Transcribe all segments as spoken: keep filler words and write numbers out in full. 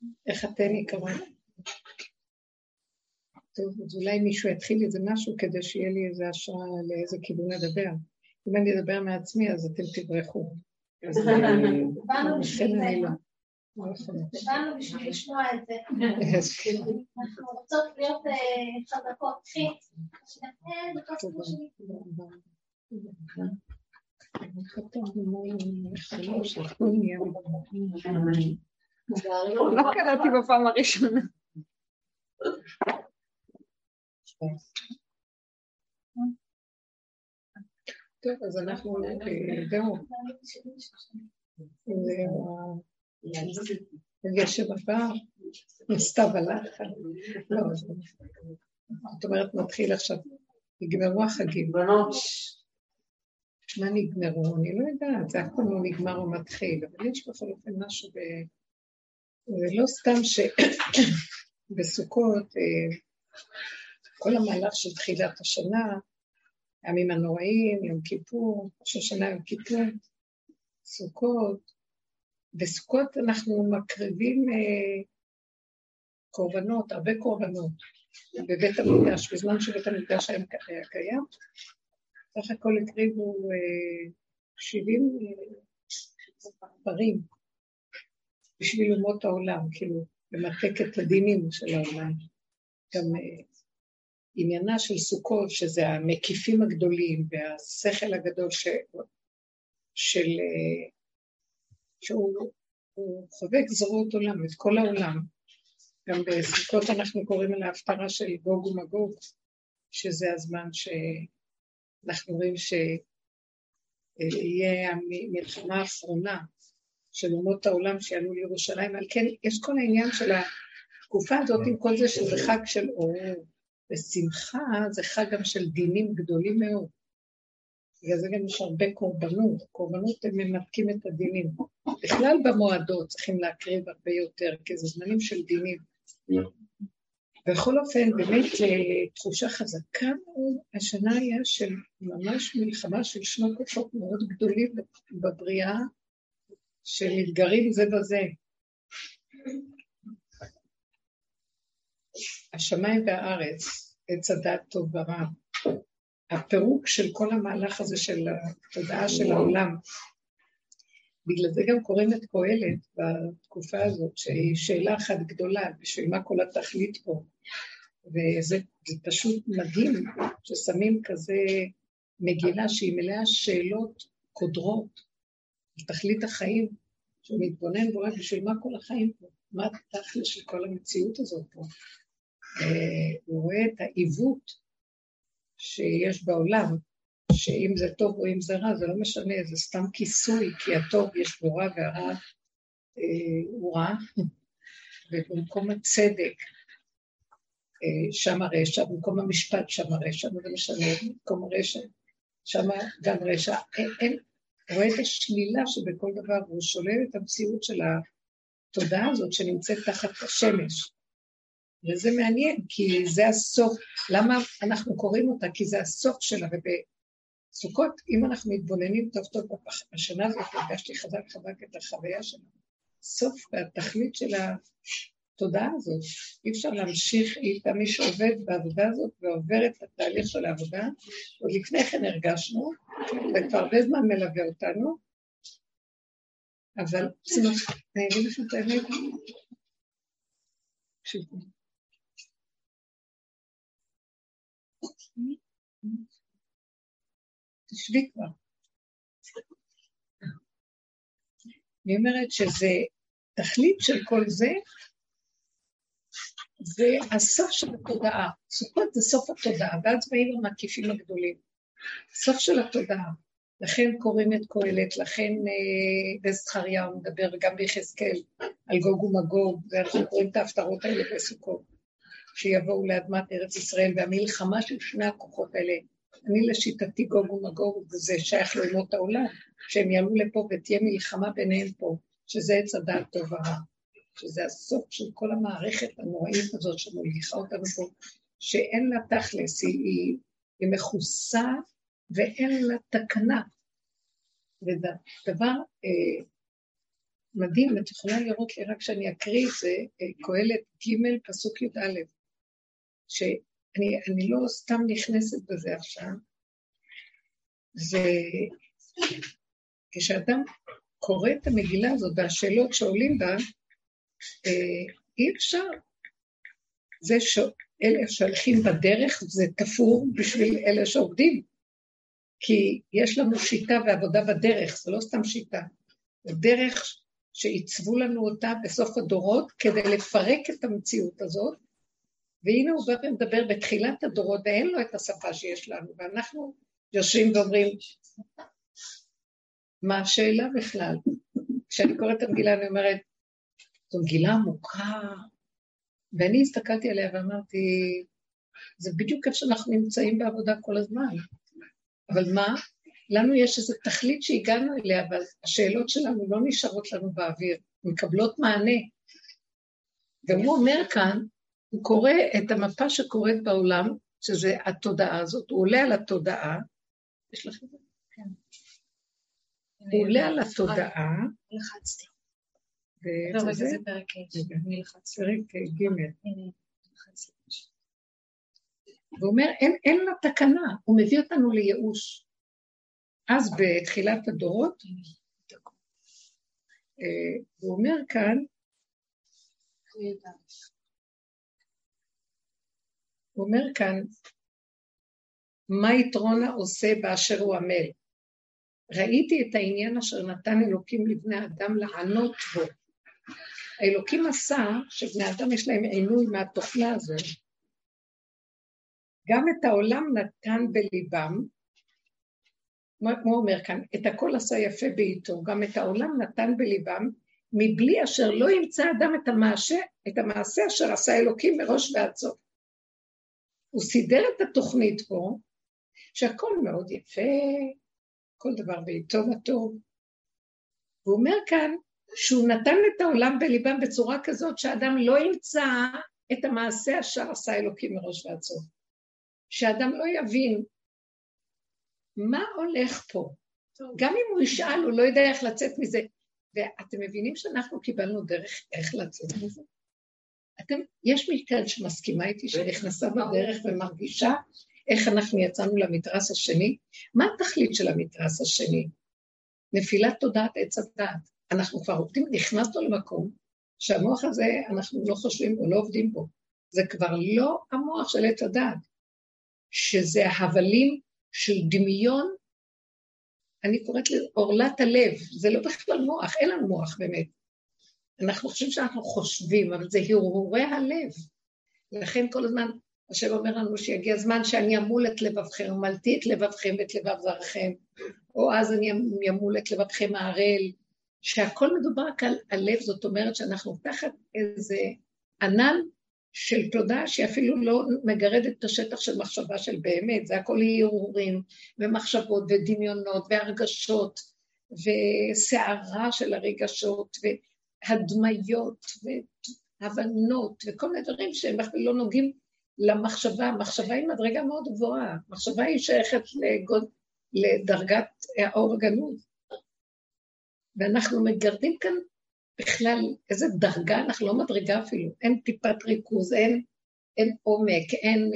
איך אתן יקרה? טוב, אז אולי מישהו יתחיל איזה משהו כדי שיהיה לי איזה השראה לאיזה כיוון לדבר. אם אני אדבר מעצמי, אז אתם תברחו. אז לכן אני לא. באנו בשביל לשמוע את זה. אנחנו רוצות להיות חזקות. חית. לא קראתי בפעם הראשונה. טוב, אז אנחנו זהו. גשם הבא, מסתיו הלך. לא, זאת אומרת, מתחיל עכשיו, נגמרו החגים. מה נגמרו? אני לא יודעת, זה הכל לא נגמר או מתחיל, אבל יש בכל אופן משהו ב... זה לא סתם שבסוכות, כל המהלך של תחילת השנה, הימים הנוראים, יום כיפור, ראש השנה יום כיפור, סוכות, בסוכות אנחנו מקריבים אה, קורבנות, הרבה קורבנות, בבית המקדש, בזמן שבית המקדש היה קיים, סך הכל הקריבו אה, שבעים אה, פרים, בשביל אומות העולם, כאילו, למתק את הדינים של העולם. גם אה, עניינה של סוכות, שזה המקיפים הגדולים, והשכל הגדול ש... של... אה, שהוא חובק זרועות עולם, את כל העולם. גם בסוכות אנחנו קוראים על ההפטרה של גוג ומגוג, שזה הזמן שאנחנו רואים שיהיה המלחמה האחרונה של אומות העולם שיעלו לירושלים, אבל כן, יש כל העניין של התקופה הזאת עם כל זה שזה חג של אור, ושמחה זה חג גם של דינים גדולים מאוד. בגלל זה גם יש הרבה קורבנות, קורבנות הם ממתקים את הדינים. בכלל במועדות צריכים להקריב הרבה יותר, כי זה זמנים של דינים. בכל אופן, באמת תחושה חזקה מאוד, השנה היה של ממש מלחמה של שני כוחות מאוד גדולים בבריאה, שמתגרים זה בזה. השמיים והארץ, עץ הדת טוב ורע. הפירוק של כל המהלך הזה של התודעה של העולם. בגלל זה גם קוראים את קהלת בתקופה הזאת, שהיא שאלה אחת גדולה, בשביל מה כל התכלית פה. וזה פשוט מדהים ששמים כזה מגילה שהיא מלאה שאלות קודרות, תכלית החיים, שמתבונן בו, בשביל מה כל החיים פה, מה התכלית של כל המציאות הזאת פה. הוא רואה את העיוות שיש בעולם, שאם זה טוב או אם זה רע, זה לא משנה, זה סתם כיסוי, כי הטוב יש בו רע והרע אה, הוא רע, ובמקום הצדק, אה, שם הרשע, במקום המשפט שם הרשע, זה משנה, במקום הרשע, שם גם רשע, אין, אין, רואה את השלילה שבכל דבר, והוא שולל את המציאות של התודעה הזאת שנמצאת תחת השמש, וזה מעניין, כי זה הסוף, למה אנחנו קוראים אותה? כי זה הסוף שלה, ובסוכות, אם אנחנו מתבוננים טוב טוב בשנה הזאת, הרגשתי חזק חזק את החוויה שלה, סוף והתכלית של התודעה הזאת, אי אפשר להמשיך איתה מי שעובד בעבודה הזאת, ועובר את התהליך של העבודה, עוד לפני כן הרגשנו, וכבר הרבה זמן מלווה אותנו, אבל אני אגיד לכם את האמת, תקשיבו, תשבי כבר. אני אומרת שזה תכלית של כל זה, זה הסוף של התודעה. סוכות זה סוף התודעה, ואז באים המקיפים הגדולים. סוף של התודעה. לכן קוראים את קהלת, לכן בזכריה מדבר, וגם ביחזקאל, על גוג ומגוג, ואנחנו קוראים את ההפטרות האלה בסוכות, שיבואו לאדמת ארץ ישראל, והמלחמה של שני הכוחות האלה, אני לשיטתי גוג ומגוג, וזה שייך לאומות העולם, שהם יעלו לפה ותהיה מלחמה ביניהם פה, שזה עץ הדעת טוב ורע, שזה הסוף של כל המערכת הנוראית הזאת שמוליכה אותנו פה, שאין לה תכלס, היא, היא, היא מכוסה ואין לה תקנה. ודבר, אה, מדהים, את יכולה לראות לי רק שאני אקריא את זה, קהלת ג' פסוק י"א, שאני אני לא סתם נכנסת בזה עכשיו, זה כשאדם קורא את המגילה הזאת והשאלות שעולים בה, אי אפשר, זה שאלה שהולכים בדרך זה תפור בשביל אלה שעובדים, כי יש לנו שיטה ועבודה בדרך, זה לא סתם שיטה, זה דרך שעיצבו לנו אותה בסוף הדורות כדי לפרק את המציאות הזאת, והנה הוא בא ומדבר בתחילת הדורות, ואין לו את השפה שיש לנו, ואנחנו יושבים ואומרים, מה השאלה בכלל? כשאני קוראת את המגילה אני אומרת, זו מגילה עמוקה, ואני הסתכלתי עליה ואמרתי, זה בדיוק איפה שאנחנו נמצאים בעבודה כל הזמן, אבל מה? לנו יש איזו תכלית שהגענו אליה, אבל השאלות שלנו לא נשארות לנו באוויר, מקבלות מענה. והוא אומר כאן, הוא קורא את המפה שקורית בעולם, שזה התודעה הזאת, הוא עולה על התודעה, יש לך את זה? כן. הוא עולה על התודעה. לחצתי. וזה זה פרק ג'. אני לחצתי. פרק ג'. והוא אומר, אין לה תקנה, הוא מביא אותנו לייאוש. אז בתחילת הדורות, הוא אומר כאן, הוא אומר כאן, מה יתרון העושה באשר הוא עמל? ראיתי את העניין אשר נתן אלוקים לבני אדם לענות בו. האלוקים עשה שבני אדם יש להם עינוי מהתוכנה הזו. גם את העולם נתן בליבם, כמו אומר כאן, את הכל עשה יפה בעיתו, גם את העולם נתן בליבם, מבלי אשר לא ימצא אדם את המעשה, את המעשה אשר עשה אלוקים מראש ועד סוף. הוא סידר את התוכנית פה, שהכל מאוד יפה, כל דבר בעיתו וטוב. הוא אומר כאן, שהוא נתן את העולם בליבם בצורה כזאת, שהאדם לא ימצא את המעשה אשר עשה אלוקים מראש ועד סוף. שהאדם לא יבין, מה הולך פה? טוב. גם אם הוא ישאל, הוא לא יודע איך לצאת מזה. ואתם מבינים שאנחנו קיבלנו דרך איך לצאת מזה? אתם, יש מכאן שמסכימה איתי שנכנסה בדרך ומרגישה איך אנחנו יצאנו למתרס השני. מה התכלית של המתרס השני? נפילת תודעת עץ הדעת. אנחנו כבר עובדים, נכנסנו למקום שהמוח הזה אנחנו לא חושבים או לא עובדים בו. זה כבר לא המוח של עץ הדעת, שזה ההבלים של דמיון, אני קוראת לאורלת הלב, זה לא בכלל מוח, אין לנו מוח באמת. אנחנו חושבים שאנחנו חושבים, אבל זה הרהורי הלב. לכן כל הזמן, השם אומר לנו שיגיע הזמן שאני אמול את לבבכם, ומלתי את לבבכם ואת לבב זרעכם, או אז אני אמול את לבבכם הערל, שהכל מדובר רק על הלב, זאת אומרת שאנחנו תחת איזה ענן של תודעה שאפילו לא מגרדת את השטח של מחשבה של באמת, זה הכל הרהורים ומחשבות ודמיונות והרגשות וסערה של הרגשות והדמיות והבנות וכל מיני דברים שהם לא נוגעים למחשבה. המחשבה היא מדרגה מאוד גבוהה, המחשבה היא שייכת לגוד, לדרגת האור הגנוז, ואנחנו מגרדים כאן בכלל איזה דרגה, אנחנו לא מדרגה אפילו, אין טיפת ריכוז, אין, אין עומק, אין...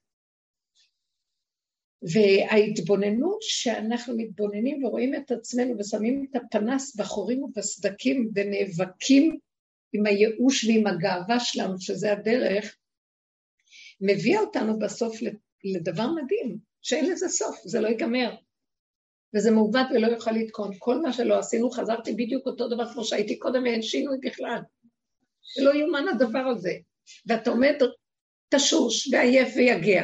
וההתבוננות שאנחנו מתבוננים ורואים את עצמנו ושמים את הפנס בחורים ובסדקים ונאבקים עם הייאוש ועם הגאווה שלנו, שזה הדרך, מביאה אותנו בסוף לדבר מדהים, שאין לזה סוף, זה לא ייגמר. וזה מעוות ולא יוכל לתקון. כל מה שלא עשינו, חזרתי בדיוק אותו דבר כמו שהייתי קודם, ואין שינוי בכלל. ולא יומן הדבר הזה. ואתה עומד תשוש ועייף ויגע,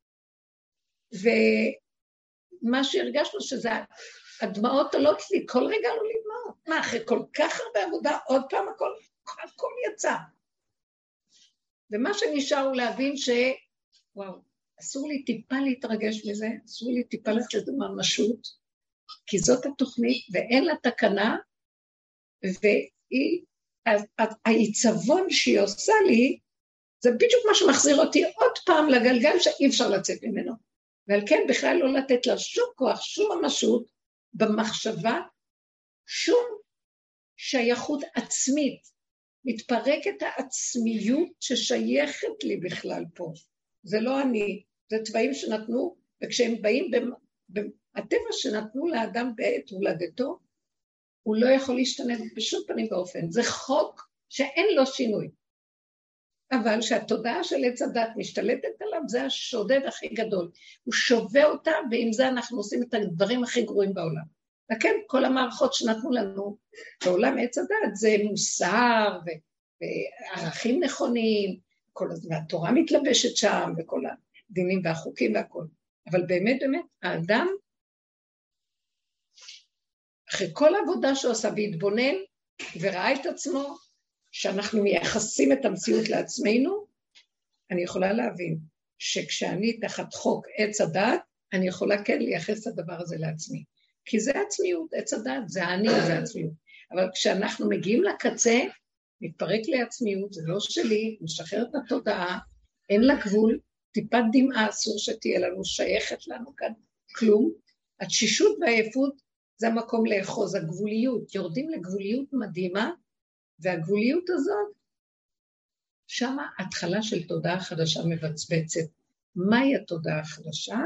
ומה שהרגשנו שזה, הדמעות עולות לי, כל רגע עלו לי דמעות. מה, אחרי כל כך הרבה עבודה, עוד פעם הכל, הכל יצא. ומה שנשאר הוא להבין ש... וואו, אסור לי טיפה להתרגש מזה, אסור לי טיפה לצאת ממשות, כי זאת התוכנית, ואין לה תקנה, והעיצבון שהיא עושה לי, זה בדיוק מה שמחזיר אותי עוד פעם לגלגל שאי אפשר לצאת ממנו. ועל כן בכלל לא לתת לה שום כוח, שום ממשות, במחשבה, שום שייכות עצמית, מתפרקת העצמיות ששייכת לי בכלל פה. זה לא אני, זה צבעים שנתנו, וכשהם באים, הטבע שנתנו לאדם בעת הולדתו, הוא לא יכול להשתנה בשום פנים באופן. זה חוק שאין לו שינוי. אבל שהתודעה של עץ הדת משתלטת עליו, זה השודד הכי גדול. הוא שווה אותה, ועם זה אנחנו עושים את הדברים הכי גרועים בעולם. וכן, כל המערכות שנתנו לנו בעולם עץ הדת, זה מוסר וערכים נכונים, כל הזמן, התורה מתלבשת שם, וכל הדינים והחוקים והכל. אבל באמת, באמת, האדם, אחרי כל העבודה שהוא עושה והתבונן, וראה את עצמו, שאנחנו מייחסים את המציאות לעצמנו, אני יכולה להבין שכשאני תחת חוק עץ הדת, אני יכולה כן לייחס את הדבר הזה לעצמי. כי זה עצמיות, עץ הדת, זה אני, זה עצמיות. אבל כשאנחנו מגיעים לקצה, מתפרק לי עצמיות, זה לא שלי, משחרר את התודעה, אין לה גבול, טיפת דמעה אסור שתהיה לנו, שייכת לנו כאן, כלום. התשישות והעייפות זה המקום לאחוז, הגבוליות, יורדים לגבוליות מדהימה, והגבוליות הזאת, שמה התחלה של תודעה חדשה מבצבצת. מהי התודעה החדשה?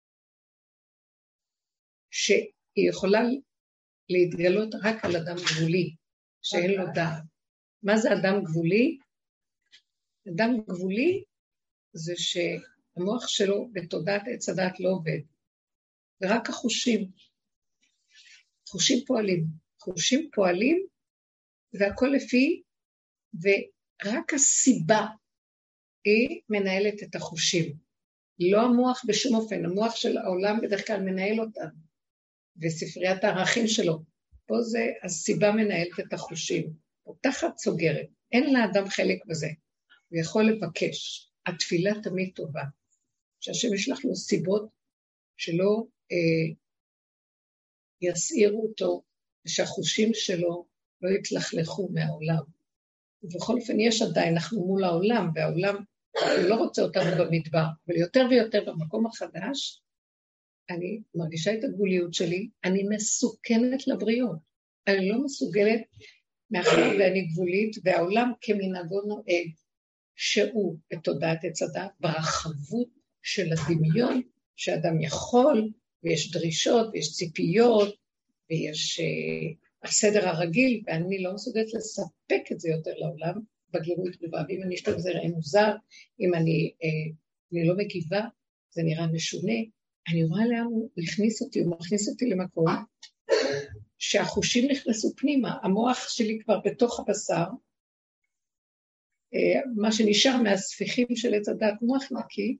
שהיא יכולה להתגלות רק על אדם גבולי, שאין לו דעת. מה זה אדם גבולי? אדם גבולי זה שהמוח שלו בתודעת עץ הדעת לא עובד. ורק החושים, חושים פועלים. חושים פועלים, והכל לפי, ורק הסיבה היא מנהלת את החושים. לא המוח בשום אופן, המוח של העולם בדרך כלל מנהל אותם, וספריית הערכים שלו. פה זה הסיבה מנהלת את החושים, פותחת סוגרת, אין לאדם חלק בזה, הוא יכול לבקש. התפילה תמיד טובה, שהשם ישלח לו סיבות שלא אה, יסעירו אותו, ושהחושים שלו לא יתלכלכו מהעולם. ובכל אופן יש עדיין, אנחנו מול העולם, והעולם הוא לא רוצה אותנו במדבר, אבל יותר ויותר במקום החדש, אני מרגישה את הגבוליות שלי, אני מסוכנת לבריות, אני לא מסוגלת, מאחר ואני גבולית, והעולם כמנהגו נוהג, שהוא בתודעת עץ הדת, ברחבות של הדמיון, שאדם יכול, ויש דרישות, ויש ציפיות, ויש uh, הסדר הרגיל, ואני לא מסוגלת לספק את זה יותר לעולם, בגירוי תגובה, ואם אני אשתוק זה נראה מוזר, אם אני, uh, אני לא מגיבה, זה נראה משונה, אני רואה לאן הוא הכניס אותי, הוא מכניס אותי למקום, שהחושים נכנסו פנימה, המוח שלי כבר בתוך הבשר, מה שנשאר מהספיחים של עץ הדת, מוח נקי,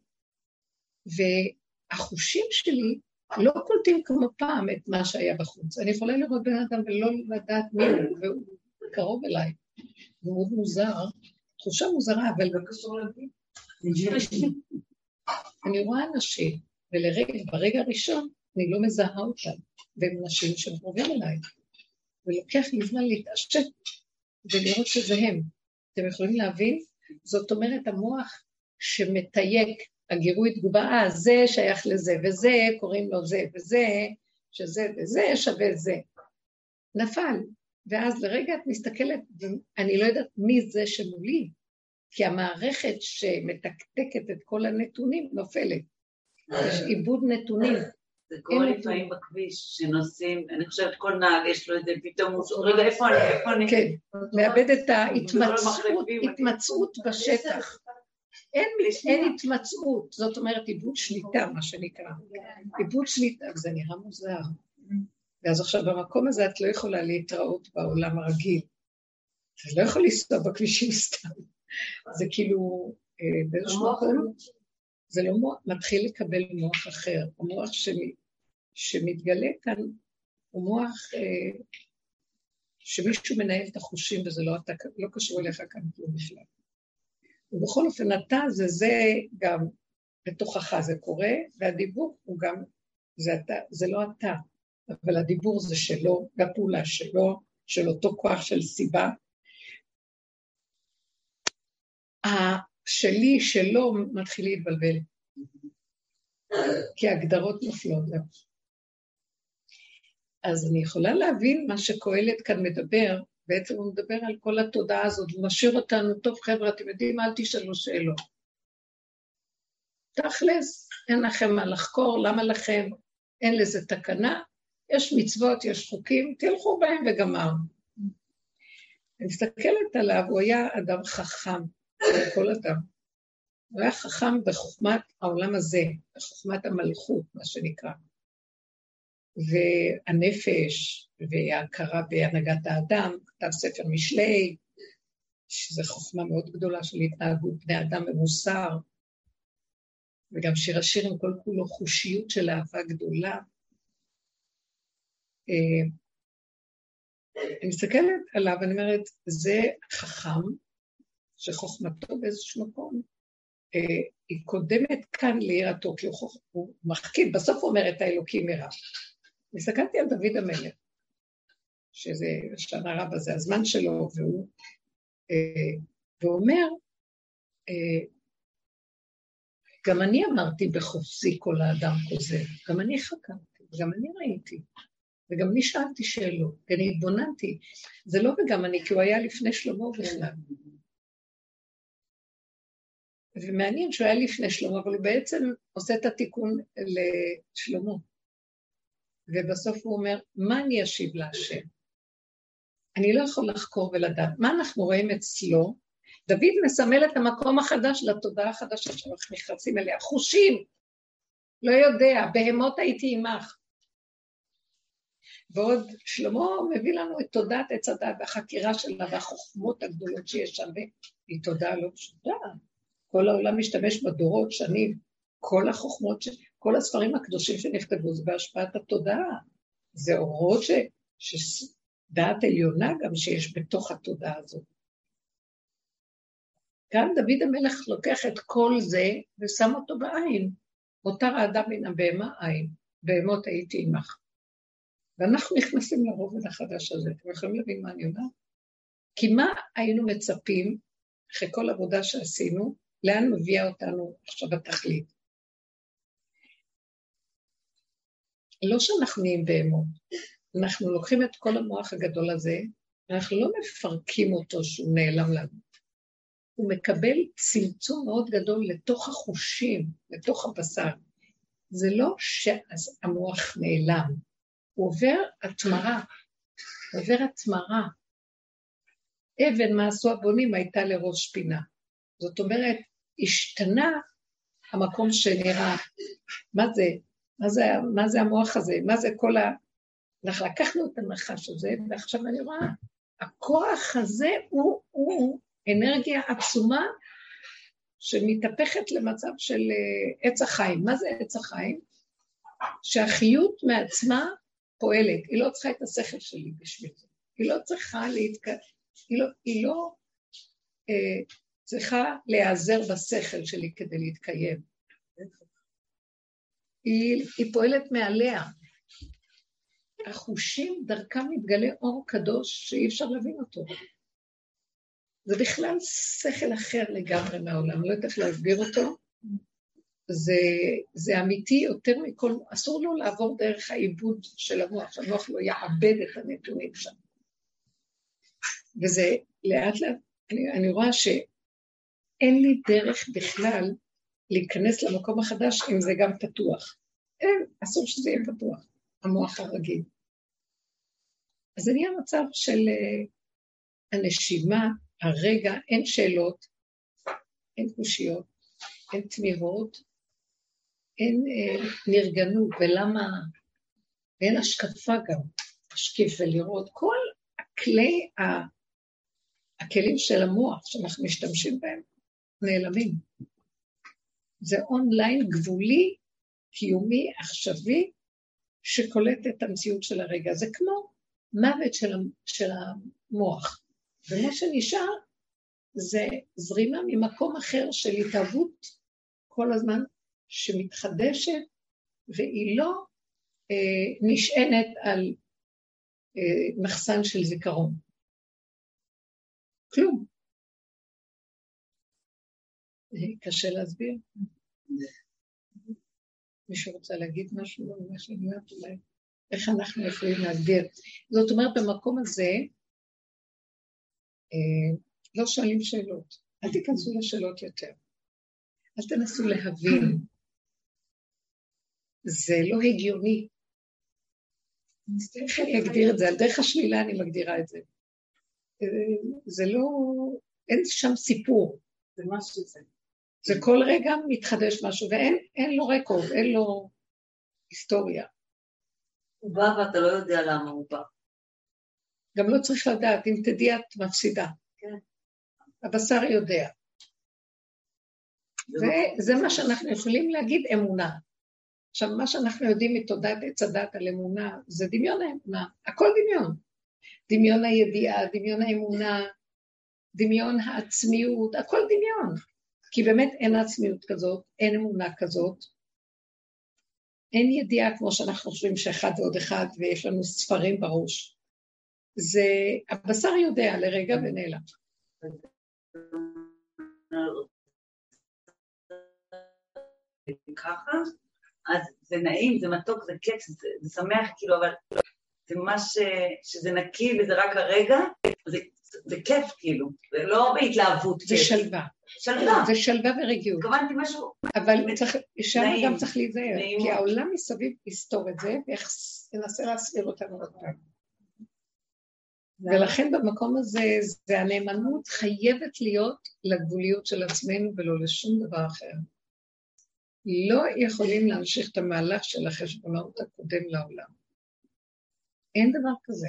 והחושים שלי לא קולטים כמו פעם את מה שהיה בחוץ. אני יכולה לראות בן אדם ולא לדעת מי הוא, והוא קרוב אליי. הוא מאוד מוזר, תחושה מוזרה, אבל לא קשור להבין. אני רואה אנשים, ולרגע, ברגע הראשון, אני לא מזהה אותם, והם נשים שקרובים אליי, ולוקח לי זמן להתעשת, ולראות שזה הם. אתם יכולים להבין? זאת אומרת, המוח שמתייק, הגירוי תגובה, אה, זה שייך לזה, וזה, קוראים לו זה, וזה, שזה וזה שווה זה. נפל. ואז לרגע את מסתכלת, אני לא יודעת מי זה שמולי, כי המערכת שמתקתקת את כל הנתונים נופלת. יש עיבוד נתונים. זה קורה לפעמים בכביש, שנוסעים, אני חושבת כל נהג יש לו את זה, פתאום הוא שואל, רגע, איפה אני, איפה אני? כן, מאבד את ההתמצאות בשטח. אין התמצאות, זאת אומרת עיבוד שליטה, מה שנקרא. עיבוד שליטה, זה נראה מוזר. ואז עכשיו במקום הזה את לא יכולה להתראות בעולם הרגיל. את לא יכול לנסוע בכבישים סתם. זה כאילו, באיזשהו מקום, זה לא מוח, מתחיל לקבל מוח אחר. המוח שלי, שמתגלה כאן, הוא מוח אה, שמישהו מנהל את החושים, וזה לא, אתה, לא קשור אליך כאן כלום בכלל. ובכל אופן, אתה זה זה גם בתוכך זה קורה, והדיבור הוא גם, זה, אתה, זה לא אתה, אבל הדיבור זה שלו, והפעולה שלו, של אותו כוח של סיבה. השלי, שלו, מתחיל להתבלבל. כי ההגדרות נופלות לו. אז אני יכולה להבין מה שקהלת כאן מדבר, בעצם הוא מדבר על כל התודעה הזאת, הוא משאיר אותנו, טוב חבר'ה, אתם יודעים, אל תשאלו שאלות. תכלס, אין לכם מה לחקור, למה לכם? אין לזה תקנה, יש מצוות, יש חוקים, תלכו בהם וגמר. אני מסתכלת עליו, הוא היה אדם חכם, כל אדם. הוא היה חכם בחוכמת העולם הזה, בחוכמת המלכות, מה שנקרא. והנפש, וההכרה בהנהגת האדם, כתב ספר משלי, שזו חוכמה מאוד גדולה של התנהגות בני אדם ומוסר, וגם שיר השירים כל כולו חושיות של אהבה גדולה. אני מסתכלת עליו, אני אומרת, זה חכם, שחוכמתו באיזשהו מקום, היא קודמת כאן ליראתו, כי הוא, הוא מחכים, בסוף הוא אומר את האלוקים יראה. הסתכלתי על דוד המלך, שזה שנה רבה, זה הזמן שלו, והוא, והוא אומר, גם אני אמרתי בחופשי כל האדם כוזב, גם אני חכמתי, גם אני ראיתי, וגם אני שאלתי שאלות, ואני התבוננתי, זה לא וגם אני, כי הוא היה לפני שלמה בכלל. ומעניין שהוא היה לפני שלמה, אבל הוא בעצם עושה את התיקון לשלמה. ובסוף הוא אומר, מה אני אשיב להשם? אני לא יכול לחקור ולדעת. מה אנחנו רואים אצלו? דוד מסמל את המקום החדש לתודעה החדשה שאנחנו נכנסים אליה. חושים, לא יודע, בהמות הייתי עמך. ועוד שלמה מביא לנו את תודעת עץ הדת והחקירה שלה והחוכמות הגדולות שיש שם, והיא תודעה לא פשוטה. כל העולם משתמש בדורות שנים, כל החוכמות, ש... כל הספרים הקדושים שנכתבו, זה בהשפעת התודעה. זה אורות ש... שדעת עליונה גם שיש בתוך התודעה הזאת. גם דוד המלך לוקח את כל זה ושם אותו בעין. מותר האדם מן הבהמה עין, בהמות הייתי עמך. ואנחנו נכנסים לרובד החדש הזה. אתם יכולים להבין מה אני אומרת? כי מה היינו מצפים, אחרי כל עבודה שעשינו, לאן מביאה אותנו עכשיו התכלית? לא שאנחנו נהיים בהמות, אנחנו לוקחים את כל המוח הגדול הזה, אנחנו לא מפרקים אותו שהוא נעלם לנו. הוא מקבל צמצום מאוד גדול לתוך החושים, לתוך הבשר. זה לא שהמוח נעלם, הוא עובר התמרה, הוא עובר התמרה. אבן מה עשו הבונים הייתה לראש פינה. זאת אומרת, השתנה המקום שנראה, מה זה, מה זה, מה זה המוח הזה, מה זה כל ה... אנחנו לקחנו את הנחש הזה, ועכשיו אני רואה, הכוח הזה הוא, הוא אנרגיה עצומה, שמתהפכת למצב של עץ החיים. מה זה עץ החיים? שהחיות מעצמה פועלת, היא לא צריכה את השכל שלי בשביל זה, היא לא צריכה להתקדם, היא לא, היא לא אה, צריכה להיעזר בשכל שלי כדי להתקיים. היא, היא פועלת מעליה. החושים דרכם מתגלה אור קדוש שאי אפשר להבין אותו. זה בכלל שכל אחר לגמרי מהעולם, לא יודעת להסביר אותו. זה, זה אמיתי יותר מכל, אסור לו לעבור דרך העיבוד של המוח, שהמוח לא יעבד את הנתונים שם. וזה לאט לאט, אני, אני רואה שאין לי דרך בכלל להיכנס למקום החדש אם זה גם פתוח. אין, אסור שזה יהיה פתוח, המוח הרגיל. אז זה נהיה מצב של הנשימה, הרגע, אין שאלות, אין קושיות, אין תמירות, אין אה, נרגנות, ולמה, ואין השקפה גם, השקיף ולראות, כל הכלי, הכלים של המוח שאנחנו משתמשים בהם, נעלמים. זה אונליין גבולי, קיומי, עכשווי, שקולט את המציאות של הרגע. זה כמו מוות של, של המוח. ומה שנשאר זה זרימה ממקום אחר של התאהבות כל הזמן שמתחדשת, והיא לא אה, נשענת על אה, מחסן של זיכרון. כלום. קשה להסביר. מישהו רוצה להגיד משהו? לא, מה שאני אומרת אולי. איך אנחנו יכולים להסביר? זאת אומרת, במקום הזה, אה, לא שואלים שאלות. אל תיכנסו לשאלות יותר. אל תנסו להבין. זה לא הגיוני. איך אני אגדיר את זה? על דרך השלילה אני מגדירה את זה. זה לא, אין שם סיפור. זה משהו זה. זה כל רגע מתחדש משהו, ואין לו רקורד, אין לו היסטוריה. הוא בא ואתה לא יודע למה הוא בא. גם לא צריך לדעת, אם תדעי את מפסידה. כן. הבשר יודע. וזה מה שאנחנו יכולים להגיד אמונה. עכשיו, מה שאנחנו יודעים מתודעת עץ הדת על אמונה, זה דמיון האמונה, הכל דמיון. דמיון הידיעה, דמיון האמונה, דמיון העצמיות, הכל דמיון. כי באמת אין עצמיות כזאת, אין אמונה כזאת, אין ידיעה כמו שאנחנו חושבים שאחד ועוד אחד, ויש לנו ספרים בראש. זה, הבשר יודע לרגע ונעלם. ככה, אז זה נעים, זה מתוק, זה כיף, זה, זה שמח, כאילו, אבל זה מה ש, שזה נקי וזה רק הרגע, זה, זה כיף, כאילו, זה לא בהתלהבות. זה כיף. שלווה. שלווה. זה שלווה ורגיעות. התכוונתי משהו. אבל צריך, שם גם צריך להיזהר, כי העולם מסביב יסתור את זה, ואיך ינסה להסביר אותנו עוד פעם. ולכן במקום הזה, זה הנאמנות חייבת להיות לגבוליות של עצמנו ולא לשום דבר אחר. לא יכולים להמשיך את המהלך של החשבונאות הקודם לעולם. אין דבר כזה.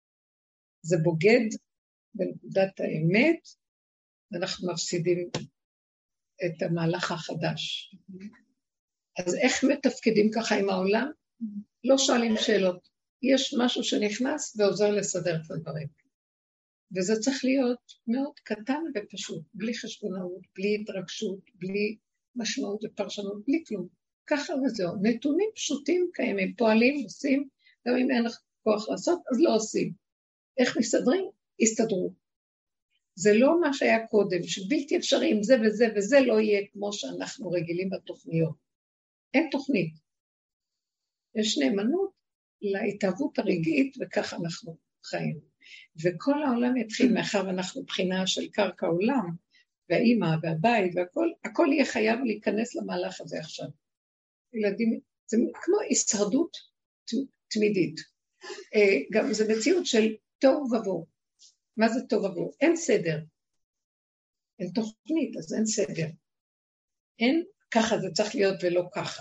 זה בוגד בנקודת האמת, ואנחנו מפסידים את המהלך החדש. אז איך מתפקדים ככה עם העולם? לא שואלים שאלות. יש משהו שנכנס ועוזר לסדר את הדברים. וזה צריך להיות מאוד קטן ופשוט, בלי חשבונאות, בלי התרגשות, בלי משמעות ופרשנות, בלי כלום. ככה וזהו. נתונים פשוטים קיימים, פועלים, עושים, גם אם אין לך כוח לעשות, אז לא עושים. איך מסתדרים? הסתדרו. זה לא מה שהיה קודם, שבלתי אפשרי עם זה וזה וזה לא יהיה כמו שאנחנו רגילים בתוכניות. אין תוכנית. יש נאמנות להתאהבות הרגעית וכך אנחנו חיים. וכל העולם יתחיל מאחר ואנחנו בחינה של קרקע עולם, והאימא והבית והכל, הכל יהיה חייב להיכנס למהלך הזה עכשיו. ילדים, זה כמו הישרדות תמידית. גם זה מציאות של תוהו ובוהו. מה זה טוב עבור? אין סדר. אין תוכנית, אז אין סדר. אין ככה זה צריך להיות ולא ככה.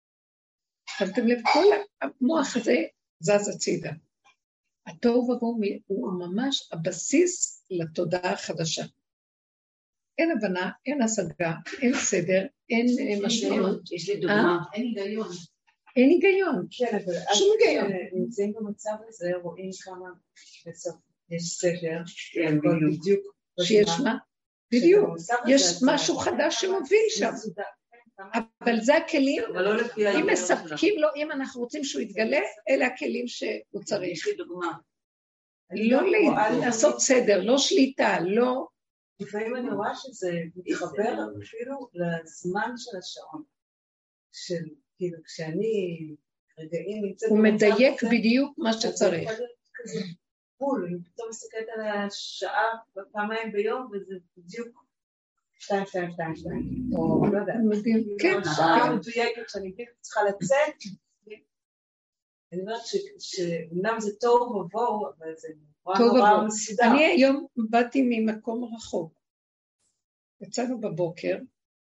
שמתם לב, כל המוח הזה זז הצידה. הטוב עבור הוא ממש הבסיס לתודעה החדשה. אין הבנה, אין השגה, אין סדר, אין משמעות. יש לי דוגמה. אין היגיון. אין היגיון. כן, אבל שום היגיון. נמצאים במצב הזה, רואים כמה בסוף. יש סדר, כן, בדיוק. שיש מה? בדיוק. יש משהו חדש שמוביל שם. אבל זה הכלים, אם מספקים לו, אם אנחנו רוצים שהוא יתגלה, אלה הכלים שהוא צריך. יש לי דוגמה. לא לעשות סדר, לא שליטה, לא... לפעמים אני רואה שזה מתחבר אפילו לזמן של השעון. של, כאילו, כשאני רגעים נמצאת... הוא מדייק בדיוק מה שצריך. בול, אני פתאום מסתכלת על השעה פעמיים ביום, וזה בדיוק שתיים, שתיים, שתיים, שתיים. או לא יודע. כן, שעה מדויקת שאני בדיוק צריכה לצאת. אני אומרת שאומנם זה טוב ובואו, אבל זה נורא מסודר. אני היום באתי ממקום רחוק. יצאנו בבוקר,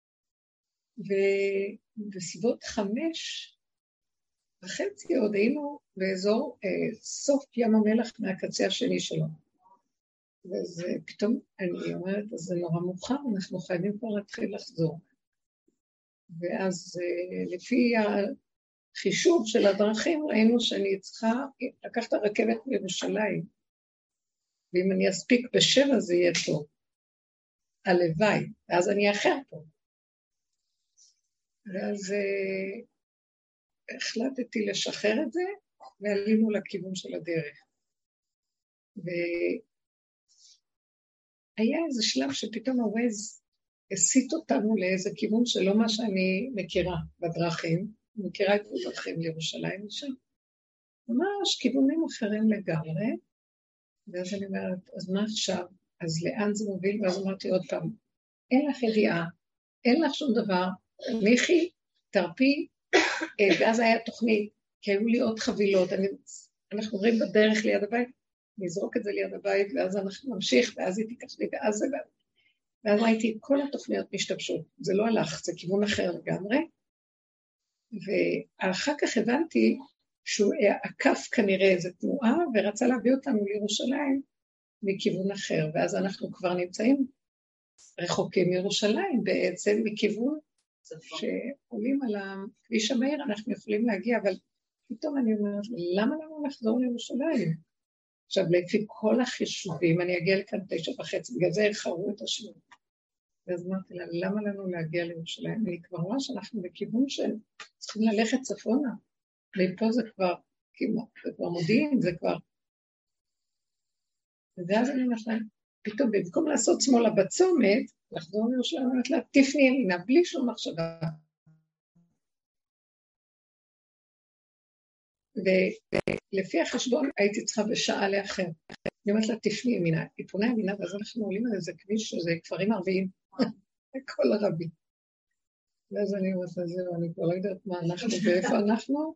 ובסביבות חמש וחצי עוד היינו באזור אה, סוף ים המלח מהקצה השני שלו. וזה פתאום, אני אומרת, זה נורא מאוחר, אנחנו חייבים כבר להתחיל לחזור. ואז אה, לפי החישוב של הדרכים ראינו שאני צריכה לקחת הרכבת מירושלים, ואם אני אספיק בשבע זה יהיה טוב. הלוואי, ואז אני אחר פה. ואז אה, החלטתי לשחרר את זה, ועלינו לכיוון של הדרך. והיה איזה שלב שפתאום הווייז הסיט אותנו לאיזה כיוון שלא מה שאני מכירה בדרכים, אני מכירה את הדרכים לירושלים משם, ממש כיוונים אחרים לגמרי, ואז אני אומרת, אז מה עכשיו? אז לאן זה מוביל? ואז אמרתי עוד פעם, אין לך ידיעה, אין לך שום דבר, מיכי, תרפי, ואז היה תוכנית, כי היו לי עוד חבילות, אני, אנחנו עוברים בדרך ליד הבית, נזרוק את זה ליד הבית, ואז אנחנו נמשיך, ואז היא תיקח לי, ואז זה, ואז ראיתי, כל התוכניות משתבשות, זה לא הלך, זה כיוון אחר לגמרי, ואחר כך הבנתי שהוא עקף כנראה איזו תנועה, ורצה להביא אותנו לירושלים מכיוון אחר, ואז אנחנו כבר נמצאים רחוקים מירושלים בעצם, מכיוון שעולים על הכביש המהיר, אנחנו יכולים להגיע, אבל פתאום אני אומרת, למה לנו לחזור לירושלים? עכשיו, לפי כל החישובים, אני אגיע לכאן תשע וחצי, בגלל זה הרחרו את השיעור. ואז אמרתי לה, למה לנו להגיע לירושלים? אני כבר רואה שאנחנו בכיוון של צריכים ללכת צפונה, ופה זה כבר, זה כבר מודיעין, זה כבר... ואז אני אומרת לה, פתאום במקום לעשות שמאלה בצומת, לחזור לירושלים, אני אומרת לה, תפני ימינה, בלי שום מחשבה. ולפי החשבון הייתי צריכה בשעה לאחר. אני אומרת לה, תפני ימינה, היא פונה ימינה, ואז אנחנו עולים על איזה כביש, שזה כפרים ערביים, כל ערבי. ואז אני אומרת לה, זהו, אני כבר לא יודעת מה אנחנו ואיפה אנחנו.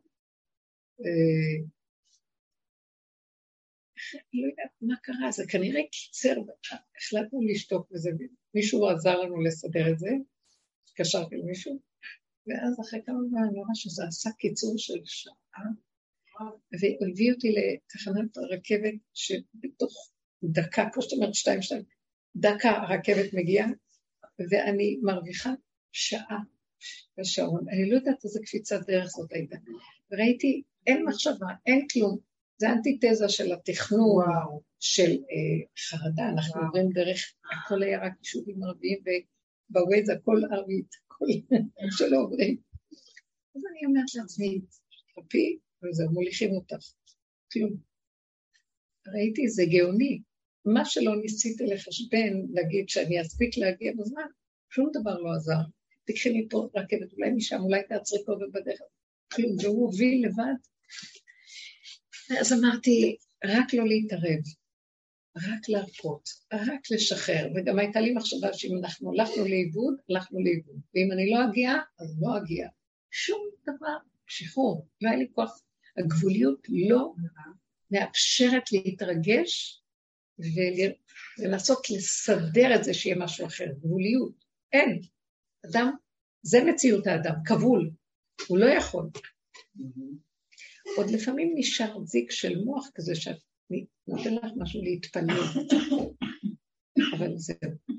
לא יודעת מה קרה, זה כנראה קיצר, החלטנו לשתוק וזה, מישהו עזר לנו לסדר את זה, קשרתי למישהו, ואז אחרי כמה זמן אני רואה שזה עשה קיצור של שעה, והביא אותי לתחנת רכבת שבתוך דקה, כמו שאת אומרת, שתיים, שתיים, דקה הרכבת מגיעה, ואני מרוויחה שעה בשעון, אני לא יודעת איזה קפיצת דרך זאת הייתה, וראיתי, אין מחשבה, אין כלום, זה אנטיתזה של התכנון, וואו. של אה, חרדה, אנחנו וואו. עוברים דרך, הכל היה רק יישובים ערביים, ובווייז הכל ערבית, הכל שלא עוברים. אז אני אומרת לעצמי, תרפי, וזה מוליכים אותך, כלום. ראיתי, זה גאוני, מה שלא ניסיתי לחשבן, להגיד שאני אספיק להגיע בזמן, שום דבר לא עזר. תקחי לי פה רכבת, אולי משם, אולי תעצרי פה ובדרך, כלום, והוא הוביל לבד, אז אמרתי, רק לא להתערב, רק להרפות, רק לשחרר, וגם הייתה לי מחשבה שאם אנחנו הלכנו לאיבוד, הלכנו לאיבוד, ואם אני לא אגיע, אז לא אגיע. שום דבר, שחרור, לא היה לי כוח, הגבוליות לא מאפשרת להתרגש, ולנסות לסדר את זה שיהיה משהו אחר, גבוליות, אין. אדם, זה מציאות האדם, כבול, הוא לא יכול. עוד לפעמים נשאר זיק של מוח כזה שאת נותן לך משהו להתפלל. אבל זהו.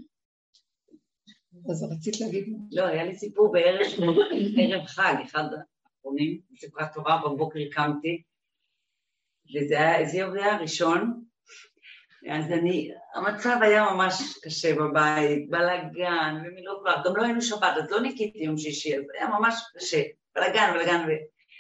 אז רצית להגיד מה? לא, היה לי סיפור בערב ערב חג, אחד האחרונים, בספרת תורה, בבוקר קמתי, וזה היה, זה היה הראשון, אז אני, המצב היה ממש קשה בבית, בלגן, ומילות כבר, גם לא היינו שבת, אז לא ניקיתי יום שישי, אז היה ממש קשה, בלגן, בלגן, ו...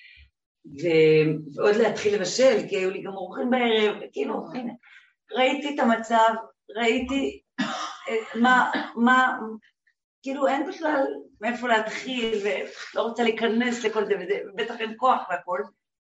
ועוד להתחיל לבשל, כי היו לי גם אורחים בערב, וכאילו, הנה, ראיתי את המצב, ראיתי מה, מה, כאילו אין בכלל מאיפה להתחיל, ולא רוצה להיכנס לכל זה, ובטח אין כוח והכל.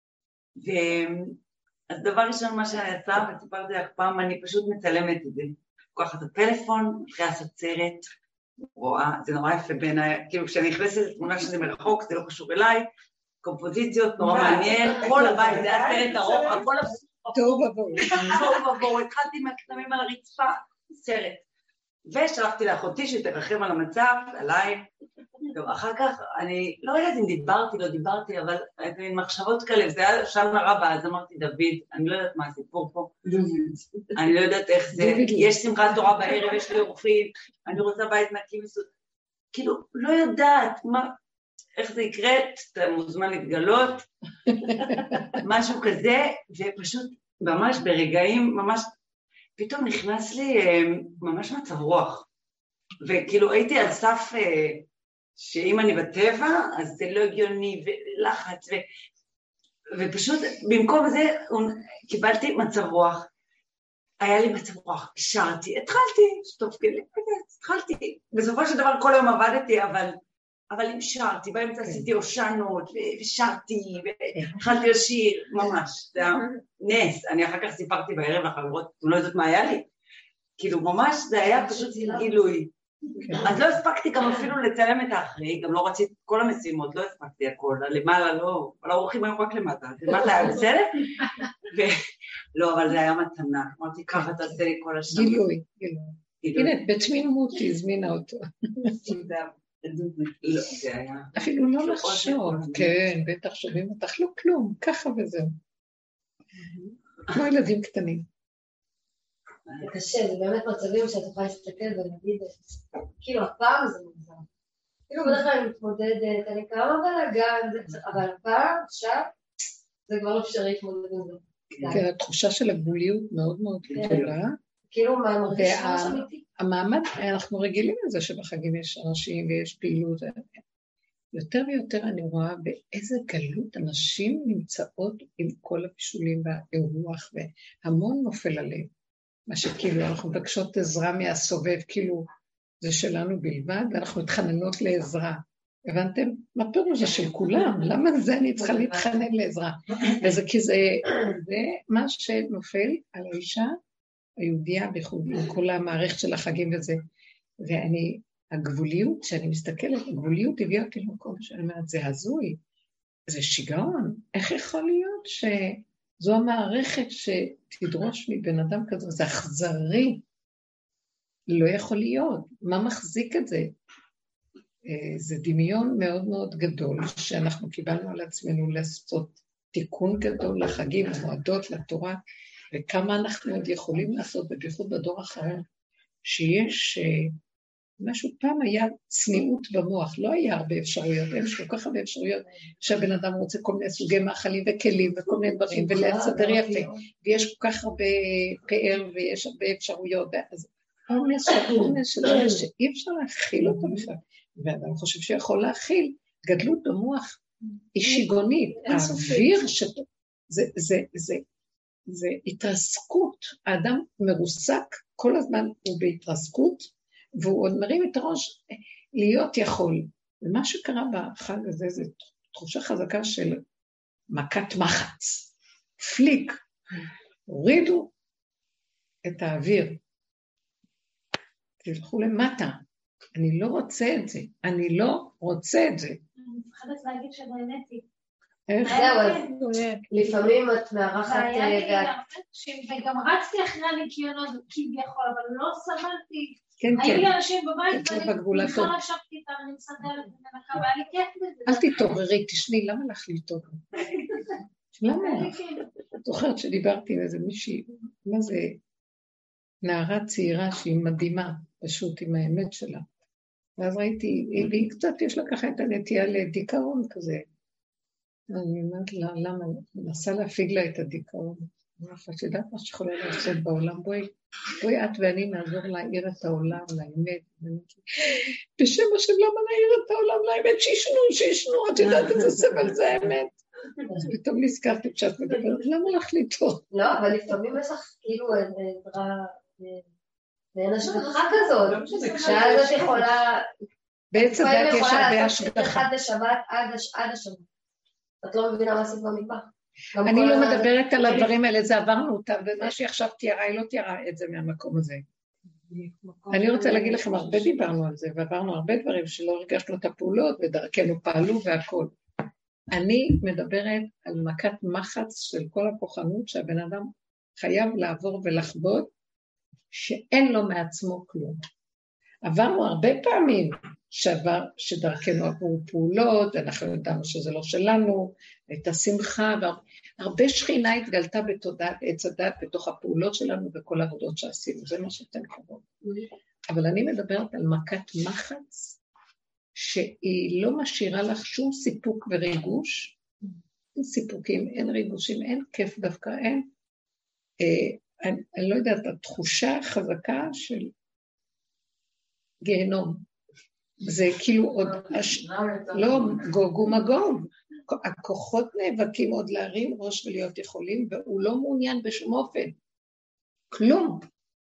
אז דבר ראשון מה שאני יצא, וסיפרתי לך פעם, אני פשוט מצלמת את זה. לוקחת את הפלאפון, אחרי הסרט, רואה, זה נורא יפה בעיניי, כאילו כשאני נכנסת לתמונה שזה מרחוק, זה לא קשור אליי, קומפוזיציות, נורא מעניין, כל הבית, זה הסרט ארוך, הכל טוב עבור. טוב עבור, התחלתי מהכתמים על הרצפה, סרט. ושלחתי לאחותי שתרחם על המצב, עליי. טוב, אחר כך, אני לא יודעת אם דיברתי, לא דיברתי, אבל הייתי מחשבות כאלה, זה היה שנה רבה, אז אמרתי, דוד, אני לא יודעת מה הסיפור פה, אני לא יודעת איך זה, יש שמחת תורה בערב, יש לי אורחים, אני רוצה בית נקי מסוד, כאילו, לא יודעת מה, איך זה יקרה, אתה מוזמן להתגלות, משהו כזה, ופשוט ממש ברגעים, ממש, פתאום נכנס לי ממש מצב רוח, וכאילו הייתי על סף שאם אני בטבע, אז זה לא הגיוני, ולחץ, ו... ופשוט במקום זה קיבלתי מצב רוח, היה לי מצב רוח, שרתי, התחלתי, שטוב, כאילו, התחלתי, בסופו של דבר כל היום עבדתי, אבל... אבל אם שרתי, באמצע עשיתי הושענות, ושרתי, והתחלתי לשיר, ממש, זה היה נס. אני אחר כך סיפרתי בערב לחברות, אתם לא יודעת מה היה לי. כאילו ממש זה היה פשוט גילוי. אז לא הספקתי גם אפילו לצלם את האחרי, גם לא רציתי כל המשימות, לא הספקתי הכל, למעלה לא, אבל האורחים היו רק למטה, למטה היה בסדר, לא, אבל זה היה מתנה, אמרתי ככה תעשה לי כל השנה. גילוי, גילוי. הנה, בתמימות הזמינה אותו. לא, זה היה... אפילו לא לחשוב, כן, בטח שווים אותך, לא כלום, ככה וזהו. כמו ילדים קטנים. זה קשה, זה באמת מצבים שאת יכולה להסתכל ולהגיד, כאילו הפעם זה מוזר. כאילו בדרך כלל אני מתמודדת, אני כמה בלגן, אבל הפעם, עכשיו, זה כבר לא אפשרי להתמודד עם זה. כן, התחושה של הגבוליות מאוד מאוד גדולה. כאילו מה מרגיש ממש אמיתי. המעמד, אנחנו רגילים לזה שבחגים יש אנשים ויש פעילות. יותר ויותר אני רואה באיזה גלות אנשים נמצאות עם כל הפישולים והאירוח, והמון נופל עליהם. מה שכאילו אנחנו מבקשות עזרה מהסובב, כאילו זה שלנו בלבד, ואנחנו מתחננות לעזרה. הבנתם? מה פירוש זה של כולם? למה זה אני צריכה להתחנן לעזרה? וזה כי זה, זה מה שנופל על האישה היהודיה בחו"ל, עם כל המערכת של החגים וזה. ואני, הגבוליות, שאני מסתכלת, הגבוליות הביאה אותי למקום שאני אומרת, זה הזוי, זה שיגעון. איך יכול להיות שזו המערכת שתדרוש מבן אדם כזה? זה אכזרי. לא יכול להיות. מה מחזיק את זה? זה דמיון מאוד מאוד גדול, שאנחנו קיבלנו על עצמנו לעשות תיקון גדול לחגים, מועדות לתורה, וכמה אנחנו עוד יכולים לעשות, בייחוד בדור האחרון, שיש משהו, פעם היה צניעות במוח, לא היה הרבה אפשרויות, אין כל כך הרבה אפשרויות, שהבן אדם רוצה כל מיני סוגי מאכלים וכלים, וכל מיני דברים, ולסדר יפה, ויש כל כך הרבה פאר, ויש הרבה אפשרויות, אז עומס של עומס של עומס, שאי אפשר להכיל אותו בכלל, ואדם חושב שיכול להכיל, גדלות במוח היא שיגונית, האוויר שתו, זה, זה, זה, זה התרסקות, האדם מרוסק, כל הזמן הוא בהתרסקות, והוא עוד מרים את הראש להיות יכול. ומה שקרה בחג הזה, זה תחושה חזקה של מכת מחץ, פליק, הורידו את האוויר, תלכו למטה, אני לא רוצה את זה, אני לא רוצה את זה. אני מפחדת להגיד שנהניתי. איך? זהו, לפעמים את מארחת... וגם רצתי אחרי הניקיונות כביכול, אבל לא סבלתי. כן, היו כן. לי אנשים בבית, ואני בכלל ישבתי איתם, אני מסדרת ומנקה, והיה לי כיף בזה. אל תתעוררי, תשני, למה לך להתעורר? למה? את זוכרת שדיברתי עם איזה מישהי, מה זה? נערה צעירה שהיא מדהימה, פשוט עם האמת שלה. ואז ראיתי, והיא קצת יש לה ככה את הנטייה לדיכאון כזה. אני אומרת לה, למה? מנסה להפיג לה את הדיכאון. אני אומרת, את יודעת מה שיכולה לעשות בעולם? בואי, בואי את ואני נעזור להעיר את העולם לאמת. בשם השם, למה להעיר את העולם לאמת? שישנו, שישנו, את יודעת איזה סבל זה האמת. פתאום נזכרתי כשאת מדברת, למה לך לטעות? לא, אבל לפעמים יש לך כאילו עזרה, ואין השגחה כזאת, שאז את יכולה... בעצם דעת יש הרבה השגחה. אחד לשבת עד השבת. את לא מבינה מה עשית במטבח. אני לא מדברת על הדברים האלה, זה עברנו אותם, ומה שעכשיו תיארה, היא לא תיארה את זה מהמקום הזה. אני רוצה להגיד לכם, הרבה דיברנו על זה, ועברנו הרבה דברים שלא הרגשנו את הפעולות, ודרכנו פעלו והכל. אני מדברת על מכת מחץ של כל הכוחנות, שהבן אדם חייב לעבור ולחבוד, שאין לו מעצמו כלום. עברנו הרבה פעמים שעבר, שדרכנו עברו פעולות, אנחנו ידענו שזה לא שלנו, הייתה שמחה, והרבה שכינה התגלתה בתודעת עץ הדת, בתוך הפעולות שלנו וכל העבודות שעשינו, זה מה שאתם קוראים. אבל אני מדברת על מכת מחץ, שהיא לא משאירה לך שום סיפוק וריגוש, אין סיפוקים, אין ריגושים, אין כיף דווקא, אין. אה, אני, אני לא יודעת, התחושה החזקה של גיהנום, זה כאילו עוד, הש... לא גוג ומגוג, הכוחות נאבקים עוד להרים ראש ולהיות יכולים, והוא לא מעוניין בשום אופן, כלום.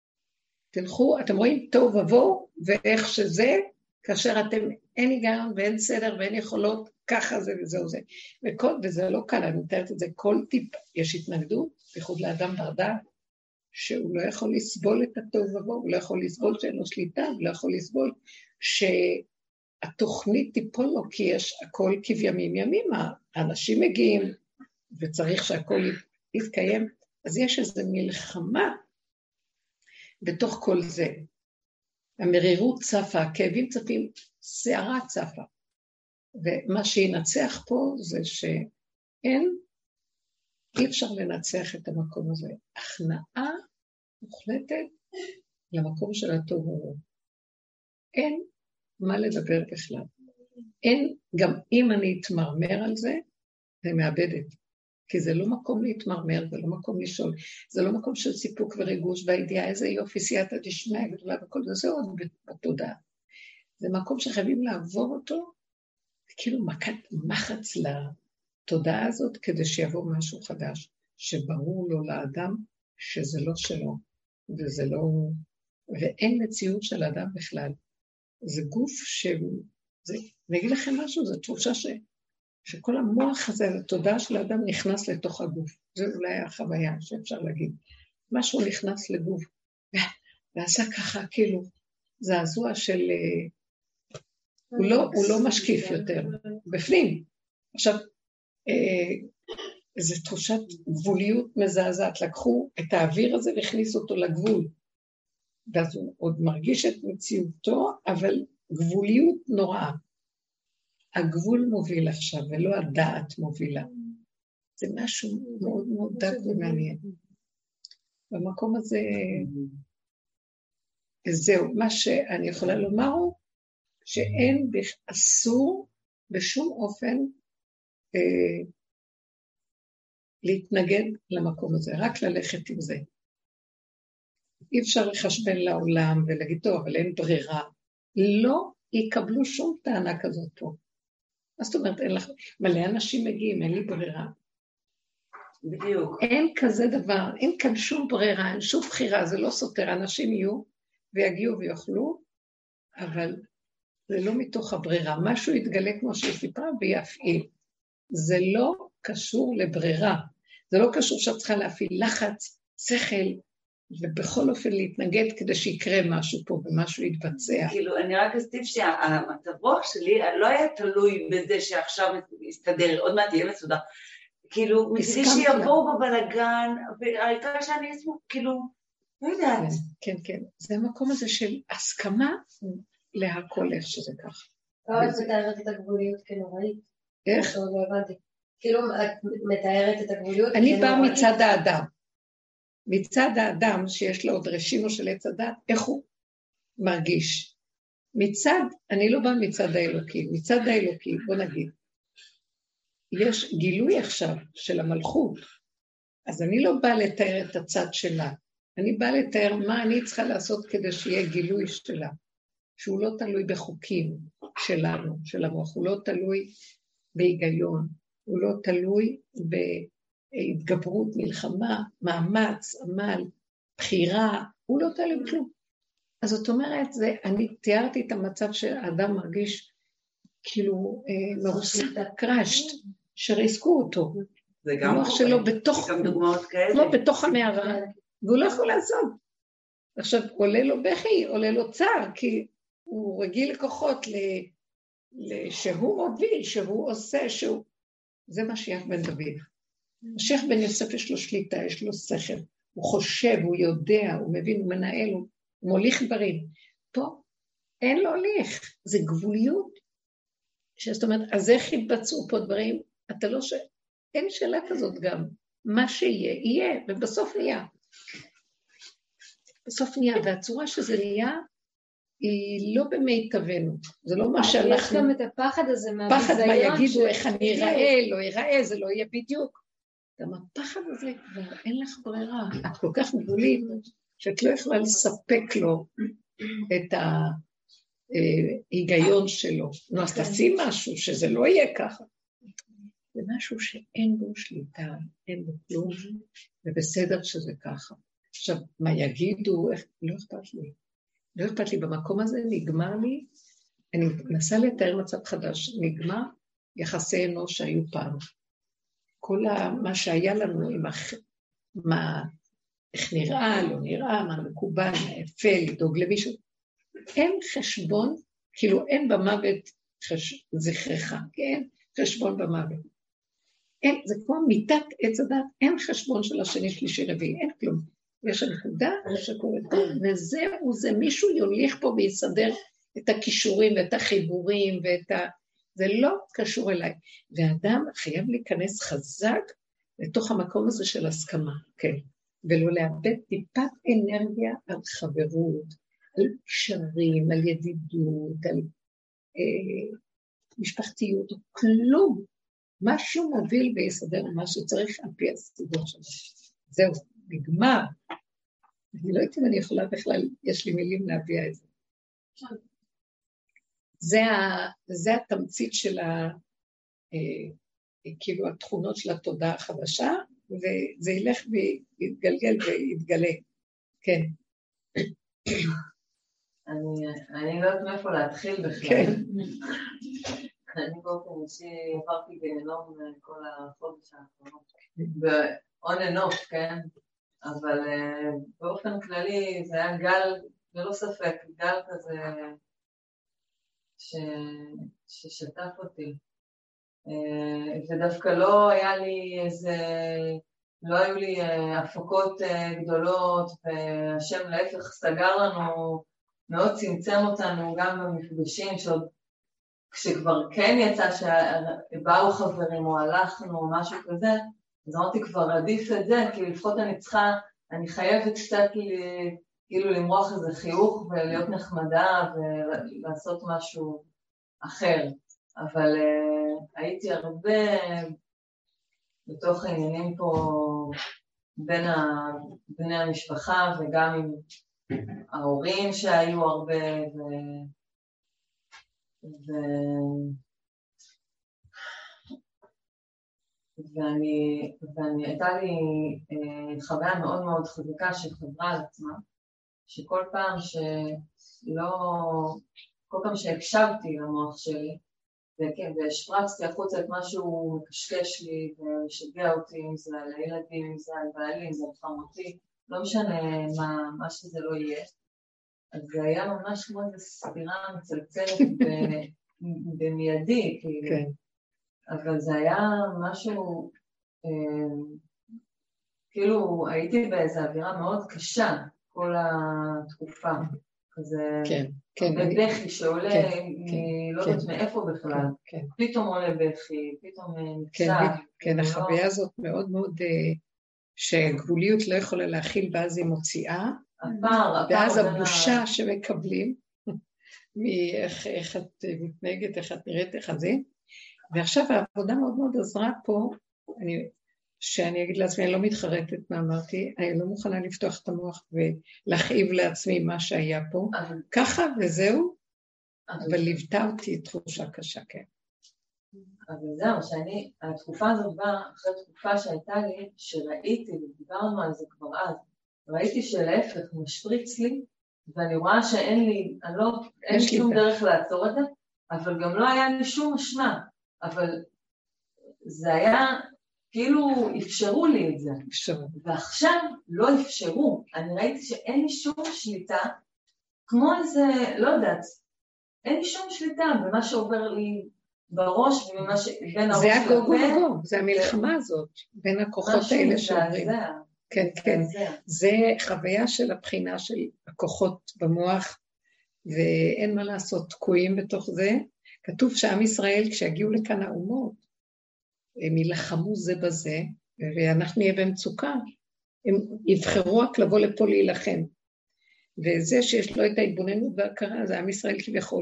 תלכו, אתם רואים טוב ובואו, ואיך שזה, כאשר אתם אין היגיון ואין סדר ואין יכולות, ככה זה וזהו זה. וכל, וזה לא קל, אני מתארת את זה, כל טיפ, יש התנגדות, בייחוד לאדם בר דעת, שהוא לא יכול לסבול את הטוב ובוא, הוא לא יכול לסבול שאין לו שליטה, הוא לא יכול לסבול שהתוכנית תיפול לו, כי יש הכל כבימים ימימה, האנשים מגיעים, וצריך שהכל יתקיים, אז יש איזו מלחמה בתוך כל זה. המרירות צפה, הכאבים צפים, שערה צפה. ומה שינצח פה זה שאין, אי אפשר לנצח את המקום הזה. הכנעה מוחלטת למקום של הטוב הוא. אין מה לדבר בכלל. אין, גם אם אני אתמרמר על זה, זה מאבדת. כי זה לא מקום להתמרמר, זה לא מקום לשאול, זה לא מקום של סיפוק וריגוש, והידיעה איזה יופי סייעתא דשמיא גדולה, וכל זה, זה עוד בתודעה. זה מקום שחייבים לעבור אותו, כאילו מכת מחץ לתודעה הזאת, כדי שיבוא משהו חדש, שברור לו לאדם שזה לא שלו, וזה לא, ואין מציאות של אדם בכלל. זה גוף ש... זה... אני אגיד לכם משהו, זו תחושה ש... שכל המוח הזה, התודעה של האדם נכנס לתוך הגוף. זה אולי החוויה שאפשר להגיד. משהו נכנס לגוף, ועשה ככה כאילו, זעזוע של... הוא לא, הוא לא משקיף יותר, בפנים. עכשיו, איזו תחושת גבוליות מזעזעת, לקחו את האוויר הזה והכניסו אותו לגבול, ואז הוא עוד מרגיש את מציאותו, אבל גבוליות נוראה. הגבול מוביל עכשיו, ולא הדעת מובילה. זה משהו מאוד מאוד דק ומעניין. במקום הזה, זהו, מה שאני יכולה לומר הוא, שאין, אסור בשום אופן אה, להתנגד למקום הזה, רק ללכת עם זה. אי אפשר לחשבן לעולם ולהגיד, טוב, אבל אין ברירה. לא יקבלו שום טענה כזאת פה. מה זאת אומרת, אין לך, מלא אנשים מגיעים, אין לי ברירה. בדיוק. אין כזה דבר, אין כאן שום ברירה, אין שום בחירה, זה לא סותר, אנשים יהיו ויגיעו ויוכלו, אבל זה לא מתוך הברירה, משהו יתגלה כמו שסיפרה ויפעיל. זה לא קשור לברירה, זה לא קשור שאת צריכה להפעיל לחץ, שכל, ובכל אופן להתנגד כדי שיקרה משהו פה ומשהו יתבצע. כאילו, אני רק אסתיב שהמצב רוח שלי לא היה תלוי בזה שעכשיו יסתדר, עוד מעט יהיה מסודר. כאילו, מצידי שיבואו בבלגן, והעיקר שאני אסמו, כאילו, לא יודעת. כן, כן, זה המקום הזה של הסכמה להכל איך שזה ככה. לא, את מתארת את הגבוליות כנוראית. איך? לא הבנתי. כאילו, את מתארת את הגבוליות כנוראית. אני באה מצד האדם. מצד האדם שיש לו עוד רשימו של עץ הדת, איך הוא מרגיש? מצד, אני לא באה מצד האלוקי, מצד האלוקי, בוא נגיד, יש גילוי עכשיו של המלכות, אז אני לא באה לתאר את הצד שלה, אני באה לתאר מה אני צריכה לעשות כדי שיהיה גילוי שלה, שהוא לא תלוי בחוקים שלנו, של המוח, הוא לא תלוי בהיגיון, הוא לא תלוי ב... התגברות, מלחמה, מאמץ, עמל, בחירה, הוא לא תלוי בכלום. אז זאת אומרת, זה, אני תיארתי את המצב שהאדם מרגיש כאילו אה, מרוסק, קרשט, שריסקו אותו. זה גם המוח שלו בתוך, גם דוגמאות כאלה. כמו בתוך המערה, והוא לא יכול לעשות. עכשיו, עולה לו בכי, עולה לו צער, כי הוא רגיל לכוחות ל, ל, שהוא מוביל, שהוא עושה, שהוא... זה משיח בן דוד. משיח בן יוסף יש לו שליטה, יש לו שכל, הוא חושב, הוא יודע, הוא מבין, הוא מנהל, הוא מוליך דברים. פה אין לו הוליך, זה גבוליות. זאת אומרת, אז איך יתבצעו פה דברים? אתה לא ש... אין שאלה כזאת גם. מה שיהיה, יהיה, ובסוף נהיה. בסוף נהיה, והצורה שזה נהיה, היא לא במיטבנו. זה לא מה שאנחנו... יש גם את הפחד הזה מהביזיון. פחד מה יגידו, איך אני אראה, לא אראה, זה לא יהיה בדיוק. גם הפחד הזה כבר אין לך ברירה. את כל כך גבולית, שאת לא יכולה לספק לו את ההיגיון שלו. נו, אז תעשי משהו שזה לא יהיה ככה. זה משהו שאין בו שליטה, אין בו כלום, ובסדר שזה ככה. עכשיו, מה יגידו, איך, לא אכפת לי. לא אכפת לי, במקום הזה נגמר לי, אני מנסה לתאר מצב חדש, נגמר יחסי אנוש שהיו פעם. כל מה שהיה לנו עם הח... מה... איך נראה, לא נראה, מה מקובל, מה יפה, לדאוג למישהו. אין חשבון, כאילו אין במוות חש... זכרך, כן? חשבון במוות. אין, זה כמו מיטת עץ הדת, אין חשבון של השני, שלישי, רביעי, אין כלום. יש הנקודה שקוראת פה, וזהו, זה מישהו יוליך פה ויסדר את הכישורים ואת החיבורים ואת ה... זה לא קשור אליי. ואדם חייב להיכנס חזק לתוך המקום הזה של הסכמה, כן. ולא לאבד טיפת אנרגיה על חברות, על קשרים, על ידידות, על אה, משפחתיות, כלום. משהו מוביל ויסדר מה שצריך על פי הסיבות שלו. זהו, נגמר. אני לא יודעת אם אני יכולה בכלל, יש לי מילים להביע את זה. זה, ה, זה התמצית של ה, אה, כאילו התכונות של התודעה החדשה, וזה ילך ויתגלגל ויתגלה. כן. אני, אני לא יודעת מאיפה להתחיל בכלל. כן. אני באופן אישי עברתי גיהנום כל החודש האחרונות. ב-on and off, כן? אבל uh, באופן כללי זה היה גל, ללא ספק, גל כזה ש... ששטף אותי. Uh, ודווקא לא היה לי איזה, לא היו לי uh, הפקות uh, גדולות, והשם להפך סגר לנו, מאוד צמצם אותנו גם במפגשים, שעוד כשכבר כן יצא שבאו חברים או הלכנו או משהו כזה, אז אמרתי כבר עדיף את זה, כי לפחות אני צריכה, אני חייבת קצת כאילו למרוח איזה חיוך ולהיות נחמדה ולעשות משהו אחר. אבל uh, הייתי הרבה בתוך העניינים פה בין ה, בני המשפחה וגם עם ההורים שהיו הרבה ו... ו... ואני, ואני, הייתה לי אה, חוויה מאוד מאוד חזקה שחברה על עצמה, שכל פעם שלא, כל פעם שהקשבתי למוח שלי, וכן, והשפרצתי החוצה את משהו מקשקש לי ומשגע אותי, אם זה על הילדים, אם זה על בעלי, אם זה על חמותי, לא משנה מה, מה שזה לא יהיה. אז זה היה ממש כמו איזו ספירה מצלצלת במיידי, כאילו. כן. אבל זה היה משהו, אה, כאילו הייתי באיזו אווירה מאוד קשה כל התקופה, כזה כן, כן. בבכי אני... שעולה, כן, מ... לא כן, יודעת מאיפה בכלל, כן, כן. פתאום עולה בכי, פתאום נקצב. כן, כן, החוויה לא... הזאת מאוד מאוד, שגבוליות לא יכולה להכיל, ואז היא מוציאה, הפער, ואז הפער הבושה ה... שמקבלים, מאיך איך את מתנהגת, איך את נראית, איך את זה, ועכשיו העבודה מאוד מאוד עזרה פה, אני, שאני אגיד לעצמי, אני לא מתחרטת מה אמרתי, אני לא מוכנה לפתוח את המוח ולהכאיב לעצמי מה שהיה פה, אבל... ככה וזהו, אבל, אבל ליוותה אותי תחושה קשה, כן. אבל זהו, שאני, התקופה הזאת באה אחרי תקופה שהייתה לי, שראיתי, ודיברנו על זה כבר אז, ראיתי שלהפך משפריץ לי, ואני רואה שאין לי, אני לא, אין לי שום דרך לעצור את זה, אבל גם לא היה לי שום משמע, אבל זה היה, כאילו אפשרו לי את זה. אפשרו. ועכשיו לא אפשרו, אני ראיתי שאין לי שום שליטה, כמו איזה, לא יודעת, אין לי שום שליטה במה שעובר לי בראש, ובמה שבין הראש לפה. זה הגוגו גוגו, זה המלחמה הזאת, בין הכוחות האלה שעוברים. כן, כן, זה חוויה של הבחינה של הכוחות במוח, ואין מה לעשות, תקועים בתוך זה. כתוב שעם ישראל, כשיגיעו לכאן האומות, הם ילחמו זה בזה, ואנחנו נהיה במצוקה, הם יבחרו רק לבוא לפה להילחם. וזה שיש לו את ההתבוננות וההכרה, זה עם ישראל כביכול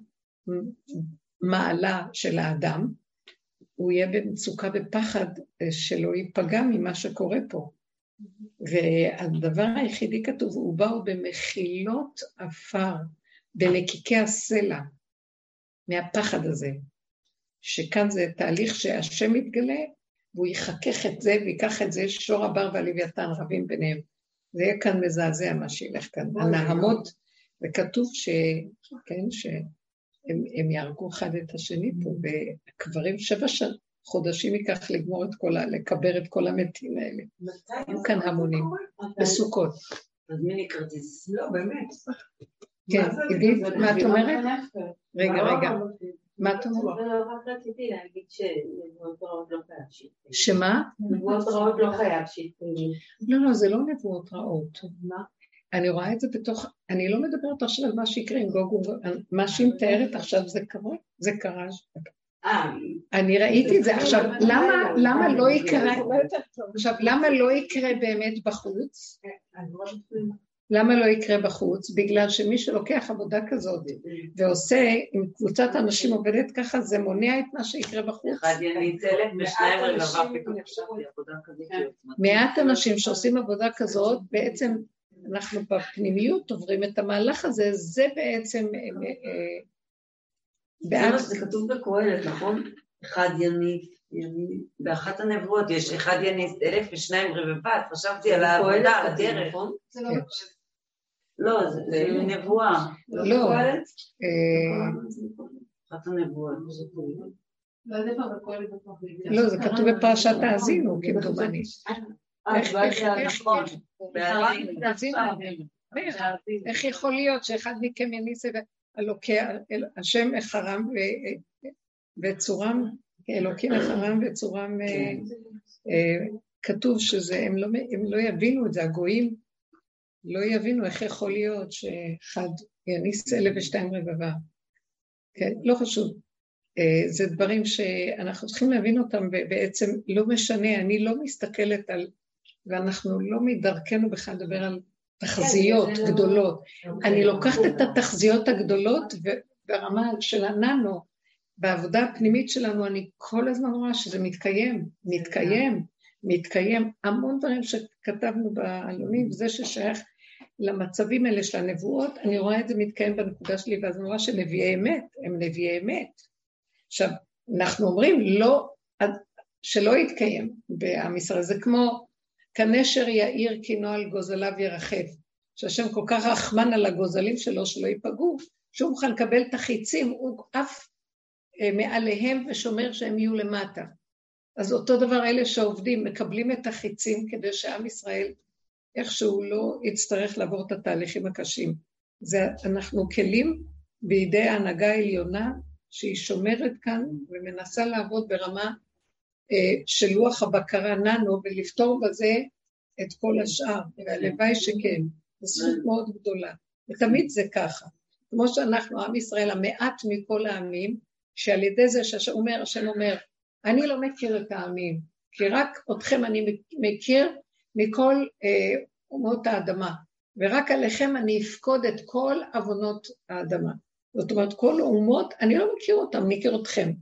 המעלה של האדם, הוא יהיה במצוקה בפחד שלא ייפגע ממה שקורה פה. והדבר היחידי כתוב, הוא באו במחילות אפר, בנקיקי הסלע, מהפחד הזה, שכאן זה תהליך שהשם מתגלה, והוא יחכך את זה ויקח את זה, שור הבר והלוויתן רבים ביניהם. זה יהיה כאן מזעזע מה שילך כאן. הנהמות, וכתוב ש... כן, שהם הם יהרגו אחד את השני פה, והקברים שבע, ש... חודשים ייקח לגמור את כל ה... לקבר את כל המתים האלה. היו כאן המונים, בסוכות. אז מי כרטיס? לא, באמת. כן, עידית, מה את אומרת? רגע, רגע. מה את אומרת? רק רציתי להגיד שנבואות רעות לא חייב שיתפגים. שמה? נבואות רעות לא חייב שיתפגים. לא, לא, זה לא נבואות רעות. מה? אני רואה את זה בתוך, אני לא מדברת עכשיו על מה שיקרה עם גוג ומגוג, מה שהיא מתארת עכשיו זה קרה, זה קרה. אני ראיתי את זה עכשיו, למה לא יקרה, עכשיו למה לא יקרה באמת בחוץ? למה לא יקרה בחוץ? בגלל שמי שלוקח עבודה כזאת ועושה, עם קבוצת אנשים עובדת ככה, זה מונע את מה שיקרה בחוץ. אחד יניצלת ושניים רלווה פתאום אפשרתי עבודה כזאת. מעט אנשים שעושים עבודה כזאת, בעצם אנחנו בפנימיות עוברים את המהלך הזה, זה בעצם... זה כתוב בקהלת, נכון? אחד יניץ, באחת הנבואות יש אחד יניץ אלף ושניים רבבת, חשבתי על העבודה, על הדרך. זה לא לא, זה נבואה. לא. אחת הנבואות. לא, זה כתוב בפרשת האזינו, כמדומני. איך יכול להיות שאחד מכם יניס אלוקי, השם החרם וצורם, אלוקים החרם וצורם, כתוב שזה, הם לא יבינו את זה, הגויים לא יבינו איך יכול להיות שאחד יניס אלף ושתיים רבבה. כן, לא חשוב. זה דברים שאנחנו צריכים להבין אותם, ובעצם לא משנה, אני לא מסתכלת על, ואנחנו לא מדרכנו בכלל לדבר על תחזיות גדולות. אני לוקחת את התחזיות הגדולות, וברמה של הננו, בעבודה הפנימית שלנו, אני כל הזמן רואה שזה מתקיים, מתקיים, מתקיים. המון דברים שכתבנו בעלונים, וזה ששייך למצבים האלה של הנבואות, אני רואה את זה מתקיים בנקודה שלי, ואז אני רואה שנביאי אמת, הם נביאי אמת. עכשיו, אנחנו אומרים לא, שלא יתקיים בעם ישראל, זה כמו כנשר יאיר כי נועל גוזליו ירחב, שהשם כל כך רחמן על הגוזלים שלו שלא ייפגעו, שהוא מוכן לקבל את החיצים, הוא אף מעליהם ושומר שהם יהיו למטה. אז אותו דבר אלה שעובדים, מקבלים את החיצים כדי שעם ישראל איכשהו לא יצטרך לעבור את התהליכים הקשים. זה, אנחנו כלים בידי ההנהגה העליונה, שהיא שומרת כאן ומנסה לעבוד ברמה אה, של לוח הבקרה ננו, ולפתור בזה את כל השאר, והלוואי שכן, זו זכות מאוד גדולה, ותמיד זה ככה, כמו שאנחנו, עם ישראל, המעט מכל העמים, שעל ידי זה שהשם אומר, השם אומר, אני לא מכיר את העמים, כי רק אתכם אני מכיר מכל אה, אומות האדמה, ורק עליכם אני אפקוד את כל אבונות האדמה. זאת אומרת, כל אומות, אני לא מכיר אותם, אני מכיר אתכם.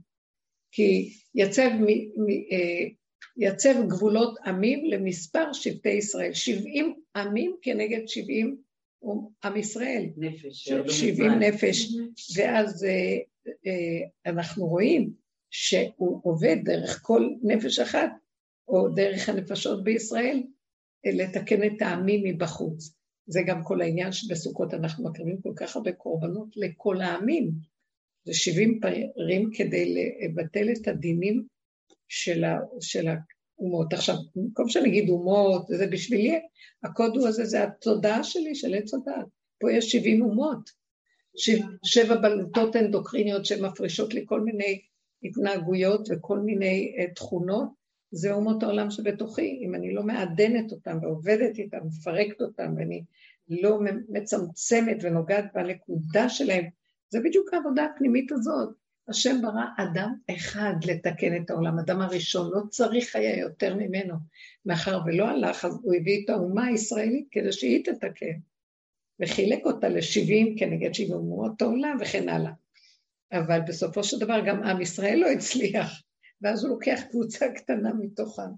כי יצב, מ, מ, אה, יצב גבולות עמים למספר שבטי ישראל. שבעים עמים כנגד שבעים עם ישראל. נפש. שבעים נפש. ואז אה, אה, אנחנו רואים שהוא עובד דרך כל נפש אחת, או דרך הנפשות בישראל, לתקן את העמים מבחוץ. זה גם כל העניין שבסוכות אנחנו מקריבים כל כך הרבה קורבנות לכל העמים. זה שבעים פעמים כדי לבטל את הדינים של, ה, של האומות. עכשיו, במקום שנגיד אומות, זה בשבילי, הקודו הזה זה התודעה שלי, של עץ הדעת. פה יש שבעים אומות. שבע, שבע בלוטות אנדוקריניות שמפרישות לי כל מיני התנהגויות וכל מיני uh, תכונות. זה אומות העולם שבתוכי, אם אני לא מעדנת אותם ועובדת איתם, מפרקת אותם, ואני לא מצמצמת ונוגעת בנקודה שלהם, זה בדיוק העבודה הפנימית הזאת. השם ברא אדם אחד לתקן את העולם, אדם הראשון, לא צריך היה יותר ממנו, מאחר ולא הלך, אז הוא הביא את האומה הישראלית כדי שהיא תתקן, וחילק אותה לשבעים כנגד שבעים אומות העולם וכן הלאה. אבל בסופו של דבר גם עם ישראל לא הצליח, ואז הוא לוקח קבוצה קטנה מתוכם,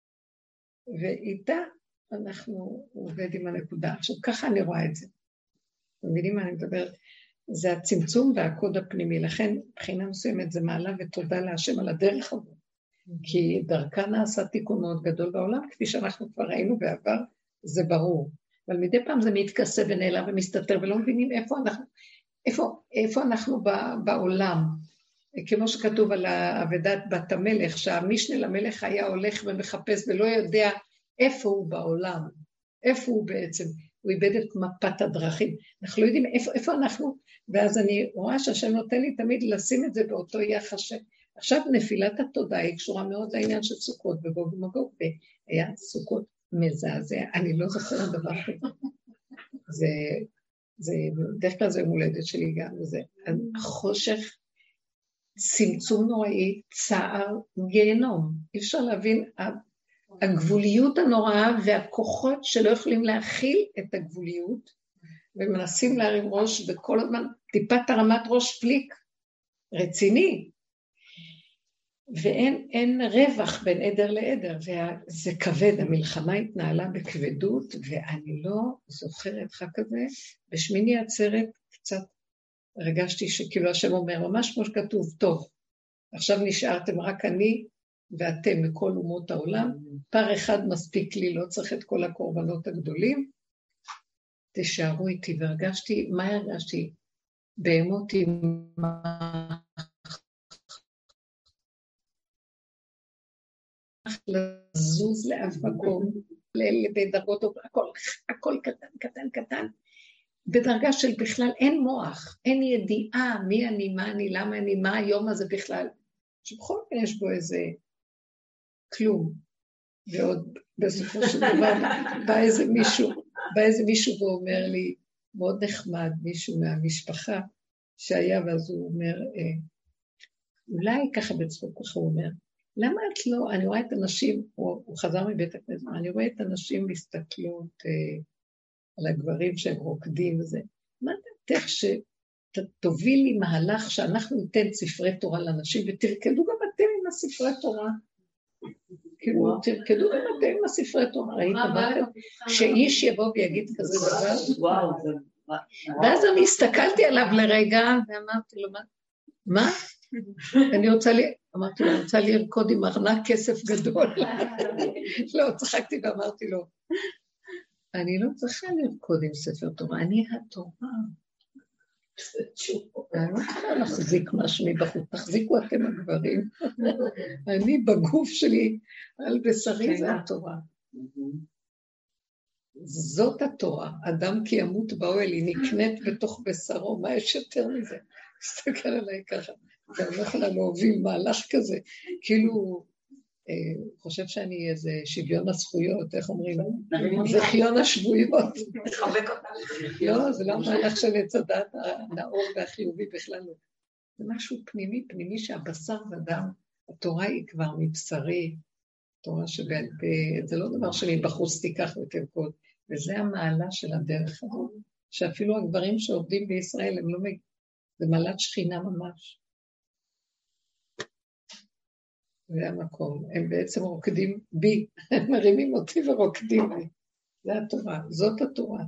ואיתה אנחנו עובד עם הנקודה. עכשיו, ככה אני רואה את זה. אתם מבינים מה אני מדברת? זה הצמצום והקוד הפנימי, לכן מבחינה מסוימת זה מעלה ותודה להשם על הדרך הזאת, כי דרכה נעשה תיקון מאוד גדול בעולם, כפי שאנחנו כבר ראינו בעבר, זה ברור. אבל מדי פעם זה מתכסה ונעלם ומסתתר, ולא מבינים איפה אנחנו, איפה, איפה אנחנו בעולם. כמו שכתוב על עבודת בת המלך, שהמשנה למלך היה הולך ומחפש ולא יודע איפה הוא בעולם, איפה הוא בעצם, הוא איבד את מפת הדרכים, אנחנו לא יודעים איפה, איפה אנחנו, ואז אני רואה שהשם נותן לי תמיד לשים את זה באותו יחס, עכשיו נפילת התודעה היא קשורה מאוד לעניין של סוכות ובוג ומגוג, והיה סוכות מזעזע, אני לא זוכרת דבר כזה, זה, זה, דרך כלל זה מולדת שלי גם, וזה חושך, צמצום נוראי, צער, גיהנום, אי אפשר להבין, הגבוליות הנוראה והכוחות שלא יכולים להכיל את הגבוליות, ומנסים להרים ראש, וכל הזמן טיפת הרמת ראש פליק, רציני, ואין אין רווח בין עדר לעדר, וזה כבד, המלחמה התנהלה בכבדות, ואני לא זוכרת חג כזה, בשמיני עצרת קצת הרגשתי שכאילו השם אומר, ממש כמו שכתוב, טוב, עכשיו נשארתם רק אני ואתם מכל אומות העולם, פר אחד מספיק לי, לא צריך את כל הקורבנות הגדולים, תשארו איתי, והרגשתי, מה הרגשתי? בהמות עם לזוז לאף מקום, בדרגות, הכל, הכל קטן, קטן, קטן, בדרגה של בכלל אין מוח, אין ידיעה מי אני, מה אני, למה אני, מה היום הזה בכלל, שבכל זאת יש בו איזה כלום, ועוד בסופו של דבר בא איזה מישהו, בא איזה מישהו ואומר לי, מאוד נחמד, מישהו מהמשפחה שהיה, ואז הוא אומר, אולי ככה בצחוק, ככה הוא אומר, למה את לא, אני רואה את אנשים, הוא, הוא חזר מבית הכנסת, אני רואה את אנשים מסתכלות אה, על הגברים שהם רוקדים וזה, מה דעתך שתובילי מהלך שאנחנו ניתן ספרי תורה לאנשים, ותרקדו גם אתם עם הספרי תורה, כאילו תרקדו גם אתם עם הספרי תורה, ראית דבר שאיש יבוא ויגיד כזה דבר, ואז אני הסתכלתי עליו לרגע, ואמרתי לו, מה? אני רוצה לי, אמרתי לו, אני רוצה לרקוד עם ארנק כסף גדול. לא, צחקתי ואמרתי לו, אני לא צריכה לרקוד עם ספר תורה, אני התורה. אני לא צריכה להחזיק משהו מבחוץ, תחזיקו אתם הגברים. אני בגוף שלי, על בשרי זה התורה. זאת התורה, אדם כי ימות באוהל, היא נקנית בתוך בשרו, מה יש יותר מזה? תסתכל עליי ככה. ואני לא יכולה להוביל מהלך כזה, כאילו, אה, חושב שאני איזה שוויון הזכויות, איך אומרים? זכיון השבויות. לא, זה לא מהלך של עץ הדת הנאור והחיובי בכלל לא. זה משהו פנימי, פנימי שהבשר ודם, התורה היא כבר מבשרי, תורה שבעל פה, זה לא דבר שמבחוץ תיקח ותרקוד, וזה המעלה של הדרך הזאת, שאפילו הגברים שעובדים בישראל, הם לא מגיעים, זה מעלת שכינה ממש. זה המקום, הם בעצם רוקדים בי, הם מרימים אותי ורוקדים בי, זה התורה, זאת התורה.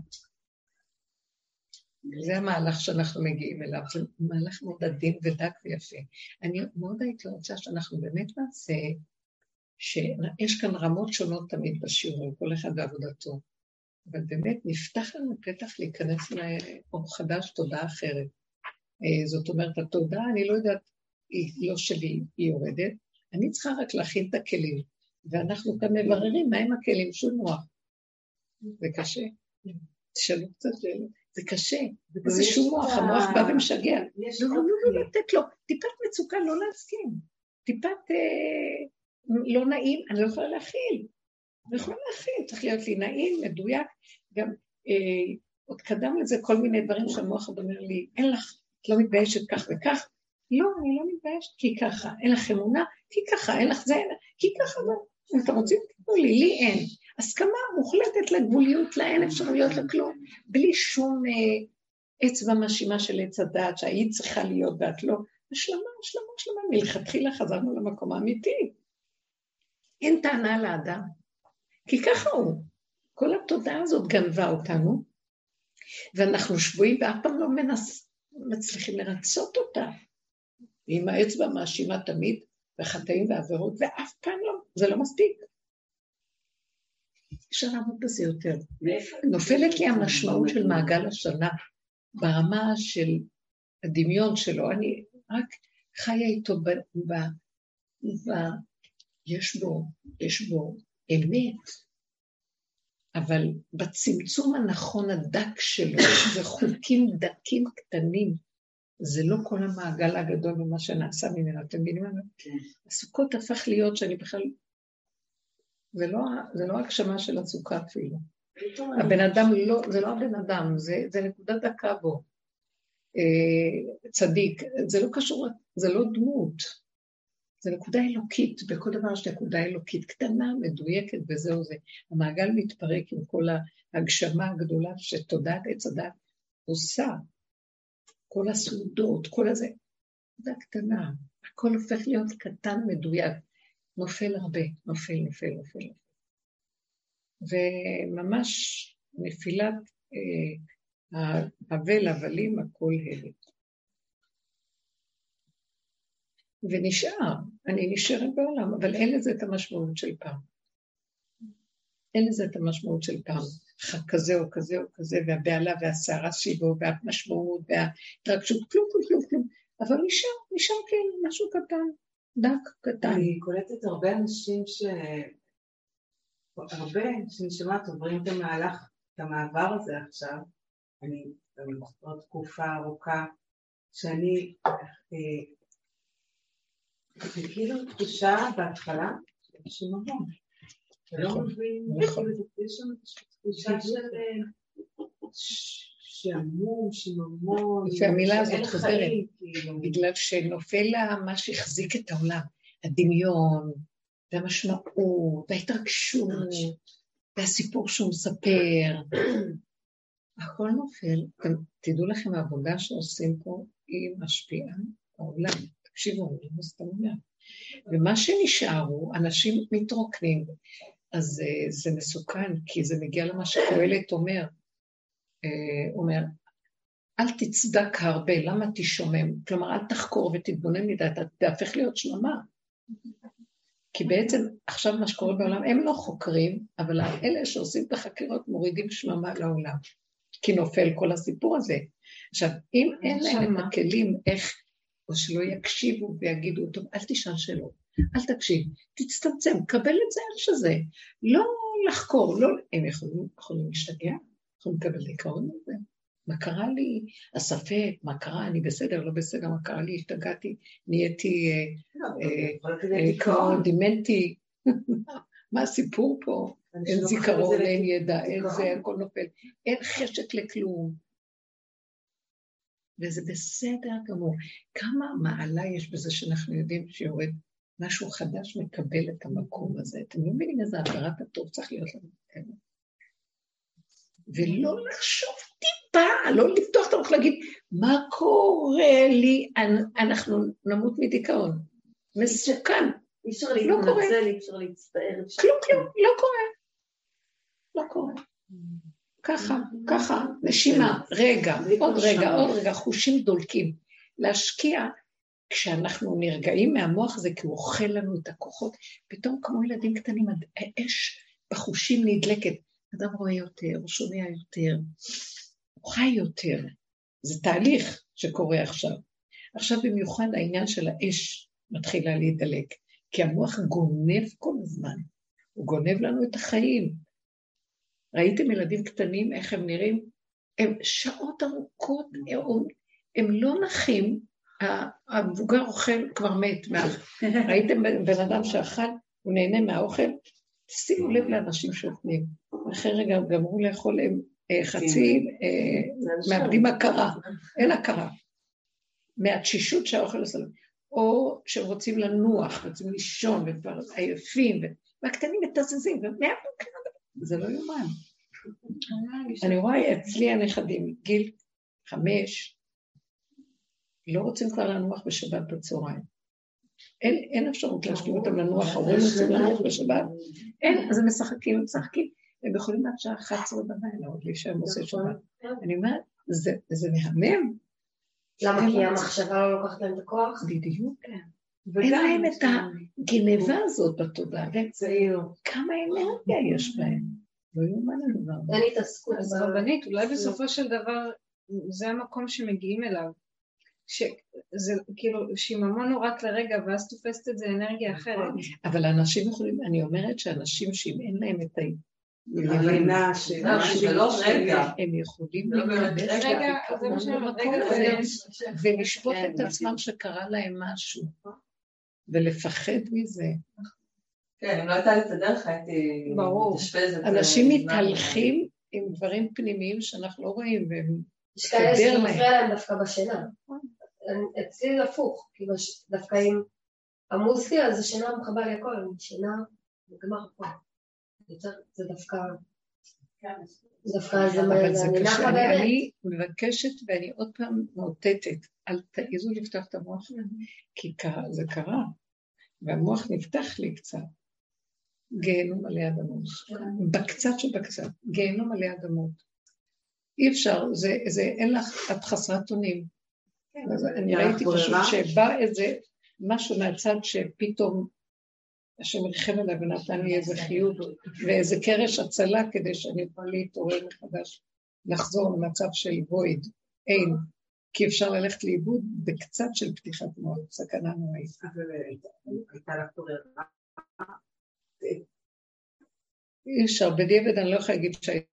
זה המהלך שאנחנו מגיעים אליו, זה מהלך מאוד עדין ודק ויפה. אני מאוד הייתי רוצה שאנחנו באמת נעשה, שיש כאן רמות שונות תמיד בשיעורים, כל אחד בעבודתו, אבל באמת נפתח לנו פתח להיכנס לאור חדש, תודעה אחרת. זאת אומרת, התודעה, אני לא יודעת, היא לא שלי, היא יורדת, אני צריכה רק להכין את הכלים, ואנחנו כאן מבררים מהם הכלים, שום מוח. זה קשה. תשאלו קצת שאלות. זה קשה. זה שום מוח, המוח בא ומשגע. לא, לא, לא, לתת לו. טיפת מצוקה לא להסכים. טיפת לא נעים, אני לא יכולה להכיל. אני יכולה להכיל, צריך להיות לי נעים, מדויק. גם עוד קדם לזה כל מיני דברים שהמוח אומר לי, אין לך, את לא מתביישת כך וכך. לא, אני לא מתביישת, כי ככה, אין לך אמונה, כי ככה, אין לך זה, כי ככה, אם אתם רוצים, תקראו לי, לי אין. הסכמה מוחלטת לגבוליות, לה אין אפשרויות לכלום, בלי שום אה, אצבע מאשימה של עץ הדעת, שהיא צריכה להיות ואת לא, השלמה, השלמה, השלמה, מלכתחילה חזרנו למקום האמיתי. אין טענה לאדם, כי ככה הוא. כל התודעה הזאת גנבה אותנו, ואנחנו שבועים ואף פעם לא מנס, מצליחים לרצות אותה. עם האצבע מאשימה תמיד, וחטאים ועבירות, ואף פעם לא, זה לא מספיק. אפשר לעמוד בזה יותר. נופלת לי המשמעות של מעגל השנה, ברמה של הדמיון שלו, אני רק חיה איתו ב... ב... ב... יש בו, יש בו אמת, אבל בצמצום הנכון הדק שלו, זה חוקים דקים קטנים, זה לא כל המעגל הגדול ומה שנעשה ממנו, אתם מבינים? הסוכות הפך להיות שאני בכלל, זה לא, זה לא הגשמה של הסוכה אפילו. הבן אדם לא, זה לא הבן אדם, זה, זה נקודה דקה בו. צדיק, זה לא קשור, זה לא דמות. זה נקודה אלוקית, בכל דבר יש נקודה אלוקית קטנה, מדויקת, וזהו זה. המעגל מתפרק עם כל ההגשמה הגדולה שתודעת עץ הדת עושה. כל הסעודות, כל הזה. נקודה קטנה, הכל הופך להיות קטן, מדויק. נופל הרבה, נופל, נופל, נופל. וממש נפילת אה, הבל, הבלים, הכל הלת. ונשאר, אני נשארת בעולם, אבל אין לזה את המשמעות של פעם. אין לזה את המשמעות של פעם. כזה או כזה או כזה, והבעלה והשערה שיבו, והמשמעות, והתרגשות, כלום, כלום, כלום, כלום. אבל נשאר, נשאר כן, משהו קטן, דק, קטן. אני קולטת הרבה אנשים ש... הרבה שנשמעת עוברים את המהלך, את המעבר הזה עכשיו. אני, אני עוד תקופה ארוכה, שאני... זה כאילו תחושה בהתחלה שממון. ולא מבין, יש שם תחושה של שעמום, שממון, והמילה הזאת חוזרת, בגלל שנופל לה מה שהחזיק את העולם, הדמיון, והמשמעות, וההתרגשות, והסיפור שהוא מספר, הכל נופל. תדעו לכם, העבודה שעושים פה היא משפיעה בעולם. תקשיבו, אני לא סתם אומר. ומה שנשארו, אנשים מתרוקנים, אז uh, זה מסוכן, כי זה מגיע למה שקהלת אומר, uh, אומר, אל תצדק הרבה, למה תשומם? כלומר, אל תחקור ותתבונן מדי, אתה תהפך להיות שממה. כי בעצם עכשיו מה שקורה בעולם, הם לא חוקרים, אבל אלה שעושים את החקירות מורידים שממה לעולם, כי נופל כל הסיפור הזה. עכשיו, אם אין להם את הכלים איך, או שלא יקשיבו ויגידו, טוב, אל תשאל שאלות, אל תקשיב, תצטמצם, קבל את זה על שזה, לא לחקור, לא, הם יכולים, יכולים להשתגע, יכולים לקבל דיכאון הזה, מה קרה לי, הספק, מה קרה, אני בסדר, לא בסדר, מה קרה לי, השתגעתי, נהייתי דיכאון, דימנטי, מה הסיפור פה, אין זיכרון, אין ידע, אין זה, הכל נופל, אין חשק לכלום, וזה בסדר גמור. כמה מעלה יש בזה שאנחנו יודעים שיורד משהו חדש מקבל את המקום הזה. אתם לא מבינים איזה הכרת הטוב צריך להיות לנו כאלה. ולא לחשוב טיפה, לא לפתוח את המוח להגיד, מה קורה לי? אנחנו נמות מדיכאון. מסוכן. אי אפשר להתנצל, אי אפשר להצטער. כלום, כלום, לא קורה. לא קורה. ככה, ככה, נשימה, רגע, עוד רגע, עוד רגע, חושים דולקים. להשקיע, כשאנחנו נרגעים מהמוח הזה, כי הוא אוכל לנו את הכוחות, פתאום כמו ילדים קטנים, האש בחושים נדלקת. אדם רואה יותר, הוא שומע יותר, הוא חי יותר. זה תהליך שקורה עכשיו. עכשיו במיוחד העניין של האש מתחילה להידלק, כי המוח גונב כל הזמן. הוא גונב לנו את החיים. ראיתם ילדים קטנים, איך הם נראים? הם שעות ארוכות, הם לא נחים, המבוגר אוכל כבר מת. ראיתם בן אדם שאכל, הוא נהנה מהאוכל? שימו לב לאנשים שאוכלים. אחרי רגע גמרו לאכול הם חצי, מאבדים הכרה, אין הכרה. מהתשישות שהאוכל עושה להם. או שהם רוצים לנוח, רוצים לישון, וכבר עייפים, והקטנים מתזזים, ומאבדים כרה. זה לא יומן. אני רואה אצלי הנכדים, גיל חמש, לא רוצים כבר לנוח בשבת בצהריים. אין, אין אפשרות להשלים אותם לנוח, ההורים רוצים לנוח בשבת. אין, אז הם משחקים, הם משחקים. הם יכולים עד שעה אחת עשרה בלילה, עוד לי שהם עושה שבת. אני אומרת, זה, זה מהמם. למה? כי המחשבה לא לוקחת להם את הכוח? בדיוק. אין להם את הגנבה הזאת בתודעה. כמה אנרגיה יש בהם. לא יאומן הדבר. אין התעסקות. אז רבנית, אולי בסופו של דבר, זה המקום שמגיעים אליו. שזה כאילו שיממון הוא רק לרגע, ואז תופסת את זה אנרגיה אחרת. אבל האנשים יכולים, אני אומרת שאנשים שאם אין להם את ההבנה זה לא רגע. הם יכולים להיכנס רגע, זה מה שאני אומרת, רגע זה... ולשפוט את עצמם שקרה להם משהו, ולפחד מזה. כן, אם לא הייתה לי את הדרך, הייתי מתאשפזת. אנשים מתהלכים עם דברים פנימיים שאנחנו לא רואים, והם יש כאלה שמפריע להם דווקא בשינה. אצלי זה הפוך, כאילו דווקא אם עמוס לי, אז השינה מחבר לי הכל, שינה נגמר הכל. זה דווקא... דווקא זה נחה באמת. אני מבקשת ואני עוד פעם מוטטת, אל תעיזו לפתוח את המוח, כי זה קרה, והמוח נפתח לי קצת. גיהנום עלי אדמות, בקצת שבקצת, גיהנום עלי אדמות. אי אפשר, זה, זה, אין לך, את חסרת אונים. אני ראיתי פשוט שבא איזה משהו מהצד שפתאום השם ריחם עליו ונתן לי איזה חיוב ואיזה קרש הצלה כדי שאני אוכל להתעורר מחדש, לחזור למצב של וויד, אין, כי אפשר ללכת לאיבוד בקצת של פתיחת מוח, סכנה נוראית. הייתה לך תוררה. אי אפשר, בדיעבד אני לא יכולה להגיד שהייתה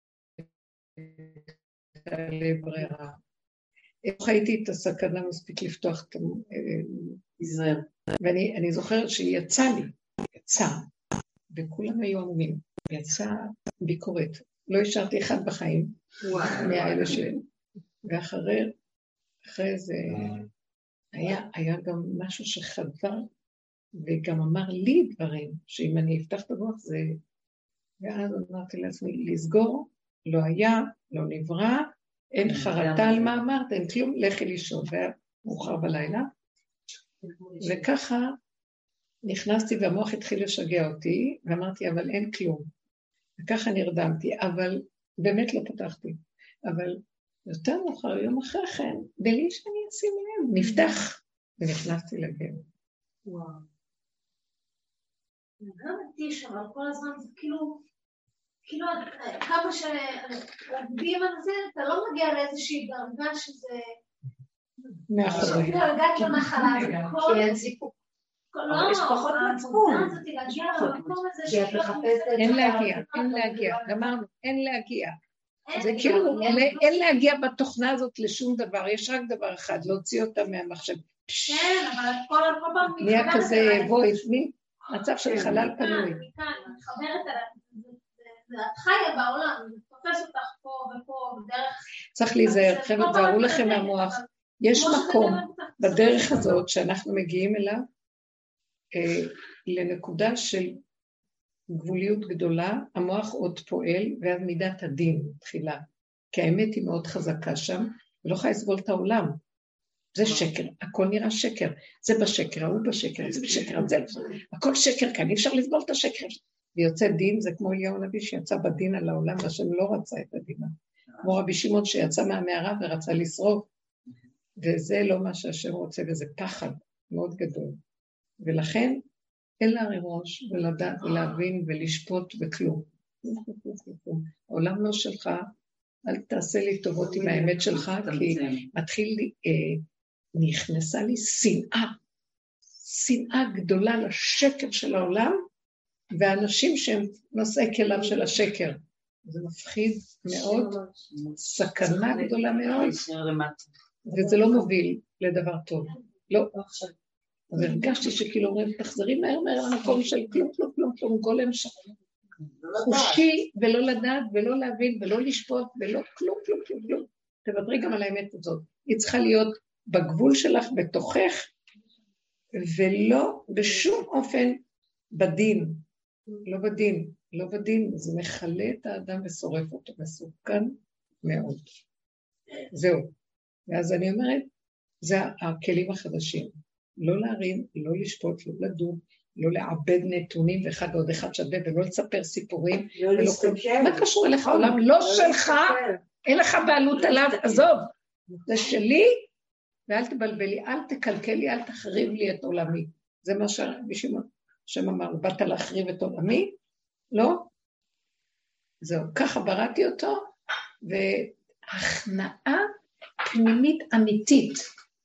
לי ברירה. איך הייתי את הסכנה מספיק לפתוח את ישראל. ואני זוכרת שיצא לי, יצא, וכולם היו עמומים, יצא ביקורת. לא השארתי אחד בחיים, מהאלה שלי. ואחרי אחרי זה היה, היה גם משהו שחזר, וגם אמר לי דברים, שאם אני אפתח את המוח זה... ואז אמרתי לעצמי, לסגור, לא היה, לא נברא, אין חרטה על מה אמרת, אין כלום, לכי לישון, והיה מאוחר בלילה. וככה נכנסתי והמוח התחיל לשגע אותי, ואמרתי, אבל אין כלום. וככה נרדמתי, אבל באמת לא פתחתי. אבל יותר מאוחר, יום אחרי כן, בלי שאני אשים לב, נפתח, ונכנסתי לגן. וואו. גם מתיש, אבל כל הזמן זה כאילו, כאילו, כמה שעובדים על זה, אתה לא מגיע לאיזושהי דרגה שזה... מאחורי. כאילו, הגעת למחלה, זה כל... כי אין סיפוק. לא, יש פחות מצפון. העבודה הזאת, להגיע למקום הזה כי את מחפשת... אין להגיע, אין להגיע, גמרנו, אין להגיע. זה כאילו, אין להגיע בתוכנה הזאת לשום דבר, יש רק דבר אחד, להוציא אותה מהמחשב. כן, אבל כל פעם... נהיה כזה וויס, מי? מצב של חלל פנוי. מכאן, אני מתחברת עליו, את חיה בעולם, זה תופס אותך פה ופה, בדרך... צריך להיזהר, חבר'ה, תארו לכם מהמוח. יש מקום בדרך הזאת שאנחנו מגיעים אליו, לנקודה של גבוליות גדולה, המוח עוד פועל, ואז מידת הדין תחילה. כי האמת היא מאוד חזקה שם, ולא יכולה לסבול את העולם. זה שקר, הכל נראה שקר. זה בשקר, הוא בשקר, זה בשקר, זה הכל שקר כאן, אי אפשר לסבול את השקר. ויוצא דין, זה כמו אליהו הנביא שיצא בדין על העולם, והשם לא רצה את הדין. כמו רבי שמעון שיצא מהמערה ורצה לשרוף, וזה לא מה שהשם רוצה, וזה פחד מאוד גדול. ולכן, אין להרים ראש ולדעת ולהבין ולשפוט וכלום. העולם לא שלך, אל תעשה לי טובות עם האמת שלך, כי מתחיל לי, אה, נכנסה לי שנאה, שנאה גדולה לשקר של העולם, ואנשים שהם נושאי כליו של השקר. זה מפחיד מאוד, סכנה גדולה מאוד, וזה לא מוביל לדבר טוב. לא, עכשיו. אז הרגשתי שכאילו אומרים, תחזרי מהר מהר למקום של כלום, כלום, כלום, כלום, גולם חושי, ולא לדעת, ולא להבין, ולא לשפוט, ולא כלום, כלום, כלום, כלום. תוותרי גם על האמת הזאת. היא צריכה להיות בגבול שלך, בתוכך, ולא בשום אופן בדין. לא בדין, לא בדין, זה מחלה את האדם ושורף אותו, מסוכן מאוד. זהו. ואז אני אומרת, זה הכלים החדשים. לא להרים, לא לשפוט, לא לדון, לא לעבד נתונים ואחד ועוד אחד שווה, ולא לספר סיפורים. לא להסתכל. מה קשור אליך? העולם לא שלך, אין לך בעלות עליו, עזוב. זה שלי, ואל תבלבלי, אל תקלקלי, אל תחריב לי את עולמי. זה מה שם אמר, באת להחריב את עולמי? לא? זהו, ככה בראתי אותו, והכנעה פנימית אמיתית,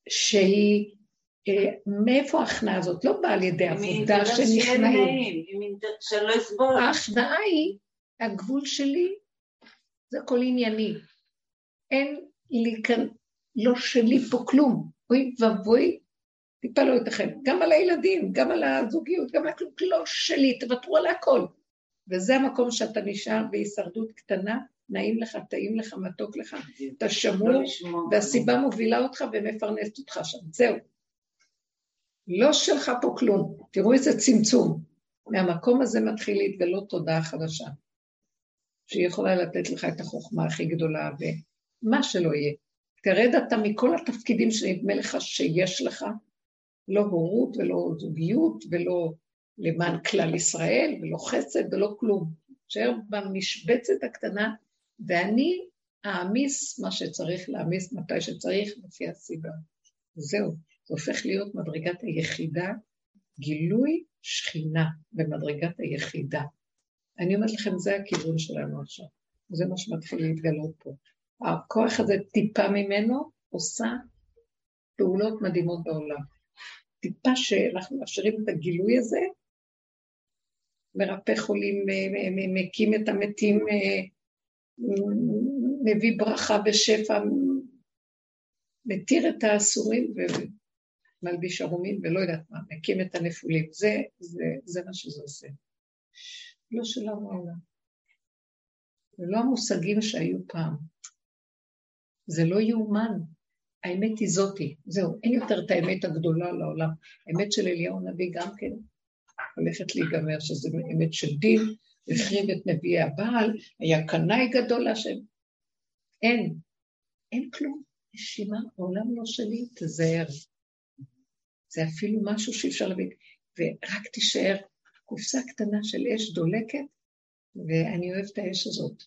שהיא, מאיפה ההכנעה הזאת? לא באה על ידי עבודה שנכנעים. שלא יסבול. ההכנעה היא, הגבול שלי, זה הכל ענייני. אין לי כאן, לא שלי פה כלום. אוי ובוי, טיפה לא ייתכן. גם על הילדים, גם על הזוגיות, גם על כלום, לא שלי, תוותרו על הכל. וזה המקום שאתה נשאר בהישרדות קטנה, נעים לך, טעים לך, מתוק לך, אתה שמור, והסיבה מובילה אותך ומפרנסת אותך שם. זהו. לא שלך פה כלום. תראו איזה צמצום. מהמקום הזה מתחיל להתגלות תודעה חדשה, שהיא יכולה לתת לך את החוכמה הכי גדולה, ומה שלא יהיה. תרד אתה מכל התפקידים שנדמה לך שיש לך, לא הורות ולא זוגיות, ולא למען כלל ישראל, ולא חסד ולא כלום. שער במשבצת הקטנה, ואני אעמיס מה שצריך להעמיס מתי שצריך, לפי הסיבה. זהו, זה הופך להיות מדרגת היחידה, גילוי שכינה במדרגת היחידה. אני אומרת לכם, זה הכיוון שלנו עכשיו. זה מה שמתחיל להתגלות פה. הכוח הזה טיפה ממנו עושה פעולות מדהימות בעולם. טיפה שאנחנו מאפשרים את הגילוי הזה, מרפא חולים, מקים את המתים, מביא ברכה ושפע, מתיר את האסורים ומלביש ערומים ולא יודעת מה, מקים את הנפולים. זה, זה, זה מה שזה עושה. לא שלנו העולם. זה לא המושגים שהיו פעם. זה לא יאומן. האמת היא זאתי. זהו, אין יותר את האמת הגדולה לעולם. האמת של אליהו הנביא גם כן הולכת להיגמר, שזה אמת של דין, החריב את נביאי הבעל, היה קנאי גדול להשם. אין, אין כלום. נשימה, העולם לא שלי, תזהר. זה אפילו משהו שאי אפשר להבין. ורק תישאר קופסה קטנה של אש דולקת, ואני אוהבת האש הזאת.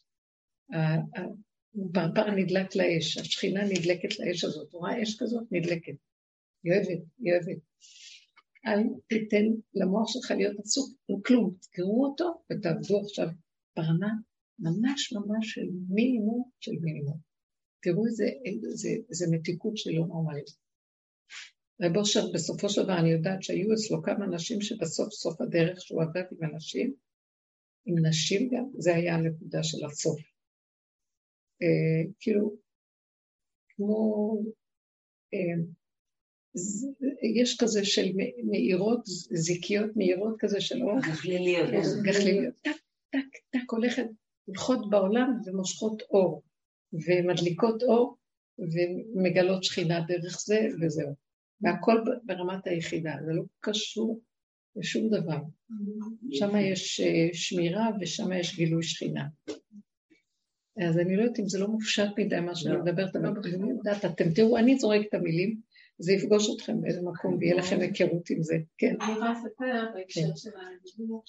הברבר נדלק לאש, השכינה נדלקת לאש הזאת. רואה אש כזאת נדלקת. היא אוהבת, היא אוהבת. אל תיתן למוח שלך להיות עסוק עם כלום. תקראו אותו ותעבדו עכשיו ברמה ממש ממש של מינימום של מינימום. תראו איזה, איזה, איזה מתיקות שלא נורמלית. רב אושר, בסופו של דבר אני יודעת שהיו אצלו כמה אנשים שבסוף סוף הדרך שהוא עבד עם אנשים, עם נשים גם, זה היה הנקודה של הסוף. אה, כאילו, כמו, אה, ז, יש כזה של מאירות, זיקיות מאירות כזה של אור. גחליליות. גחליליות. טק, טק, טק, הולכת, הולכות בעולם ומושכות אור, ומדליקות אור, ומגלות שכינה דרך זה וזהו. והכל ברמת היחידה, זה לא קשור לשום דבר. שם יש שמירה ושם יש גילוי שכינה. אז אני לא יודעת אם זה לא מופשט מדי מה שאני מדברת, אבל אני יודעת, אתם תראו, אני זורק את המילים, זה יפגוש אתכם באיזה מקום, ויהיה לכם היכרות עם זה. כן. אני יכולה לספר בהקשר של הדיבור,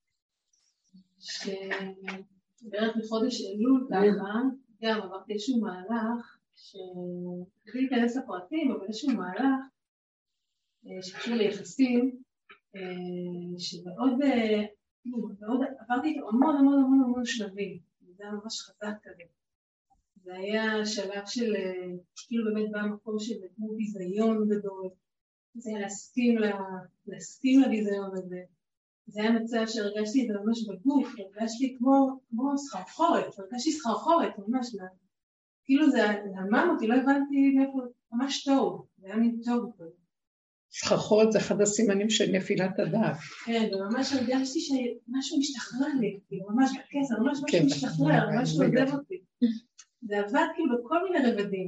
שבערך בחודש אלול ככה, גם עברתי איזשהו מהלך, שבלי להיכנס לפרטים, אבל איזשהו מהלך, שקשור ליחסים, שמאוד, מאוד, עברתי המון המון המון המון שלבים, זה היה ממש חזק כזה. זה היה שלב של, כאילו באמת בא מקום של כמו ביזיון גדול, זה היה להסכים, לה, להסכים לביזיון הזה. זה היה מצב שהרגשתי את זה ממש בגוף, הרגשתי כמו, כמו סחרחורת, הרגשתי סחרחורת ממש, לה, כאילו זה נעמם אותי, לא הבנתי מאיפה, ממש טוב, זה היה מין טוב כזה. סחרחורת זה אחד הסימנים של נפילת הדעת. כן, וממש הרגשתי שמשהו משתחרר לי, כאילו ממש בקסר, ממש משהו משתחרר, ממש עוזב אותי. זה עבד כאילו בכל מיני רבדים.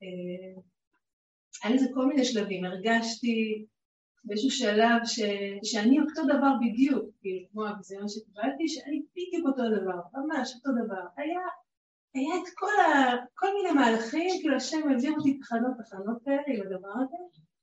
היה לזה כל מיני שלבים, הרגשתי באיזשהו שלב שאני אותו דבר בדיוק, כאילו כמו הביזיון שקיבלתי, שאני בדיוק אותו דבר, ממש אותו דבר. היה את כל מיני מהלכים, כאילו השם מביא אותי תחנות תחנות כאלה עם הדבר הזה.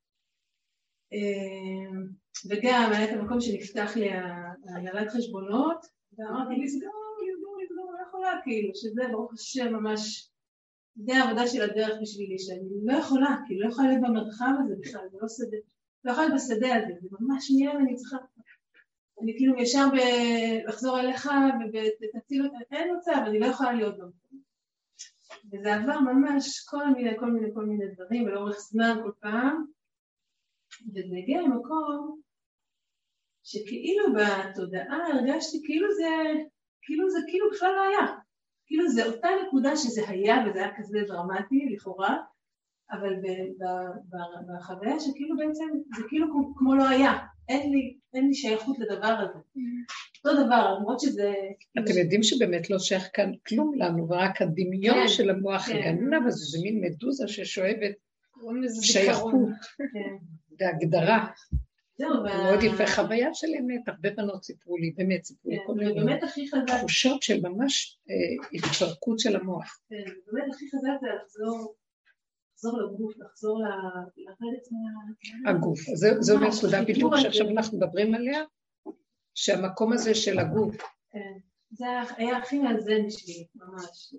וגם היה את המקום שנפתח לי הנהלת חשבונות, ואמרתי לסגור, לסגור, לסגור, לא יכולה כאילו, שזה ברוך השם ממש, זה העבודה של הדרך בשבילי, שאני לא יכולה, כאילו לא יכולה להיות במרחב הזה בכלל, זה לא שדה, לא יכולה להיות בשדה הזה, זה ממש מיד אני צריכה, אני כאילו ישר לחזור אליך ותציל אותה, אין מצב, אני לא יכולה להיות במקום. וזה עבר ממש כל מיני, כל מיני, כל מיני דברים, ולאורך זמן כל פעם, וזה הגיע למקום שכאילו בתודעה הרגשתי כאילו זה, כאילו זה כאילו בכלל לא היה. כאילו זה אותה נקודה שזה היה, וזה היה כזה דרמטי לכאורה, אבל בחוויה שכאילו בעצם זה כאילו כמו לא היה. אין לי, אין לי שייכות לדבר הזה. אותו דבר, למרות שזה... אתם יודעים שבאמת לא שייך כאן כלום לנו, ורק הדמיון של המוח הגנב הזה, זה מין מדוזה ששואבת שייכות והגדרה. מאוד יפה, חוויה של אמת, הרבה בנות סיפרו לי, באמת סיפרו לי כל מיני. ובאמת הכי חזק... תחושות של ממש התפרקות של המוח. כן, באמת הכי חזק זה לחזור... לחזור לגוף, לחזור לרדת מה... הגוף, זו נקודה בדיוק שעכשיו אנחנו מדברים עליה, שהמקום הזה של הגוף. כן, זה היה הכי מאזן בשבילי, ממש.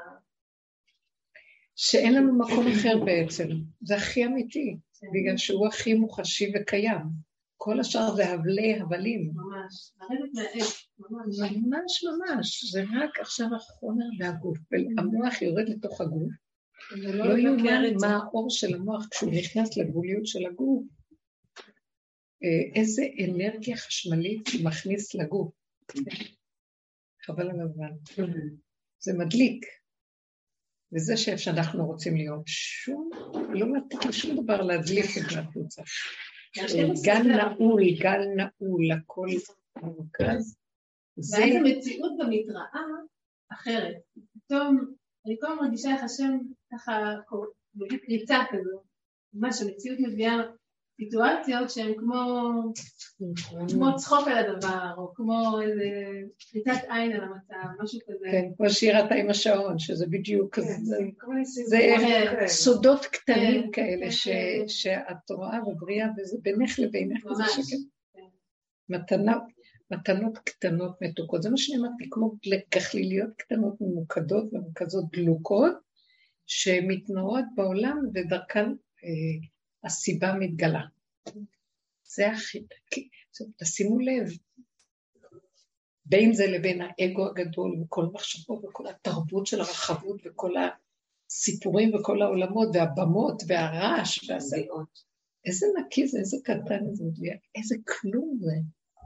שאין לנו מקום אחר בעצם, זה הכי אמיתי, בגלל שהוא הכי מוחשי וקיים. כל השאר זה הבלי הבלים. ממש, לרדת מהאש, ממש. ממש ממש, זה רק עכשיו החומר והגוף, והמוח יורד לתוך הגוף, לא יאמר מה האור של המוח כשהוא נכנס לגבוליות של הגוף, איזה אנרגיה חשמלית הוא מכניס לגוף. חבל על הזמן. זה מדליק. וזה שאנחנו רוצים להיות שום, לא מתק לשום דבר להדליק את החוצה. גל נעול, גל נעול, הכל מרכז. ואז המציאות במתראה אחרת. פתאום אני כל מרגישה איך השם ככה מביא קריצה כזו, ממש המציאות מביאה סיטואציות שהן כמו, כמו צחוק על הדבר, או כמו איזה קריצת עין על המצב, משהו כזה. כן, כמו שירת עם השעון, שזה בדיוק כזה, זה סודות קטנים כאלה שאת רואה ובריאה, וזה בינך לבינך, וזה שקט. מתנות, מתנות קטנות מתוקות, זה מה שאני אמרתי, כמו גחליליות קטנות ממוקדות ומוקזות דלוקות, שמתנועות בעולם ודרכן אה, הסיבה מתגלה. זה הכי, תשימו לב, בין זה לבין האגו הגדול וכל מחשבות וכל התרבות של הרחבות וכל הסיפורים וכל העולמות והבמות והרעש והזיעות. איזה נקי זה, איזה קטן זה, איזה כלום זה.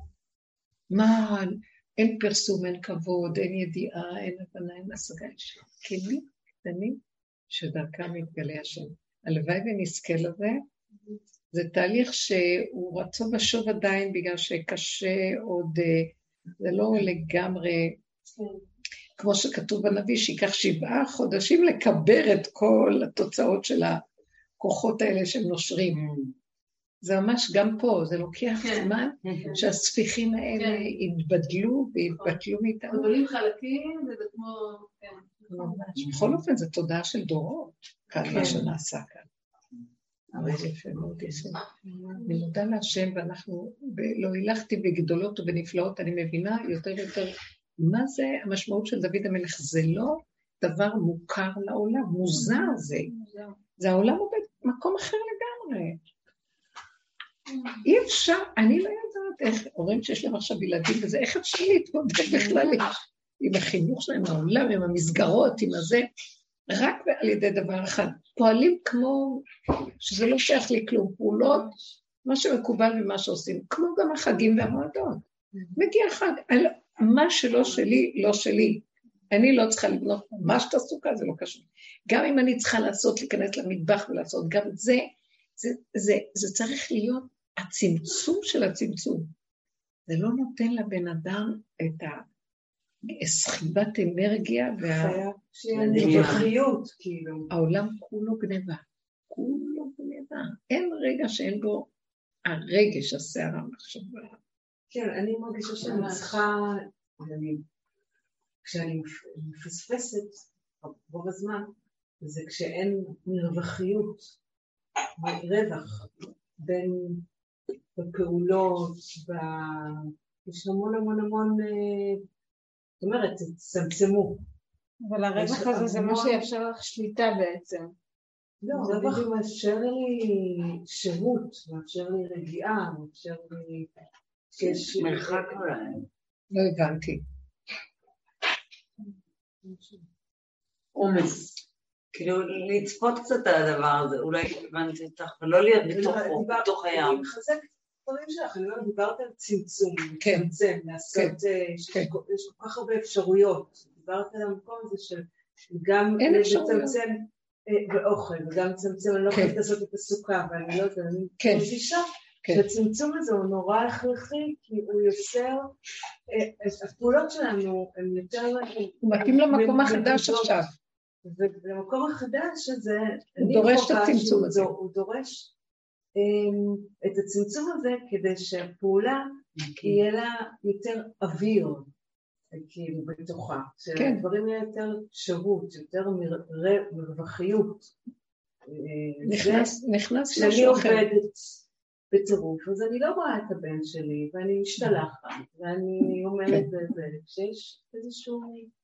מה, אין פרסום, אין כבוד, אין ידיעה, אין הבנה, אין השגה, יש כלים קטנים שדרכם מתגלה השם. הלוואי ונזכה לזה, זה תהליך שהוא רצו ושוב עדיין בגלל שקשה עוד, זה לא לגמרי, כמו שכתוב בנביא, שיקח שבעה חודשים לקבר את כל התוצאות של הכוחות האלה שהם נושרים. זה ממש גם פה, זה לוקח זמן שהספיחים האלה יתבדלו ויתבטלו מאיתנו. גדולים חלקים, וזה כמו... ממש, בכל אופן זה תודעה של דורות, כאן מה שנעשה כאן. אבל זה יפה מאוד יפה. אני מודה להשם, ואנחנו, לא הילכתי בגדולות ובנפלאות, אני מבינה יותר ויותר, מה זה המשמעות של דוד המלך? זה לא דבר מוכר לעולם, מוזר זה. זה העולם הוא במקום אחר לגמרי. אי אפשר, אני לא יודעת איך, הורים שיש להם עכשיו ילדים וזה, איך אפשר להתמודד בכלל עם החינוך שלהם, העולם, עם המסגרות, עם הזה, רק על ידי דבר אחד. פועלים כמו שזה לא שייך לי כלום, פעולות, מה שמקובל ומה שעושים, כמו גם החגים והמועדות. מגיע חג, מה שלא שלי, לא שלי. אני לא צריכה לבנות מה שתעשו כאן, זה לא קשור. גם אם אני צריכה לעשות, להיכנס למטבח ולעשות, גם זה, זה, זה, זה צריך להיות הצמצום של הצמצום. זה לא נותן לבן אדם את הסחיבת אנרגיה והנבחיות, כאילו. העולם כולו גניבה, כולו גניבה. אין רגע שאין בו הרגש, הסערה, המחשבה. כן, אני מרגישה שאני צריכה, כשאני מפספסת רוב הזמן, זה כשאין מרווחיות, רווח בין בפעולות, יש המון המון המון, זאת אומרת, צמצמו. אבל הרווח הזה זה מה שיאפשר לך שליטה בעצם. לא, הרווח מאפשר לי שירות, מאפשר לי רגיעה, מאפשר לי... מרחק אולי. לא הבנתי. עומס. כאילו, לצפות קצת על הדבר הזה, אולי הבנתי אותך, ולא להיות בתוכו, בתוך הים. אני מחזק את הדברים שלך, אני לא דיברת על צמצום, כן. צמצם, לעשות, יש כל כך הרבה אפשרויות. דיברת על המקום הזה של גם לצמצם באוכל, וגם לצמצם, אני לא יכולת לעשות את הסוכה, ואני לא יודעת, אני מרגישה שהצמצום הזה הוא נורא הכרחי, כי הוא יוצר, הפעולות שלנו הן יותר... הוא מתאים למקום החדש עכשיו. ובמקום החדש הזה, הוא דורש את הצמצום הזה. הוא דורש את הצמצום הזה כדי שהפעולה יהיה לה יותר אוויר, כאילו בתוכה, שהדברים יהיה יותר שירות, יותר מרווחיות. נכנס כשאני עובדת בטירוף, אז אני לא רואה את הבן שלי, ואני משתלחת, ואני אומרת בזה, כשיש איזשהו...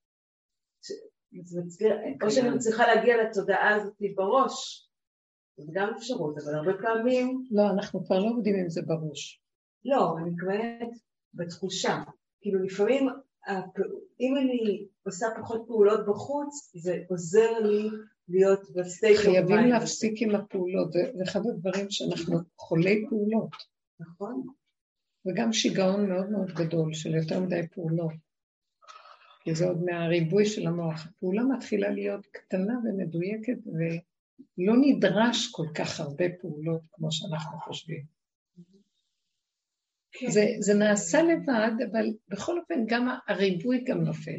או שאני צריכה להגיע לתודעה הזאת בראש, זה גם אפשרות, אבל הרבה פעמים... לא, אנחנו כבר לא עובדים עם זה בראש. לא, אני מתכוונת בתחושה. כאילו לפעמים, אם אני עושה פחות פעולות בחוץ, זה עוזר לי להיות בסטייט. חייבים להפסיק עם הפעולות, זה אחד הדברים שאנחנו חולי פעולות. נכון. וגם שיגעון מאוד מאוד גדול של יותר מדי פעולות. כי זה עוד מהריבוי של המוח. הפעולה מתחילה להיות קטנה ומדויקת, ולא נדרש כל כך הרבה פעולות כמו שאנחנו חושבים. כן. זה, זה נעשה לבד, אבל בכל אופן גם הריבוי גם נופל.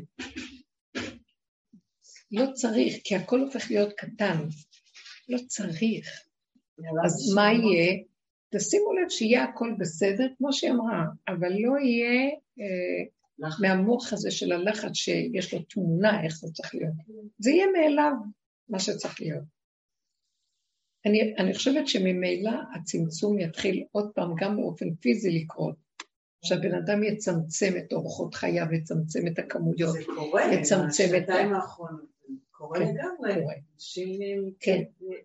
לא צריך, כי הכל הופך להיות קטן. לא צריך. אז מה יהיה? תשימו לב שיהיה הכל בסדר, כמו שהיא אמרה, אבל לא יהיה... אה, מהמוח הזה של הלחץ שיש לו תמונה, איך זה צריך להיות. זה יהיה מאליו מה שצריך להיות. אני, אני חושבת שממילא הצמצום יתחיל עוד פעם גם באופן פיזי לקרות, שהבן אדם יצמצם את אורחות חייו, יצמצם את הכמויות, זה קורה, יצמצם את... השנתיים האחרונות, קורה כן, לגמרי. קורה. שימים, כן.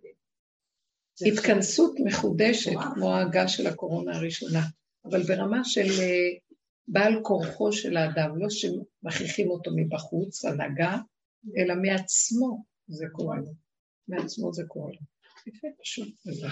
התכנסות מחודשת, כמו ההגה של הקורונה הראשונה, אבל ברמה של... בעל כורחו של האדם, לא שמכריחים אותו מבחוץ, הנהגה, אלא מעצמו זה קורה לו. מעצמו זה קורה לו. יפה, פשוט וזה.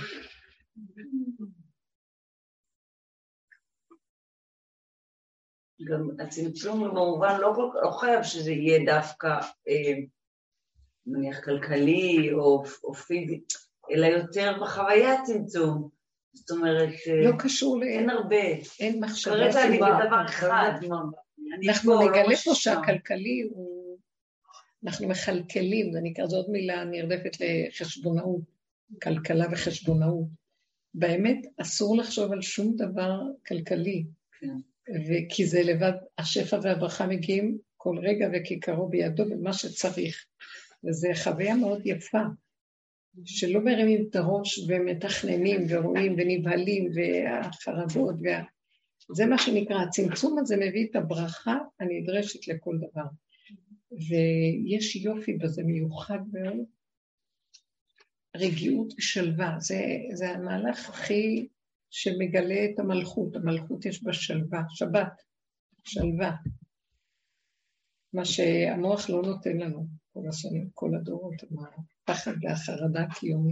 גם הצמצום במובן לא, לא חייב שזה יהיה דווקא, אה, נניח כלכלי או, או פיזי, אלא יותר בחוויה צמצום. זאת אומרת, לא קשור לאין, אין הרבה, אין מחשבה. כרגע אני בדבר אחד. אנחנו נגלה פה שהכלכלי הוא, אנחנו מחלקלים, זה נקרא, זאת מילה נרדפת לחשבונאות, כלכלה וחשבונאות. באמת אסור לחשוב על שום דבר כלכלי, כי זה לבד, השפע והברכה מגיעים כל רגע וכיכרו בידו במה שצריך, וזו חוויה מאוד יפה. שלא מרימים את הראש ומתכננים ורואים ונבהלים והחרבות וה... זה מה שנקרא, הצמצום הזה מביא את הברכה הנדרשת לכל דבר. ויש יופי בזה מיוחד מאוד, רגיעות ושלווה, זה, זה המהלך הכי שמגלה את המלכות, המלכות יש בה שלווה, שבת, שלווה. מה שהמוח לא נותן לנו כל השנים, כל הדורות, הפחד והחרדה הקיומית.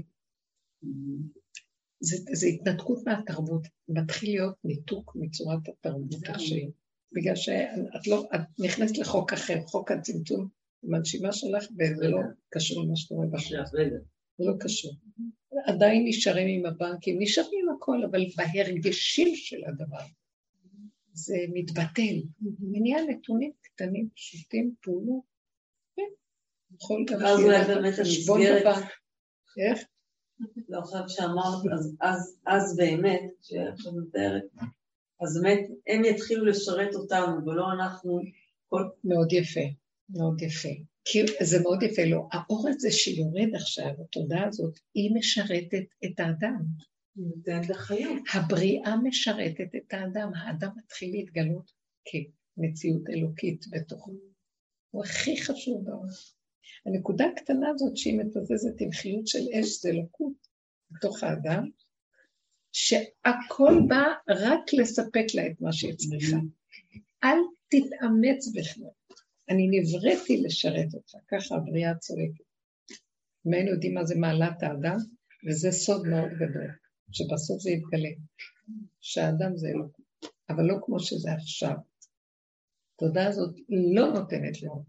זה, זה התנתקות מהתרבות, מתחיל להיות ניתוק מצורת התרבות שהיא, בגלל שאת לא, את נכנסת לחוק אחר, חוק הצמצום, מנשימה שלך, וזה לא קשור למה שקורה בשביל. זה לא קשור. עדיין נשארים עם הבנקים, נשארים עם הכל, אבל בהרגשים של הדבר. זה מתבטל. מניע נתונים קטנים, פשוטים, פעולות. כן. יכול גם שיהיה חשבון בבנק. איך? לא עכשיו שאמרת, אז באמת, שעכשיו מתארת, אז באמת הם יתחילו לשרת אותנו, ולא אנחנו... מאוד יפה, מאוד יפה. כי זה מאוד יפה לו. האור הזה שיורד עכשיו, התודעה הזאת, היא משרתת את האדם. נותנת לחיות. הבריאה משרתת את האדם. האדם מתחיל להתגלות כמציאות אלוקית בתוכו. הוא הכי חשוב בעולם. הנקודה הקטנה הזאת שהיא מתזזת עם חיות של אש, זה אלוקות בתוך האדם, שהכל בא רק לספק לה את מה שהיא צריכה. אל תתאמץ בכלל. אני נבראתי לשרת אותך, ככה הבריאה צועקת. אם היינו יודעים מה זה מעלת האדם, וזה סוד מאוד גדול, שבסוף זה יתגלה, שהאדם זה אלוקות, אבל לא כמו שזה עכשיו. התודעה הזאת לא נותנת לראות.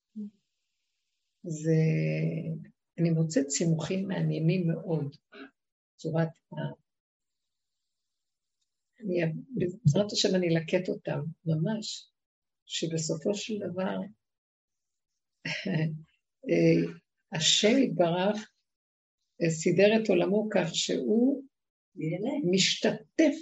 זה, אני מוצאת צימוכים מעניינים מאוד, צורת ה... בעזרת השם אני לקט אותם, ממש, שבסופו של דבר, השם יתברך, סידר את עולמו כך שהוא משתתף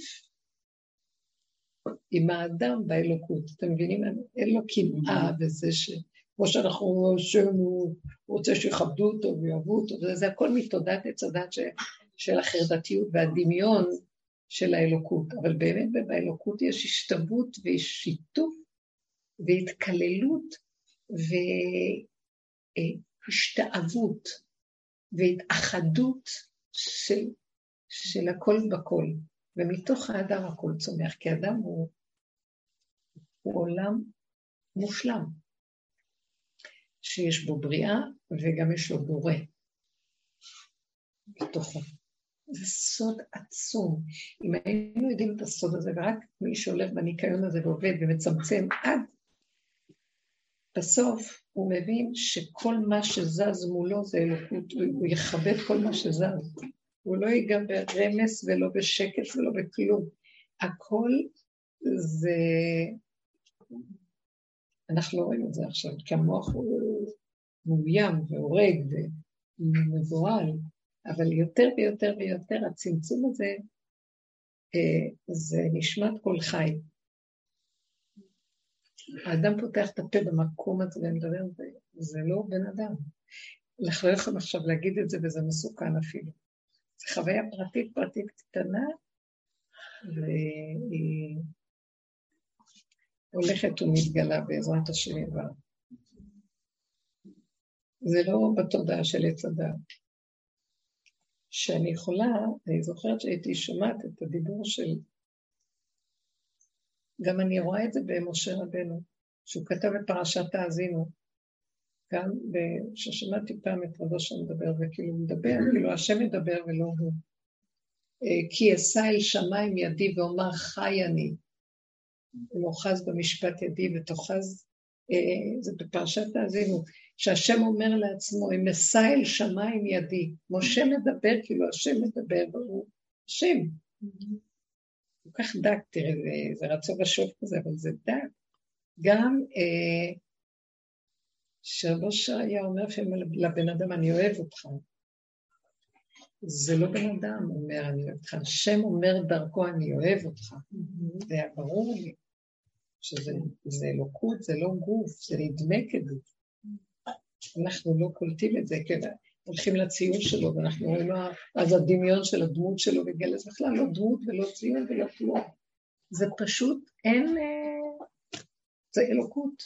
עם האדם באלוקות. אתם מבינים? אין לו קנאה וזה ש... כמו שאנחנו אומרים, השם הוא רוצה שיכבדו אותו ויאהבו אותו, וזה הכל מתודעת הצדת של החרדתיות והדמיון של האלוקות. אבל באמת באלוקות יש השתוות ויש שיתוף והתקללות והשתאבות והתאחדות של, של הכל בכל. ומתוך האדם הכל צומח, כי האדם הוא, הוא עולם מושלם, שיש בו בריאה וגם יש לו בורא בתוכו. זה סוד עצום. אם היינו יודעים את הסוד הזה, ורק מי שהולך בניקיון הזה ועובד ומצמצם עד בסוף, הוא מבין שכל מה שזז מולו זה אלוקות, הוא יכבד כל מה שזז. הוא לא ייגע ברמס ולא בשקט ולא בכלום. הכל זה... אנחנו לא רואים את זה עכשיו, כי המוח הוא מאוים והורג ומבועל, אבל יותר ויותר ויותר הצמצום הזה, זה נשמת כל חי. האדם פותח את הפה במקום הזה, ואני מדבר, זה לא בן אדם. אנחנו לא יכולים עכשיו להגיד את זה, וזה מסוכן אפילו. זו חוויה פרטית, פרטית קטנה, והיא הולכת ומתגלה בעזרת השם יתברך. זה לא בתודעה של עץ הדעת. שאני יכולה, אני זוכרת שהייתי שומעת את הדיבור של, גם אני רואה את זה במשה רבנו, שהוא כתב את פרשת האזינו, גם ששמעתי פעם את רבו שמדבר, וכאילו מדבר, כאילו השם מדבר ולא הוא. כי אשא אל שמיים ידי ואומר חי אני, ומאחז במשפט ידי ותאחז, זה בפרשת האזינו, שהשם אומר לעצמו, אם אשא אל שמיים ידי, משה מדבר, כאילו השם מדבר, והוא השם. הוא כך דק, תראה, זה, זה רצו בשוף כזה, אבל זה דק. גם אה, שרבוש היה אומר לבן אדם, אני אוהב אותך. זה לא בן אדם אומר, אני אוהב אותך. השם אומר דרכו, אני אוהב אותך. זה היה ברור לי, שזה זה אלוקות, זה לא גוף, זה נדמה כגוף. אנחנו לא קולטים את זה, כן, הולכים לציון שלו, ואנחנו רואים לו, אז הדמיון של הדמות שלו בגלל זה בכלל לא דמות ולא ציון ולא כלום. זה פשוט, אין, זה אלוקות.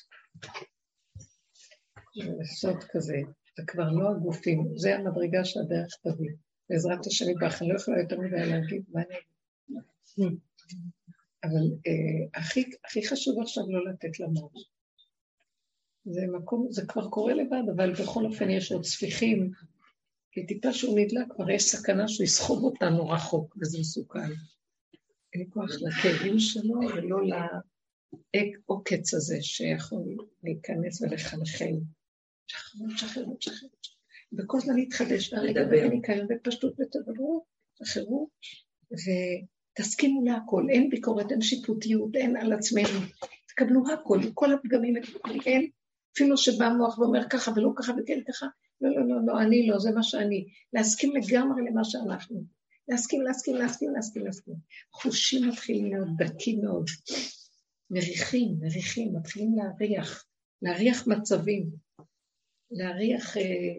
זה סוד כזה, זה כבר לא הגופים, זה המדרגה של הדרך תביא. בעזרת השם יתברך, אני לא יכולה יותר מדי להגיד מה אני אגיד. אבל אה, הכי, הכי חשוב עכשיו לא לתת למות. זה מקום, זה כבר קורה לבד, אבל בכל אופן יש עוד ספיחים, כי טיפה שהוא נדלק, כבר יש סכנה שהוא יסחוב אותנו רחוק, וזה מסוכן. אין כוח לכאבים שלו, ולא לעוקץ הזה שיכול להיכנס ולחלחל. שחררו, שחררו, שחררו. וכל זמן להתחדש, והרגע בניקיון בפשטות ותדברו, שחררו, ותסכימו להכל, אין ביקורת, אין שיפוטיות, אין על עצמנו. תקבלו הכל, כל הפגמים, אין, אפילו שבא מוח ואומר ככה ולא ככה וכן ככה, לא, לא, לא, לא, אני לא, זה מה שאני. להסכים לגמרי למה שאנחנו. להסכים, להסכים, להסכים, להסכים, להסכים. חושים מתחילים להיות דקים מאוד. מריחים, מריחים, מתחילים להריח, להריח מצבים, להריח...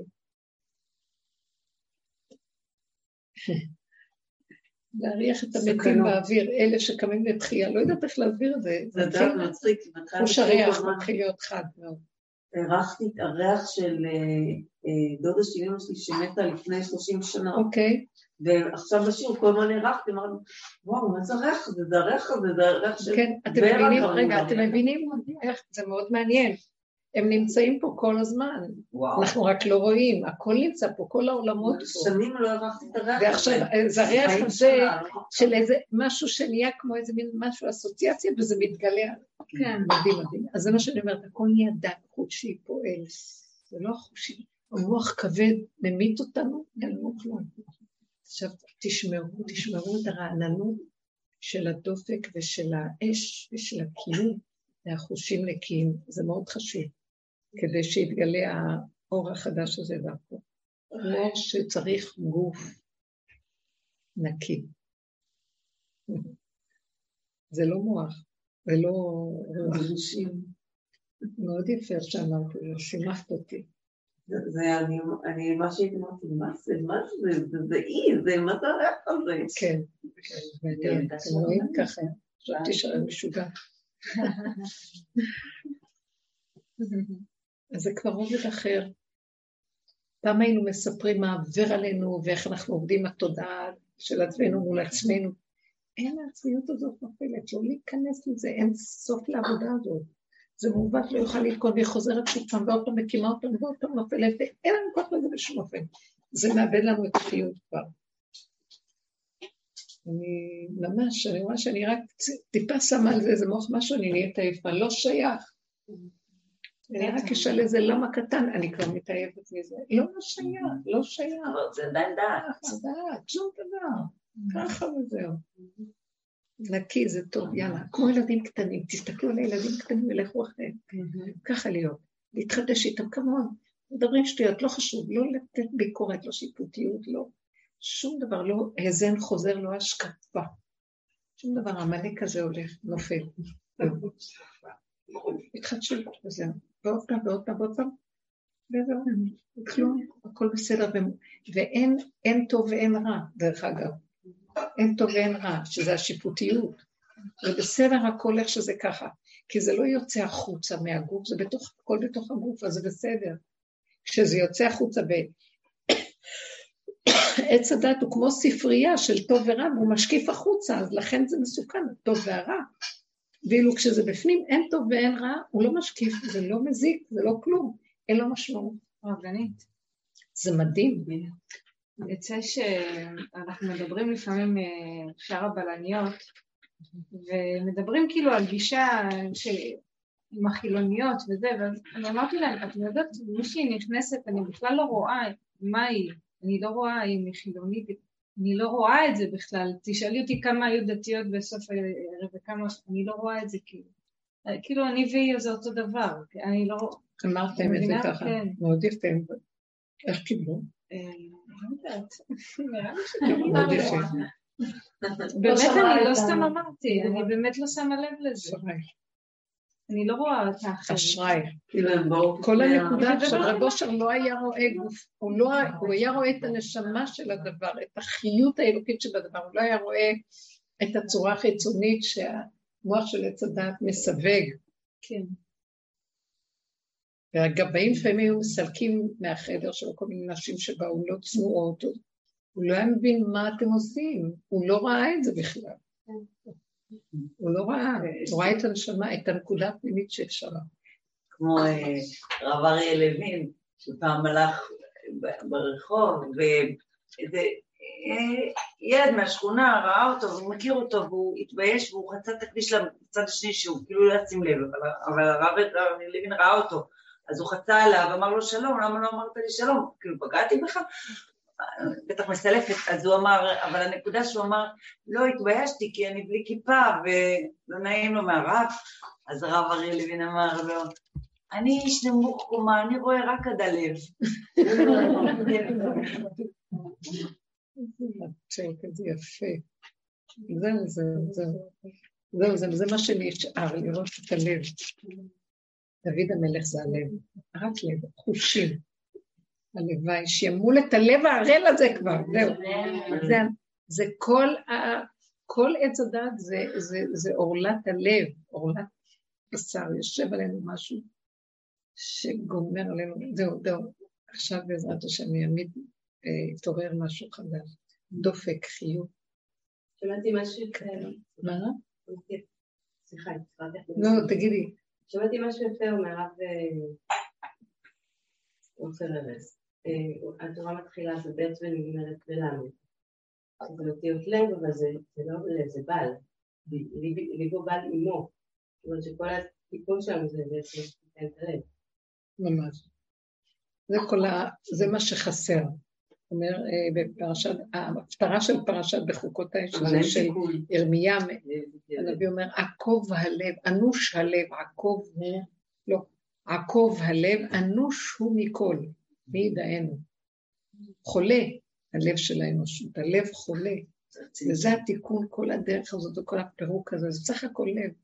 להריח את המתים באוויר, אלה שקמים לתחייה, לא יודעת איך להסביר את זה. זה דם מצחיק. חוש הריח מתחיל להיות חד מאוד. הרחתי את הריח של דודה שלי, אמא שלי, שמתה לפני שלושים שנה. אוקיי. ועכשיו בשיר, כל מה נרחתי, אמרנו, וואו, מה זה הריח הזה? זה הריח הזה, זה הריח של... כן, אתם מבינים, רגע, אתם מבינים, זה מאוד מעניין. הם נמצאים פה כל הזמן. אנחנו רק לא רואים, הכל נמצא פה, כל העולמות פה. שנים לא ערכתי את הריח. ועכשיו, זה הריח הזה של איזה משהו שנהיה כמו איזה מין משהו אסוציאציה, וזה מתגלה. כן, מדהים מדהים. אז זה מה שאני אומרת, הכל נהיה דק, חושי, פועל. זה לא חושי. המוח כבד ממית אותנו, אין לנו כלום. עכשיו, תשמעו, תשמעו את הרעננות של הדופק ושל האש ושל הקיום, והחושים נקיים, זה מאוד חשוב, כדי שיתגלה האור החדש הזה דרכו. כמו שצריך גוף נקי. זה לא מוח, זה לא חושים. מאוד יפה שאמרתי, שימחת אותי. זה, אני, אני, מה שהייתי אמרתי, מה זה, מה זה, זה, זה אי, זה, מה זה הריח הזה? כן, אתם רואים ככה, חשבתי שאני משוגע. אז זה כבר עובד אחר. פעם היינו מספרים מה עבר עלינו, ואיך אנחנו עובדים התודעה של עצמנו מול עצמנו. אין העצמיות הזאת נופלת, לא להיכנס לזה, אין סוף לעבודה הזאת. זה מעוות לא יוכל להתקון, והיא חוזרת שוב פעם, ועוד פעם מקימה אותם, ועוד פעם נופלת, ואין לנו כוח לזה בשום אופן. זה מאבד לנו את החיות כבר. אני ממש, אני רואה שאני רק טיפה שמה על זה, איזה מוח משהו, אני נהיית עייפה, לא שייך. אני רק אשאל איזה למה קטן, אני כבר מתעייפת מזה. לא, לא שייך, לא שייך. זה עדיין דעת. זה דעת, שום דבר. ככה וזהו. נקי, זה טוב, יאללה. כמו ילדים קטנים, תסתכלו על הילדים קטנים ולכו אחריהם. ככה להיות, להתחדש איתם כמובן. מדברים שטויות, לא חשוב, לא לתת ביקורת, לא שיפוטיות, לא. שום דבר, לא הזן חוזר, לא השקפה. שום דבר, המלא כזה הולך, נופל. התחדשות, וזהו. ועוד פעם, ועוד פעם, ועוד פעם. וזהו, כלום, הכל בסדר. ואין אין טוב ואין רע, דרך אגב. אין טוב ואין רע, שזה השיפוטיות. זה בסדר הכל איך שזה ככה. כי זה לא יוצא החוצה מהגוף, זה בתוך, הכל בתוך הגוף, אז זה בסדר. כשזה יוצא החוצה ב... עץ הדת הוא כמו ספרייה של טוב ורע, והוא משקיף החוצה, אז לכן זה מסוכן, טוב והרע. ואילו כשזה בפנים, אין טוב ואין רע, הוא לא משקיף, זה לא מזיק, זה לא כלום, אין לו משמעות. רבנית. זה מדהים. יצא שאנחנו מדברים לפעמים שאר הבלניות, ומדברים כאילו על גישה עם החילוניות וזה, ואני אמרתי להם, את יודעת, מישהי נכנסת, אני בכלל לא רואה מה היא, אני לא רואה אם היא חילונית, אני לא רואה את זה בכלל, תשאלי אותי כמה היו דתיות בסוף הערב וכמה, אני לא רואה את זה כאילו, כאילו אני והיא זה אותו דבר, אני לא... אמרתם את זה ככה, מאוד יפה, איך קיבלו? לא יודעת, נראה לי שקיבלו מאוד יפה. באמת אני לא סתם אמרתי, אני באמת לא שמה לב לזה. אני לא רואה אותה אחרת. אשראי. כל הנקודה של רב אושר לא היה רואה גוף, הוא היה רואה את הנשמה של הדבר, את החיות האלוקית של הדבר, הוא לא היה רואה את הצורה החיצונית שהמוח של עץ הדת מסווג. כן. והגבאים לפעמים היו מסלקים מהחדר של כל מיני נשים שבאו לא צנועות, הוא לא היה מבין מה אתם עושים, הוא לא ראה את זה בכלל. הוא לא ראה, הוא ראה את הנשמה, את הנקודה הפנימית שאפשרה. כמו רב אריה לוין, שפעם הלך ברחוב, ואיזה ילד מהשכונה ראה אותו, והוא מכיר אותו, והוא התבייש, והוא חצה את הכביש לצד השני, שהוא כאילו לא ישים לב, אבל הרב לוין ראה אותו, אז הוא חצה אליו, ואמר לו שלום, למה לא אמרת לי שלום? כאילו פגעתי בך? בטח מסלפת, אז הוא אמר, אבל הנקודה שהוא אמר, לא התביישתי כי אני בלי כיפה ולא נעים לו מהרב, אז הרב אריה לוין אמר לו, אני איש נמוך קומה, אני רואה רק עד הלב. זה יפה. זהו, זהו, זהו. זהו, זהו, זה מה שנשאר, לראות את הלב. דוד המלך זה הלב, רק לב, חושים. הלוואי, שימול את הלב הערל הזה כבר, זהו. זה, זה כל, ה, כל עץ הדת זה, זה, זה אורלת הלב, אורלת בשר, יושב עלינו משהו שגומר עלינו, זהו, זהו. עכשיו בעזרת השם יעמיד, תורר משהו חדש, דופק, חיות. שאלתי משהו כאלה. מה? סליחה, לא, תגידי, שמעתי משהו יפה, הוא מהרב עופר ארז. התורה מתחילה בבית ונגמרת בלמד. זה אותיות לב, אבל זה לא לב, זה בעל. ליבו בעל אימו. זאת אומרת שכל התיקון שלנו זה בעצם שתיתן את הלב. ממש. זה כל ה... זה מה שחסר. אומר, בפרשת, ההפטרה של פרשת בחוקותיי, שזה של ירמיה, הנביא אומר, עקוב הלב, אנוש הלב, עקוב הוא, לא, עקוב הלב, אנוש הוא מכל, מי ידענו. חולה, הלב של האנושות, הלב חולה, וזה התיקון, כל הדרך הזאת וכל הפירוק הזה, זה צריך הכל לב.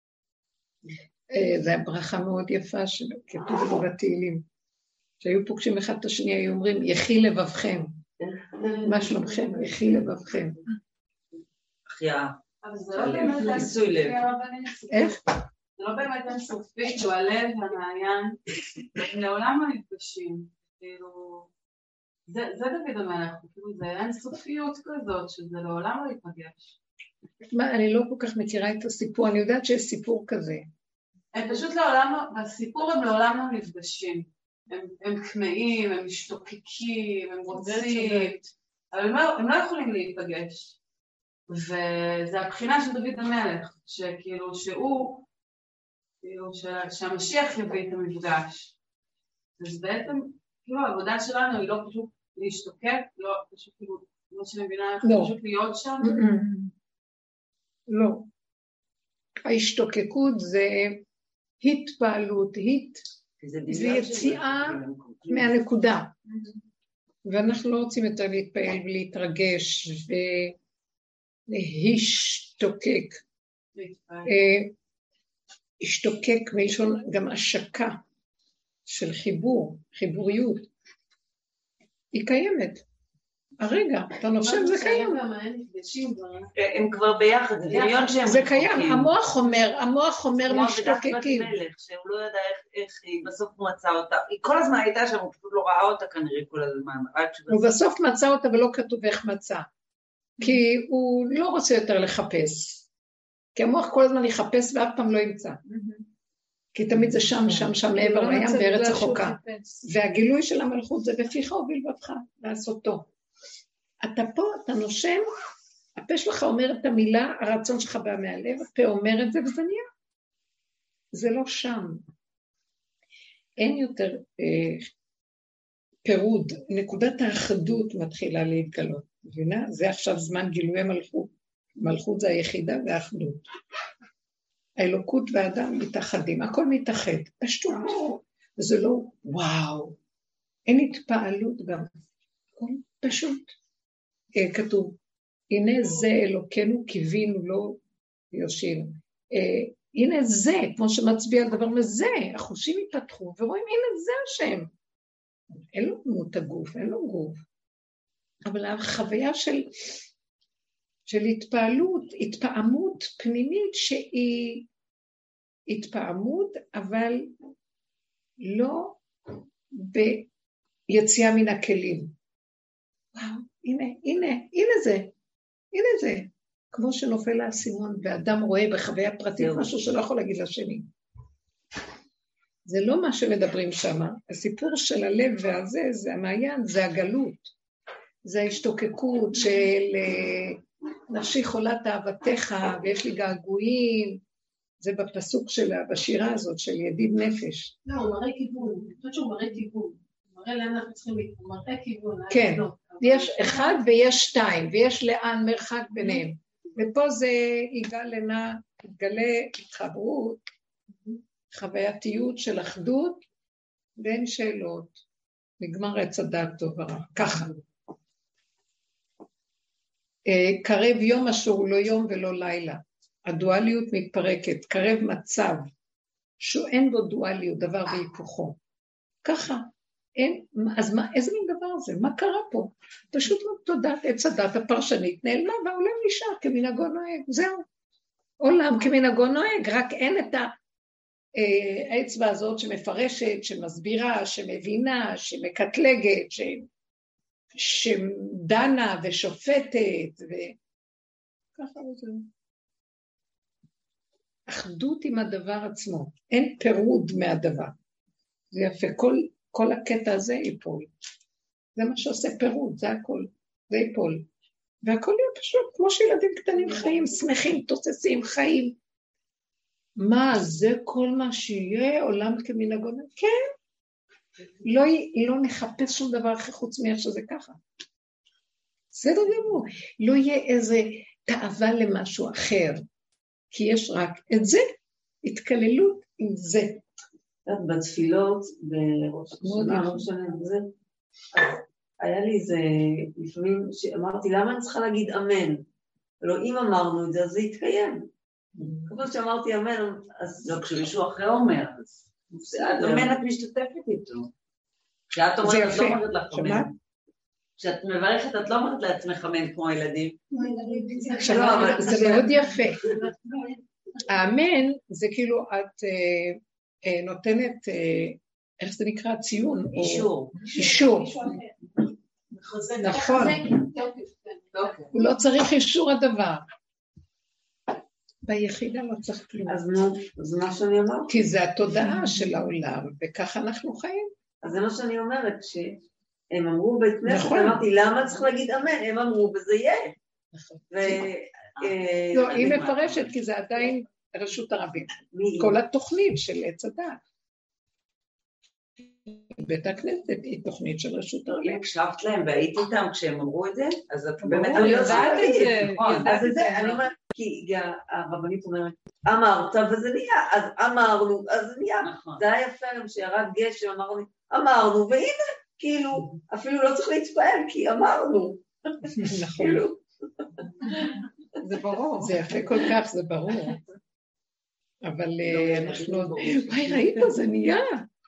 זו ברכה מאוד יפה שכתוב בתהילים. שהיו פוגשים אחד את השני, היו אומרים, יחי לבבכם. מה שלומכם? יחי לבבכם. החייאה. אבל זה לא באמת ניסוי לב. איך? זה לא באמת אינסופית, שהוא הלב והמעיין, הם לעולם לא נפגשים. כאילו, זה דוד המלך, כאילו זה אינסופיות כזאת, שזה לעולם לא ייפגש. מה, אני לא כל כך מכירה את הסיפור, אני יודעת שיש סיפור כזה. הם פשוט לעולם, בסיפור הם לעולם לא נפגשים. הם, הם כמאים, הם משתוקקים, הם רוצים, אבל הם לא, הם לא יכולים להיפגש. וזה הבחינה של דוד המלך, שכאילו שהוא, כאילו שהמשיח יביא את המפגש. אז בעצם, כאילו העבודה שלנו היא לא פשוט להשתוקק, לא פשוט כאילו, כמו שאני מבינה, לא. פשוט להיות שם. לא. ההשתוקקות זה התפעלות, הת... זה יציאה מהנקודה. ואנחנו לא רוצים יותר להתפעל ולהתרגש ולהשתוקק. השתוקק מלשון גם השקה של חיבור, חיבוריות. היא קיימת. הרגע, אתה נושב, זה קיים. הם כבר ביחד, זה דמיון שהם... זה קיים, המוח אומר, המוח אומר משתוקקים. שהוא לא ידע איך היא בסוף מצאה אותה, היא כל הזמן הייתה שם, הוא פשוט לא ראה אותה כנראה כל הזמן. הוא בסוף מצא אותה ולא כתוב איך מצא, כי הוא לא רוצה יותר לחפש, כי המוח כל הזמן יחפש ואף פעם לא ימצא. כי תמיד זה שם, שם, שם, מעבר לים, בארץ רחוקה. והגילוי של המלכות זה בפיך ובלבבך, לעשותו. אתה פה, אתה נושם, הפה שלך אומר את המילה, הרצון שלך בא מהלב, הפה אומר את זה וזה נהיה. זה לא שם. אין יותר אה, פירוד, נקודת האחדות מתחילה להתגלות. מבינה? זה עכשיו זמן גילוי מלכות. מלכות זה היחידה והאחדות. האלוקות והאדם מתאחדים, הכל מתאחד, פשטות. וזה לא וואו, אין התפעלות גם. הכל פשוט. כתוב, הנה זה אלוקנו קיווינו לו ויושינו. אה, הנה זה, כמו שמצביע על דבר מזה, החושים יפתחו ורואים, הנה זה השם. אין לו דמות הגוף, אין לו גוף. אבל החוויה של, של התפעלות, התפעמות פנימית שהיא התפעמות, אבל לא ביציאה מן הכלים. וואו, הנה, הנה, הנה זה, הנה זה. כמו שנופל האסימון, ואדם רואה בחוויה פרטית משהו שלא יכול להגיד לשני. זה לא מה שמדברים שם. הסיפור של הלב והזה, זה המעיין, זה הגלות. זה ההשתוקקות של נפשי חולת אהבתך, ויש לי געגועים. זה בפסוק שלה, בשירה הזאת של ידיד נפש. לא, הוא מראה כיוון. אני חושבת שהוא מראה כיוון. הוא מראה לאן אנחנו צריכים להתקדם. הוא מראה כיוון. כן, יש אחד ויש שתיים, ויש לאן מרחק ביניהם. ופה זה יגלה, יתגלה התחברות, חווייתיות של אחדות, בין שאלות. נגמר עץ הדעת טוב ורע. ככה. קרב יום אשור לא יום ולא לילה. הדואליות מתפרקת, קרב מצב, שאין בו דואליות, דבר והיפוכו. ככה, אין, אז מה, איזה מין דבר זה? מה קרה פה? פשוט לא תודעת עץ הדת הפרשנית, נעלמה והעולם נשאר כמנהגו נוהג, זהו. עולם כמנהגו נוהג, רק אין את האצבע הזאת שמפרשת, שמסבירה, שמבינה, שמקטלגת, ש... שדנה ושופטת, וככה זה. אחדות עם הדבר עצמו, אין פירוד מהדבר. זה יפה, כל, כל הקטע הזה ייפול. זה מה שעושה פירוד, זה הכל, זה ייפול. והכל יהיה פשוט, כמו שילדים קטנים חיים, שמחים, תוססים, חיים. מה, זה כל מה שיהיה, עולם כמנהגו? כן. לא, לא נחפש שום דבר אחרי חוץ מאיך שזה ככה. בסדר גמור. לא יהיה איזה תאווה למשהו אחר, כי יש רק את זה, התקללות עם זה. בתפילות, בראש השנה, לא משנה את זה, היה לי איזה, לפעמים שאמרתי, למה אני צריכה להגיד אמן? ולא, אם אמרנו את זה, אז זה יתקיים. כמו שאמרתי אמן, אז לא, כשמישהו אחר אומר, אז אמן את משתתפת איתו. כשאת אומרת, את לא אומרת לך אמן. כשאת מברכת, את לא אומרת לעצמך אמן כמו הילדים. זה מאוד יפה. האמן זה כאילו את נותנת, איך זה נקרא? ציון. אישור. אישור. נכון. הוא לא צריך אישור הדבר. ביחידה לא צריך כלום. אז נו, זה מה שאני אומרת. כי זה התודעה של העולם, וככה אנחנו חיים. אז זה מה שאני אומרת, שהם אמרו בית כנסת, אמרתי, למה צריך להגיד אמן? הם אמרו, וזה יהיה. לא, היא מפרשת, כי זה עדיין רשות הרבים. כל התוכנית של עץ הדת. בית הכנסת היא תוכנית של רשות הרבים. הקשבת להם והיית איתם כשהם אמרו את זה? אז את באמת... אני יודעת את זה. אז זה, אני אומרת, כי הרבנית אומרת, אמרת וזה נהיה, אז אמרנו, אז זה נהיה. זה היה יפה גם שירד גשם, אמרנו, אמרנו, והנה, כאילו, אפילו לא צריך להתפעל, כי אמרנו. נכון. זה ברור. זה יפה כל כך, זה ברור. אבל אנחנו... וואי, ראית, זה נהיה.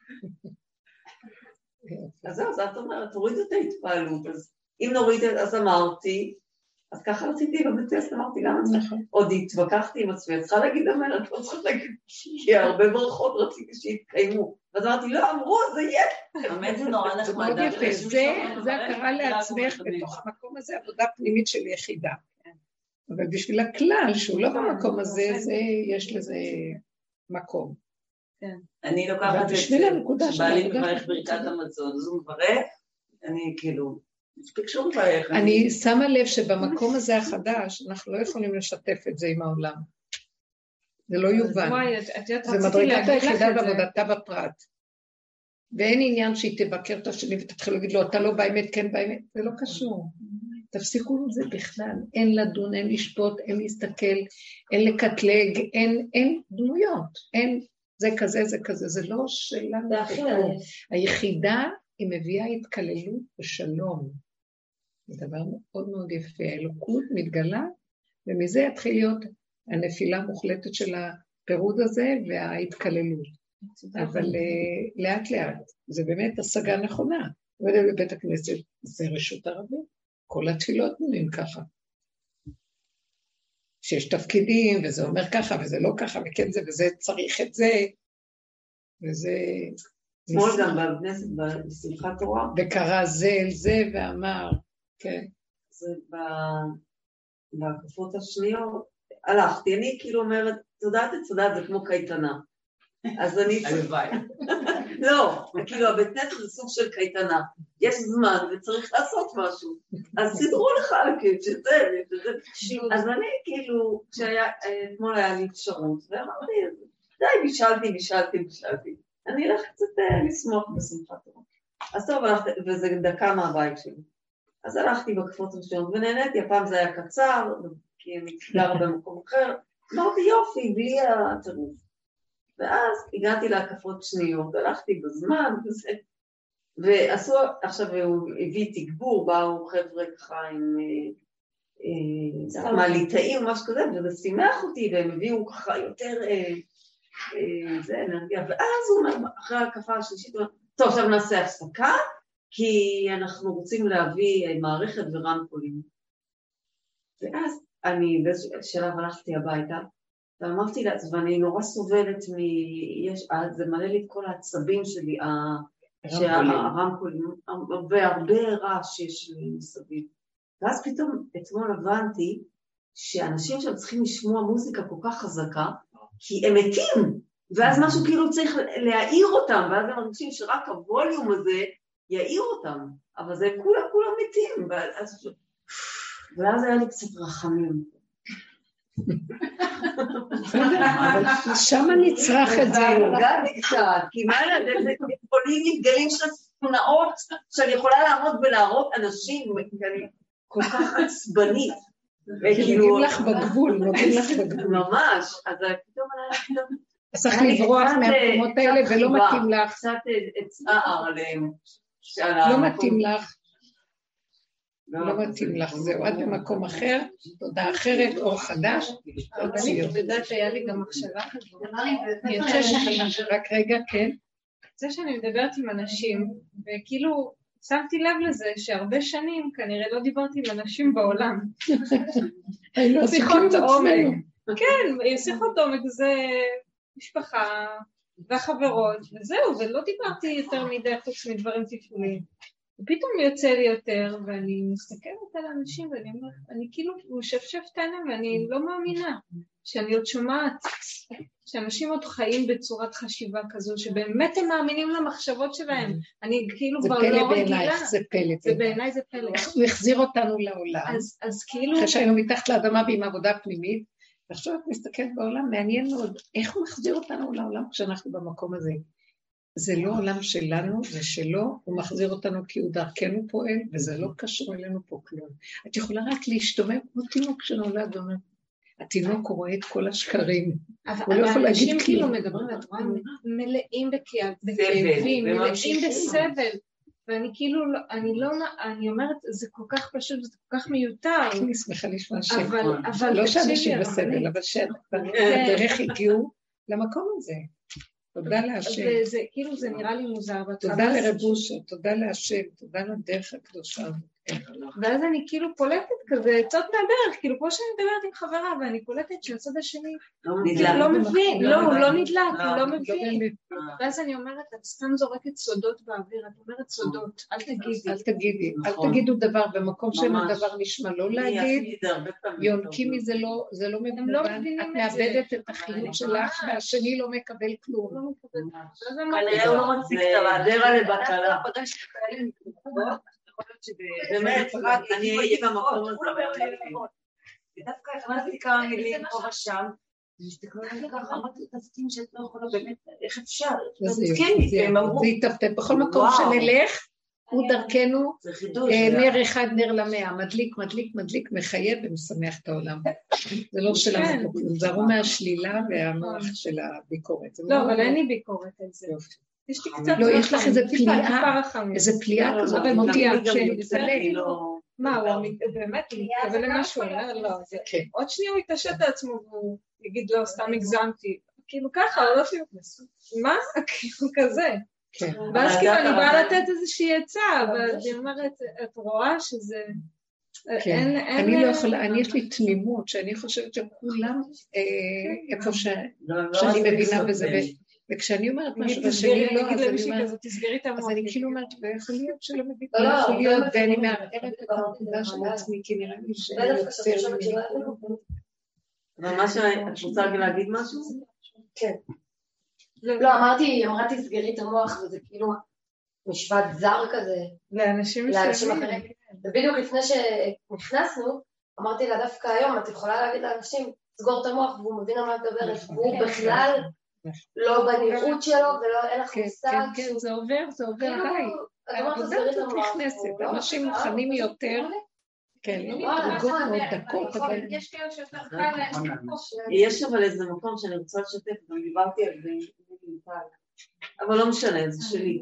אז זהו, אז את אומרת, תורידו את ההתפעלות, אז אם נוריד את, אז אמרתי, אז ככה רציתי, בבית כנסת אמרתי גם, עוד התווכחתי עם עצמי, צריכה להגיד אמן, את לא צריכה להגיד, כי הרבה ברכות רציתי שיתקיימו, ואז אמרתי, לא, אמרו, זה יהיה. אמן זה נורא נחמד. זה הכרה לעצמך בתוך המקום הזה, עבודה פנימית של יחידה. אבל בשביל הכלל, שהוא לא במקום הזה, יש לזה מקום. אני לוקחת את זה, שבעלי מברך ברכת המזון, אז הוא מברך, אני כאילו, תקשור מברך. אני שמה לב שבמקום הזה החדש, אנחנו לא יכולים לשתף את זה עם העולם. זה לא יובן. זה מדרגת היחידה בעבודתה בפרט. ואין עניין שהיא תבקר את השני ותתחיל להגיד לו, אתה לא באמת, כן באמת, זה לא קשור. תפסיקו את זה בכלל, אין לדון, אין לשפוט, אין להסתכל, אין לקטלג, אין, אין דמויות, אין, זה כזה, זה כזה, זה לא שלנו. היחידה היא מביאה התקללות ושלום. זה דבר מאוד מאוד יפה, האלוקות מתגלה, ומזה יתחיל להיות הנפילה המוחלטת של הפירוד הזה וההתקללות. אבל לאט לאט, זה באמת השגה נכונה. בבית הכנסת זה רשות הרבים. כל התפילות נראים ככה. שיש תפקידים, וזה אומר ככה, וזה לא ככה, וכן זה, וזה צריך את זה, וזה... שמאל גם בכנסת, בשמחת תורה. וקרא זה אל זה, ואמר, כן. זה בהקפות השניות, הלכתי, אני כאילו אומרת, תודעת את תודעת, זה כמו קייטנה. אז אני... הלוואי. לא, כאילו הבית כנסת זה סוג של קייטנה. יש זמן וצריך לעשות משהו. אז סידרו לך כאילו שזה, שזה. אז אני כאילו, כשהיה, אתמול היה לי אפשרות, ואמרתי, די, בישלתי, בישלתי, בישלתי. אני אלך קצת לשמוח בשמחת תורה. אז טוב, וזה דקה מהבית שלי. אז הלכתי בקפות ראשונות ונהניתי, הפעם זה היה קצר, כי אני גרה במקום אחר. אמרתי יופי, בלי הטירוף. ואז הגעתי להקפות שניות, הלכתי בזמן וזה, ועשו, עכשיו הוא הביא תגבור, באו חבר'ה ככה עם מעליטאים או משהו כזה, וזה שימח אותי, והם הביאו ככה יותר, זה אנרגיה, ואז הוא אומר, אחרי ההקפה השלישית, הוא אומר, טוב, עכשיו נעשה הפסקה, כי אנחנו רוצים להביא מערכת ורמקולים. ואז אני בשלב הלכתי הביתה, ואמרתי לה, ואני נורא סובלת מ... יש... זה מלא לי את כל העצבים שלי, הרמקולים, הרבה הרבה רעש שיש לי מסביב. ואז פתאום אתמול הבנתי שאנשים שם צריכים לשמוע מוזיקה כל כך חזקה, כי הם מתים, ואז משהו כאילו צריך להעיר אותם, ואז הם מרגישים שרק הווליום הזה יעיר אותם, אבל זה כולם כולם מתים, ואז, ואז היה לי קצת רחמים. שם נצרח את זה. הרגעתי קצת, כי מה אלה, זה פולים נתגלים של תמונאות, שאני יכולה לעמוד ולהראות אנשים, ואני כל כך עצבנית. נוגעים לך בגבול, נוגעים לך בגבול. ממש, אז פתאום אני... צריך לברוח מהמקומות האלה ולא מתאים לך. קצת צער עליהם. לא מתאים לך. לא מתאים לך, זהו, עד במקום אחר, תודה אחרת, אור חדש. אני יודעת, היה לי גם מחשבה כזאת. רק רגע, כן. זה שאני מדברת עם אנשים, וכאילו שמתי לב לזה שהרבה שנים כנראה לא דיברתי עם אנשים בעולם. שיחות עומק. כן, שיחות עומק זה משפחה והחברות, וזהו, ולא דיברתי יותר מדי חוץ מדברים תפעוליים. ופתאום יוצא לי יותר, ואני מסתכלת על אנשים, ואני אומרת, אני כאילו משפשף את העיניים, ואני לא מאמינה שאני עוד שומעת שאנשים עוד חיים בצורת חשיבה כזו, שבאמת הם מאמינים למחשבות שלהם. אני כאילו כבר לא רגילה. זה פלא, זה בעיניי זה פלא. הוא החזיר אותנו לעולם. אז, אז כאילו... אחרי שהיינו מתחת לאדמה ועם עבודה פנימית, ועכשיו את מסתכלת בעולם, מעניין מאוד, איך הוא מחזיר אותנו לעולם כשאנחנו במקום הזה? זה לא עולם שלנו, זה שלו, הוא מחזיר אותנו כי הוא דרכנו פועל, וזה לא קשור אלינו פה כלום. את יכולה רק להשתומם כמו תינוק שנולד, ואומר, התינוק הוא רואה את כל השקרים, הוא לא יכול להגיד אנשים כאילו מדברים, ואת רואה, מלאים בכאבים, מלאים בסבל, ואני כאילו, אני לא, אני אומרת, זה כל כך פשוט, זה כל כך מיותר. אני שמחה לשמוע שם, אבל לא שאנשים בסבל, אבל שהדרך הגיעו למקום הזה. תודה להשם. זה כאילו זה נראה לי מוזר. תודה לרבושה, תודה להשם, תודה לדרך הקדושה. ואז אני כאילו פולטת כזה, יצאות מהדרך, כאילו כמו שאני מדברת עם חברה, ואני פולטת שהצד השני לא מבין, לא, הוא לא נדלק, הוא לא מבין. ואז אני אומרת, את סתם זורקת סודות באוויר, את אומרת סודות, אל תגידי. אל תגידי, אל תגידו דבר, במקום שאין דבר נשמע לא להגיד, יונקים מזה זה לא מבובן, את מאבדת את החיות שלך, והשני לא מקבל כלום. כנראה הוא לא מצליק את הדרה לבקלה. באמת, אני הייתי במקום הזה, ודווקא הכנסתי כמה מילים פה ושם, והסתכלו עליי ככה, אמרתי, תסכים שאת לא יכולה באמת, איך אפשר? תסכימי, והם אמרו. זה יתפתח, בכל מקום שנלך, הוא דרכנו, נר אחד נר למאה, מדליק, מדליק, מדליק, מחייב ומשמח את העולם. זה לא שלנו, זה הרו מהשלילה והמוח של הביקורת. לא, אבל אין לי ביקורת על זה. יש לי קצת... לא, יש לך איזה פליאה, איזה פליאה כזאת, מוטיעה, כשנצלק, מה, הוא באמת מתכוון למשהו, לא, עוד שנייה הוא יתעשת את עצמו והוא יגיד לו, סתם הגזמתי, כאילו ככה, הוא לא כאילו, מה? כאילו כזה. ואז כאילו אני באה לתת איזושהי עצה, אבל אני אומרת, את רואה שזה... כן, אני לא יכולה, אני יש לי תמימות, שאני חושבת שכולם, איפה שאני מבינה בזה, וכשאני אומרת משהו בשני לא, אז אני אומרת, אז אני כאילו אומרת, ויכול להיות שלא מבין, לא יכול להיות, ואני מערערת את העבודה של עצמי, כי נראה לי שאני יוצר ממנו. אבל מה שאת רוצה להגיד משהו? כן. לא, אמרתי, אמרתי סגרי את המוח, וזה כאילו משפט זר כזה. לאנשים אחרים. ובדיוק לפני שנכנסנו, אמרתי לה דווקא היום, את יכולה להגיד לאנשים, סגור את המוח, והוא מבין על מה מדברת, והוא בכלל לא בנראות שלו, ולא אין לך מושג. כן, כן, זה עובר, זה עובר די. העבודה הזאת נכנסת, אנשים מוכנים יותר, כן, לא דקות מאוד דקות, אבל... יש כאלה שיותר קל להם. יש אבל איזה מקום שאני רוצה לשתף, ואני דיברתי על זה, אבל לא משנה, זה שלי.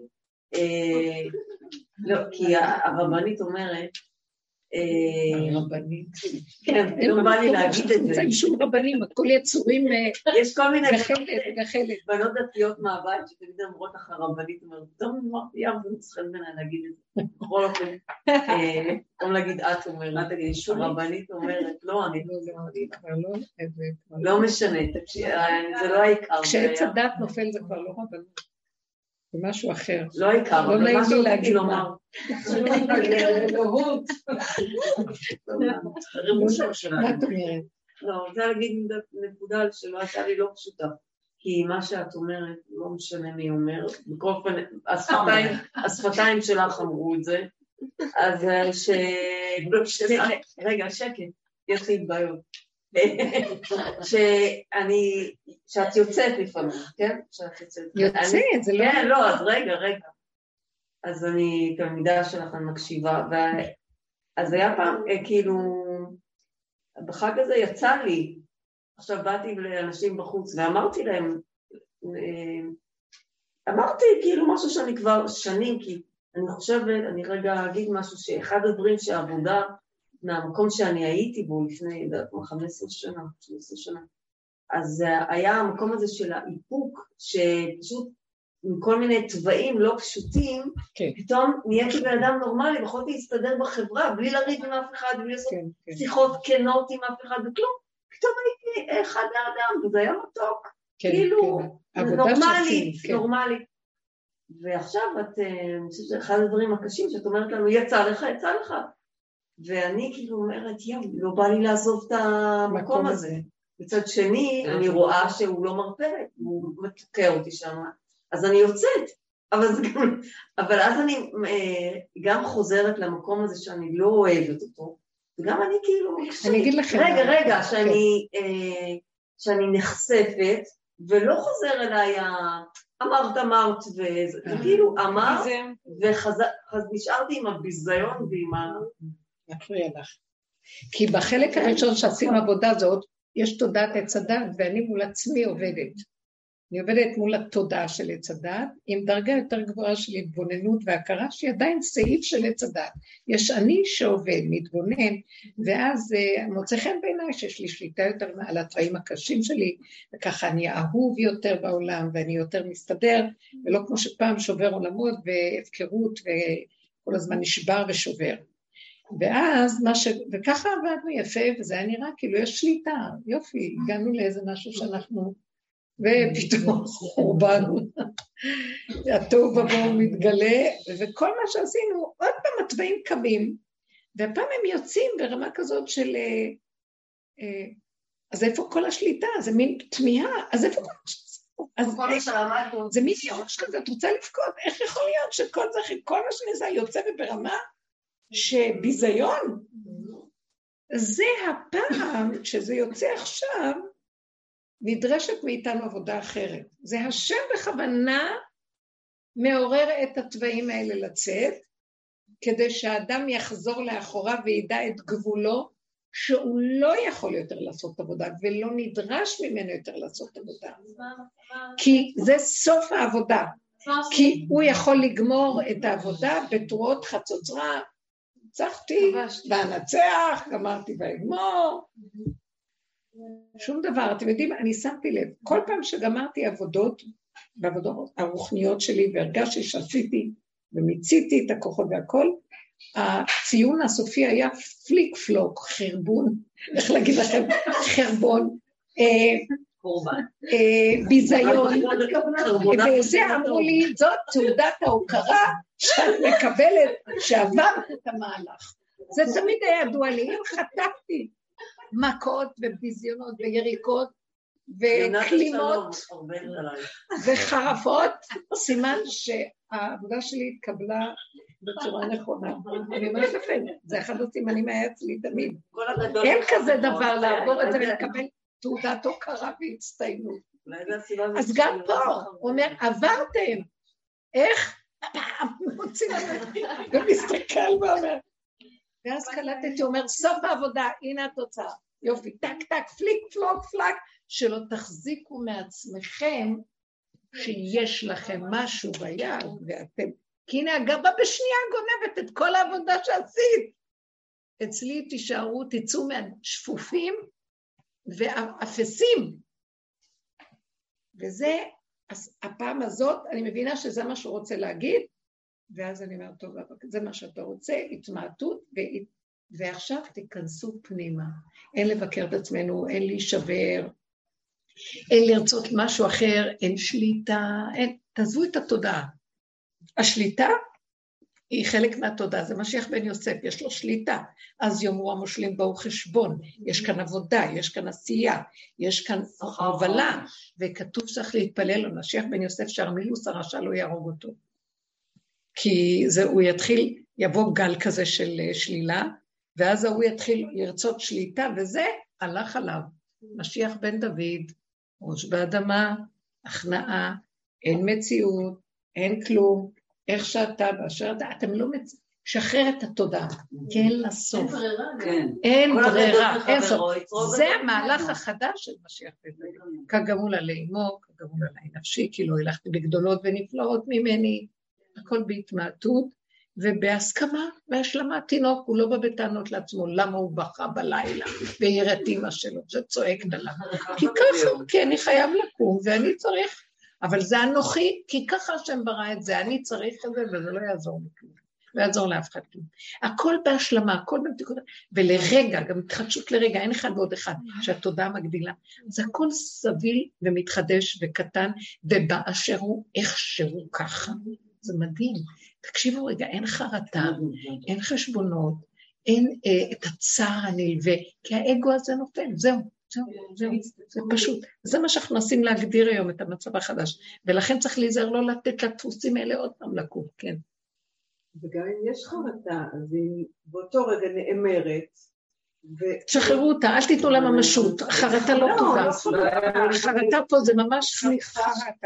לא, כי הרבנית אומרת, רבנית. כן, לא בא לי להגיד את זה. אין שום רבנים, הכל יצורים יש כל מיני גחלת. בנות דתיות מהבית שתמיד אמרות לך הרבנית, אומרת, טוב, אמרתי, ים, זה מצחן ממנה להגיד את זה. בכל אופן, לא להגיד את אומרת, מה תגידי, הרבנית אומרת, לא, אני לא משנה, זה לא העיקר. כשעץ הדת נופל זה כבר לא רבנות. זה משהו אחר. לא העיקר, לא נעים לי להגיד מה. אלוהות. מה את אומרת? לא, אני רוצה להגיד נקודה שלא הייתה לי לא פשוטה, כי מה שאת אומרת, לא משנה מי אומר, בכל אופן, השפתיים שלך אמרו את זה, אז ש... רגע, שקט, יש לי בעיות. שאני, שאת יוצאת לפעמים, כן? שאת יוצאת. יוצאת, זה לא... כן, לא, אז רגע, רגע. אז אני, תלמידה שלך, אני מקשיבה, אז היה פעם, כאילו, בחג הזה יצא לי, עכשיו באתי לאנשים בחוץ, ואמרתי להם, אמרתי כאילו משהו שאני כבר שנים, כי אני חושבת, אני רגע אגיד משהו, שאחד הדברים שהעבודה, מהמקום שאני הייתי בו לפני, חמש עשרה שנה, שלוש עשרה שנה, אז היה המקום הזה של האיפוק, שפשוט עם כל מיני טבעים לא פשוטים, כן. פתאום נהייתי בן אדם נורמלי, יכולתי להסתדר בחברה, בלי לריב עם אף אחד, בלי לעשות כן, כן. שיחות כנות עם אף אחד, וכלום, פתאום הייתי אחד לאדם, וזה היה מתוק, כן, כאילו כן. נורמלית, כן. נורמלית. ועכשיו את, אני חושבת שאחד הדברים הקשים, שאת אומרת לנו, יצא לך, יצא לך. ואני כאילו אומרת, יאו, לא בא לי לעזוב את המקום הזה. מצד שני, אני רואה שהוא לא מרפא, הוא מתוקע אותי שם, אז אני יוצאת. אבל, גם, אבל אז אני גם חוזרת למקום הזה שאני לא אוהבת אותו, וגם אני כאילו... אני אגיד לכם... רגע, רגע, שאני, שאני נחשפת, ולא חוזר אליי, אמרת, אמרת, וכאילו אמרת, ונשארתי עם הביזיון ועם ה... נפריע לך. כי בחלק הראשון שעשינו עבודה הזאת, יש תודעת עץ הדת, ואני מול עצמי עובדת. אני עובדת מול התודעה של עץ הדת, עם דרגה יותר גבוהה של התבוננות והכרה, שהיא עדיין סעיף של עץ הדת. יש אני שעובד, מתבונן, ואז uh, מוצא חן בעיניי שיש לי שליטה יותר על הטבעים הקשים שלי, וככה אני אהוב יותר בעולם, ואני יותר מסתדר, ולא כמו שפעם שובר עולמות והפקרות, וכל הזמן נשבר ושובר. ואז מה ש... וככה עבדנו יפה, וזה היה נראה כאילו יש שליטה, יופי, הגענו לאיזה משהו שאנחנו, ופתאום חורבנו, הטוב בבוא מתגלה, וכל מה שעשינו, עוד פעם הטבעים קמים, והפעם הם יוצאים ברמה כזאת של, אז איפה כל השליטה? זה מין תמיהה, אז איפה כל השליטה? זה מין יורש כזה, את רוצה לפקוד, איך יכול להיות שכל זה, כל מה שנעשה יוצא וברמה, שביזיון, זה הפעם שזה יוצא עכשיו, נדרשת מאיתנו עבודה אחרת. זה השם בכוונה מעורר את הטבעים האלה לצאת, כדי שהאדם יחזור לאחורה וידע את גבולו, שהוא לא יכול יותר לעשות עבודה, ולא נדרש ממנו יותר לעשות עבודה. כי זה סוף העבודה. כי הוא יכול לגמור את העבודה בתרועות חצוצרה, צחתי, ואנצח, גמרתי ואגמור. שום דבר, אתם יודעים, אני שמתי לב, כל פעם שגמרתי עבודות, בעבודות הרוחניות שלי, והרגשתי שעשיתי ומיציתי את הכוחות והכל, הציון הסופי היה פליק פלוק, חרבון, איך להגיד לכם, חרבון, ביזיון, וזה אמרו לי, זאת תעודת ההוקרה שאת מקבלת שעברת את המהלך. זה תמיד היה ידוע לי, אם חטפתי מכות וביזיונות ויריקות וכלימות וחרפות, סימן שהעבודה שלי התקבלה בצורה נכונה. אני אומרת לכם, זה אחד הסימנים היה אצלי תמיד. אין כזה דבר לעבור את זה ולקבל תעודת הוקרה והצטיינות. אז גם פה, הוא אומר, עברתם, איך? מוצאים ומסתכל ואומר, ואז קלטתי, אומר, סוף העבודה, הנה התוצאה, יופי, טק טק, פליק פלוק פלק, שלא תחזיקו מעצמכם שיש לכם משהו ביד, ואתם, כי הנה הגבה בשנייה גונבת את כל העבודה שעשית. אצלי תישארו, תצאו מהשפופים ואפסים. וזה, הפעם הזאת, אני מבינה שזה מה שהוא רוצה להגיד, ואז אני אומרת, טוב, זה מה שאתה רוצה, התמעטות, ועכשיו תיכנסו פנימה. אין לבקר את עצמנו, אין להישבר, אין לרצות משהו אחר, אין שליטה, אין, תעזבו את התודעה. השליטה היא חלק מהתודעה, זה משיח בן יוסף, יש לו שליטה, אז יאמרו המושלים באו חשבון, יש כאן עבודה, יש כאן עשייה, יש כאן הובלה, וכתוב שצריך להתפלל על משיח בן יוסף שהרמילוס הרשע לא יהרוג אותו, כי זה, הוא יתחיל, יבוא גל כזה של שלילה, ואז הוא יתחיל לרצות שליטה, וזה הלך עליו, משיח בן דוד, ראש באדמה, הכנעה, אין מציאות, אין כלום, איך שאתה, באשר אתה, אתם לא מצ... שחרר את התודעה, כן לסוף. אין ברירה. אין ברירה, אין סוף. זה המהלך החדש של משיח בן דוד. כגמול עלי אמו, כגמול עלי נפשי, כי לא הלכתי בגדולות ונפלאות ממני, הכל בהתמעטות, ובהסכמה, בהשלמה, תינוק, הוא לא בא בטענות לעצמו, למה הוא בכה בלילה, ויראת אמא שלו, זה צועק דלה. כי ככה, כי אני חייב לקום, ואני צריך, אבל זה אנוכי, כי ככה השם ברא את זה, אני צריך את זה, וזה לא יעזור לי כלום, לא יעזור לאף אחד כלום. הכל בהשלמה, הכל במתיקות, ולרגע, גם התחדשות לרגע, אין אחד ועוד אחד, שהתודעה מגדילה. זה הכל סביל ומתחדש וקטן, ובאשר הוא איכשהו ככה. זה מדהים. תקשיבו רגע, אין חרטה, אין חשבונות, אין אה, את הצער הנלווה, כי האגו הזה נופל, זהו, זהו, זהו, זה פשוט. זה מה שאנחנו נסים להגדיר היום את המצב החדש, ולכן צריך להיזהר לא לתת לתפוסים האלה עוד פעם לקום, כן. וגם אם יש חרטה, אז היא באותו רגע נאמרת, שחררו אותה, אל תיתנו לה ממשות, החרטה לא טובה. החרטה פה זה ממש סליחה.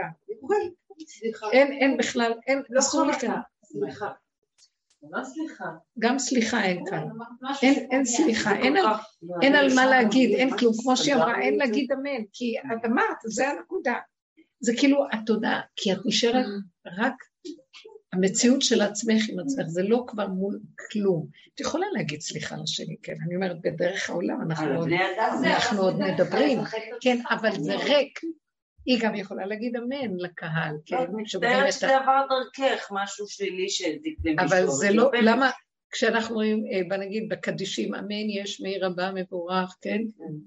אין, אין בכלל, אין, אסור לכם. סליחה. מה סליחה? גם סליחה אין כאן. אין סליחה, אין על מה להגיד, אין כלום. כמו שהיא אמרה, אין להגיד אמן, כי את אמרת, זה הנקודה. זה כאילו התודעה, כי את נשארת רק המציאות של עצמך עם עצמך, זה לא כבר מול כלום. את יכולה להגיד סליחה לשני, כן, אני אומרת, בדרך העולם אנחנו עוד מדברים, כן, אבל זה ריק. היא גם יכולה להגיד אמן לקהל, כן. דרך שעבר דרכך, משהו שלי שהזיק למישהו. אבל זה לא, למה, כשאנחנו רואים, בוא נגיד, בקדישים, אמן יש מי רבה מבורך, כן?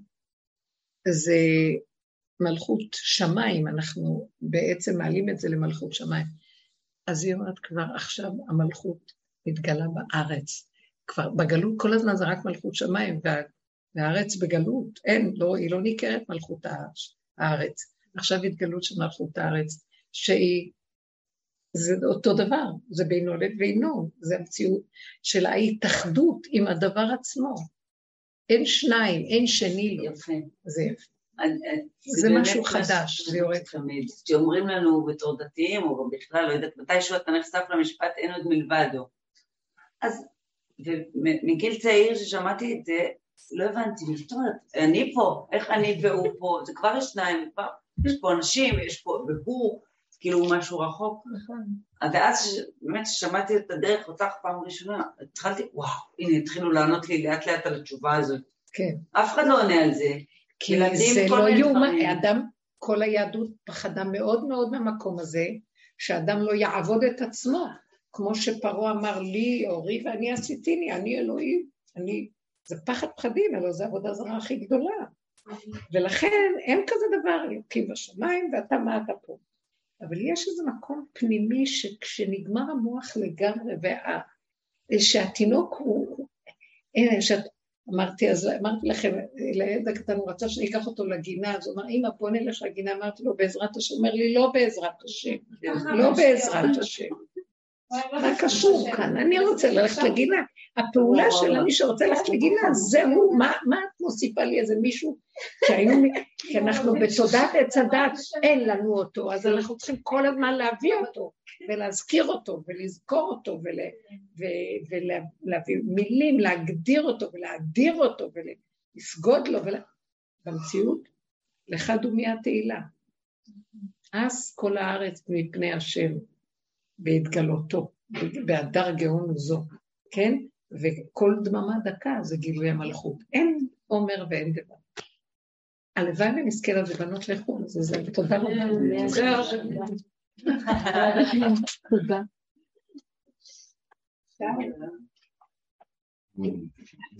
זה מלכות שמיים, אנחנו בעצם מעלים את זה למלכות שמיים. אז היא אומרת כבר, עכשיו המלכות מתגלה בארץ. כבר בגלות כל הזמן זה רק מלכות שמיים, והארץ בגלות, אין, לא, היא לא ניכרת מלכות הארץ. עכשיו התגלות של מלכות הארץ, שהיא, זה אותו דבר, זה בינו לבינו, זה המציאות של ההתאחדות עם הדבר עצמו. אין שניים, אין שני לו. יפה. זה יפה. זה משהו חדש, זה יורד תמיד. שאומרים לנו בתור דתיים, או בכלל, לא יודעת, מתישהו אתה נחשף למשפט, אין עוד מלבדו. אז, ומגיל צעיר ששמעתי את זה, לא הבנתי, זאת אומרת, אני פה, איך אני והוא פה, זה כבר יש שניים, כבר יש פה אנשים, יש פה, והוא, כאילו משהו רחוק. ואז באמת ששמעתי את הדרך, אותך פעם ראשונה, התחלתי, וואו, הנה, התחילו לענות לי לאט לאט על התשובה הזאת. כן. אף אחד לא עונה על זה. כי זה לא יאומן, האדם, כל היהדות פחדה מאוד מאוד מהמקום הזה, שהאדם לא יעבוד את עצמו, כמו שפרעה אמר לי, אורי, ואני עשיתיני, אני אלוהים, אני, זה פחד פחדים, אלא זה עבודה זרה הכי גדולה. ולכן אין כזה דבר, אלוקים בשמיים, ואתה מה אתה פה. אבל יש איזה מקום פנימי, שכשנגמר המוח לגמרי, וה, שהתינוק הוא, אין, שאת, אמרתי, אז אמרתי לכם, לילד הקטן, הוא רצה שאני אקח אותו לגינה, אז הוא אמר, אמא, בוא נלך לגינה, אמרתי לו, בעזרת השם, הוא אומר לי, לא בעזרת השם, לא בעזרת השם. מה קשור כאן? אני רוצה ללכת לגינה. הפעולה של מי שרוצה ללכת לגינה, זהו, מה את מוסיפה לי איזה מישהו? כי אנחנו בתודעת עץ הדת, אין לנו אותו, אז אנחנו צריכים כל הזמן להביא אותו, ולהזכיר אותו, ולזכור אותו, ולהביא מילים, להגדיר אותו, ולהגדיר אותו, ולסגוד לו, במציאות, לך דומי התהילה. אז כל הארץ מפני השם, בהתגלותו, בהדר גאון זו, כן? וכל דממה דקה זה גילוי המלכות. אין עומר ואין דבר. הלוואי ונזכה לבנות לחול, זה זה, תודה רבה. תודה.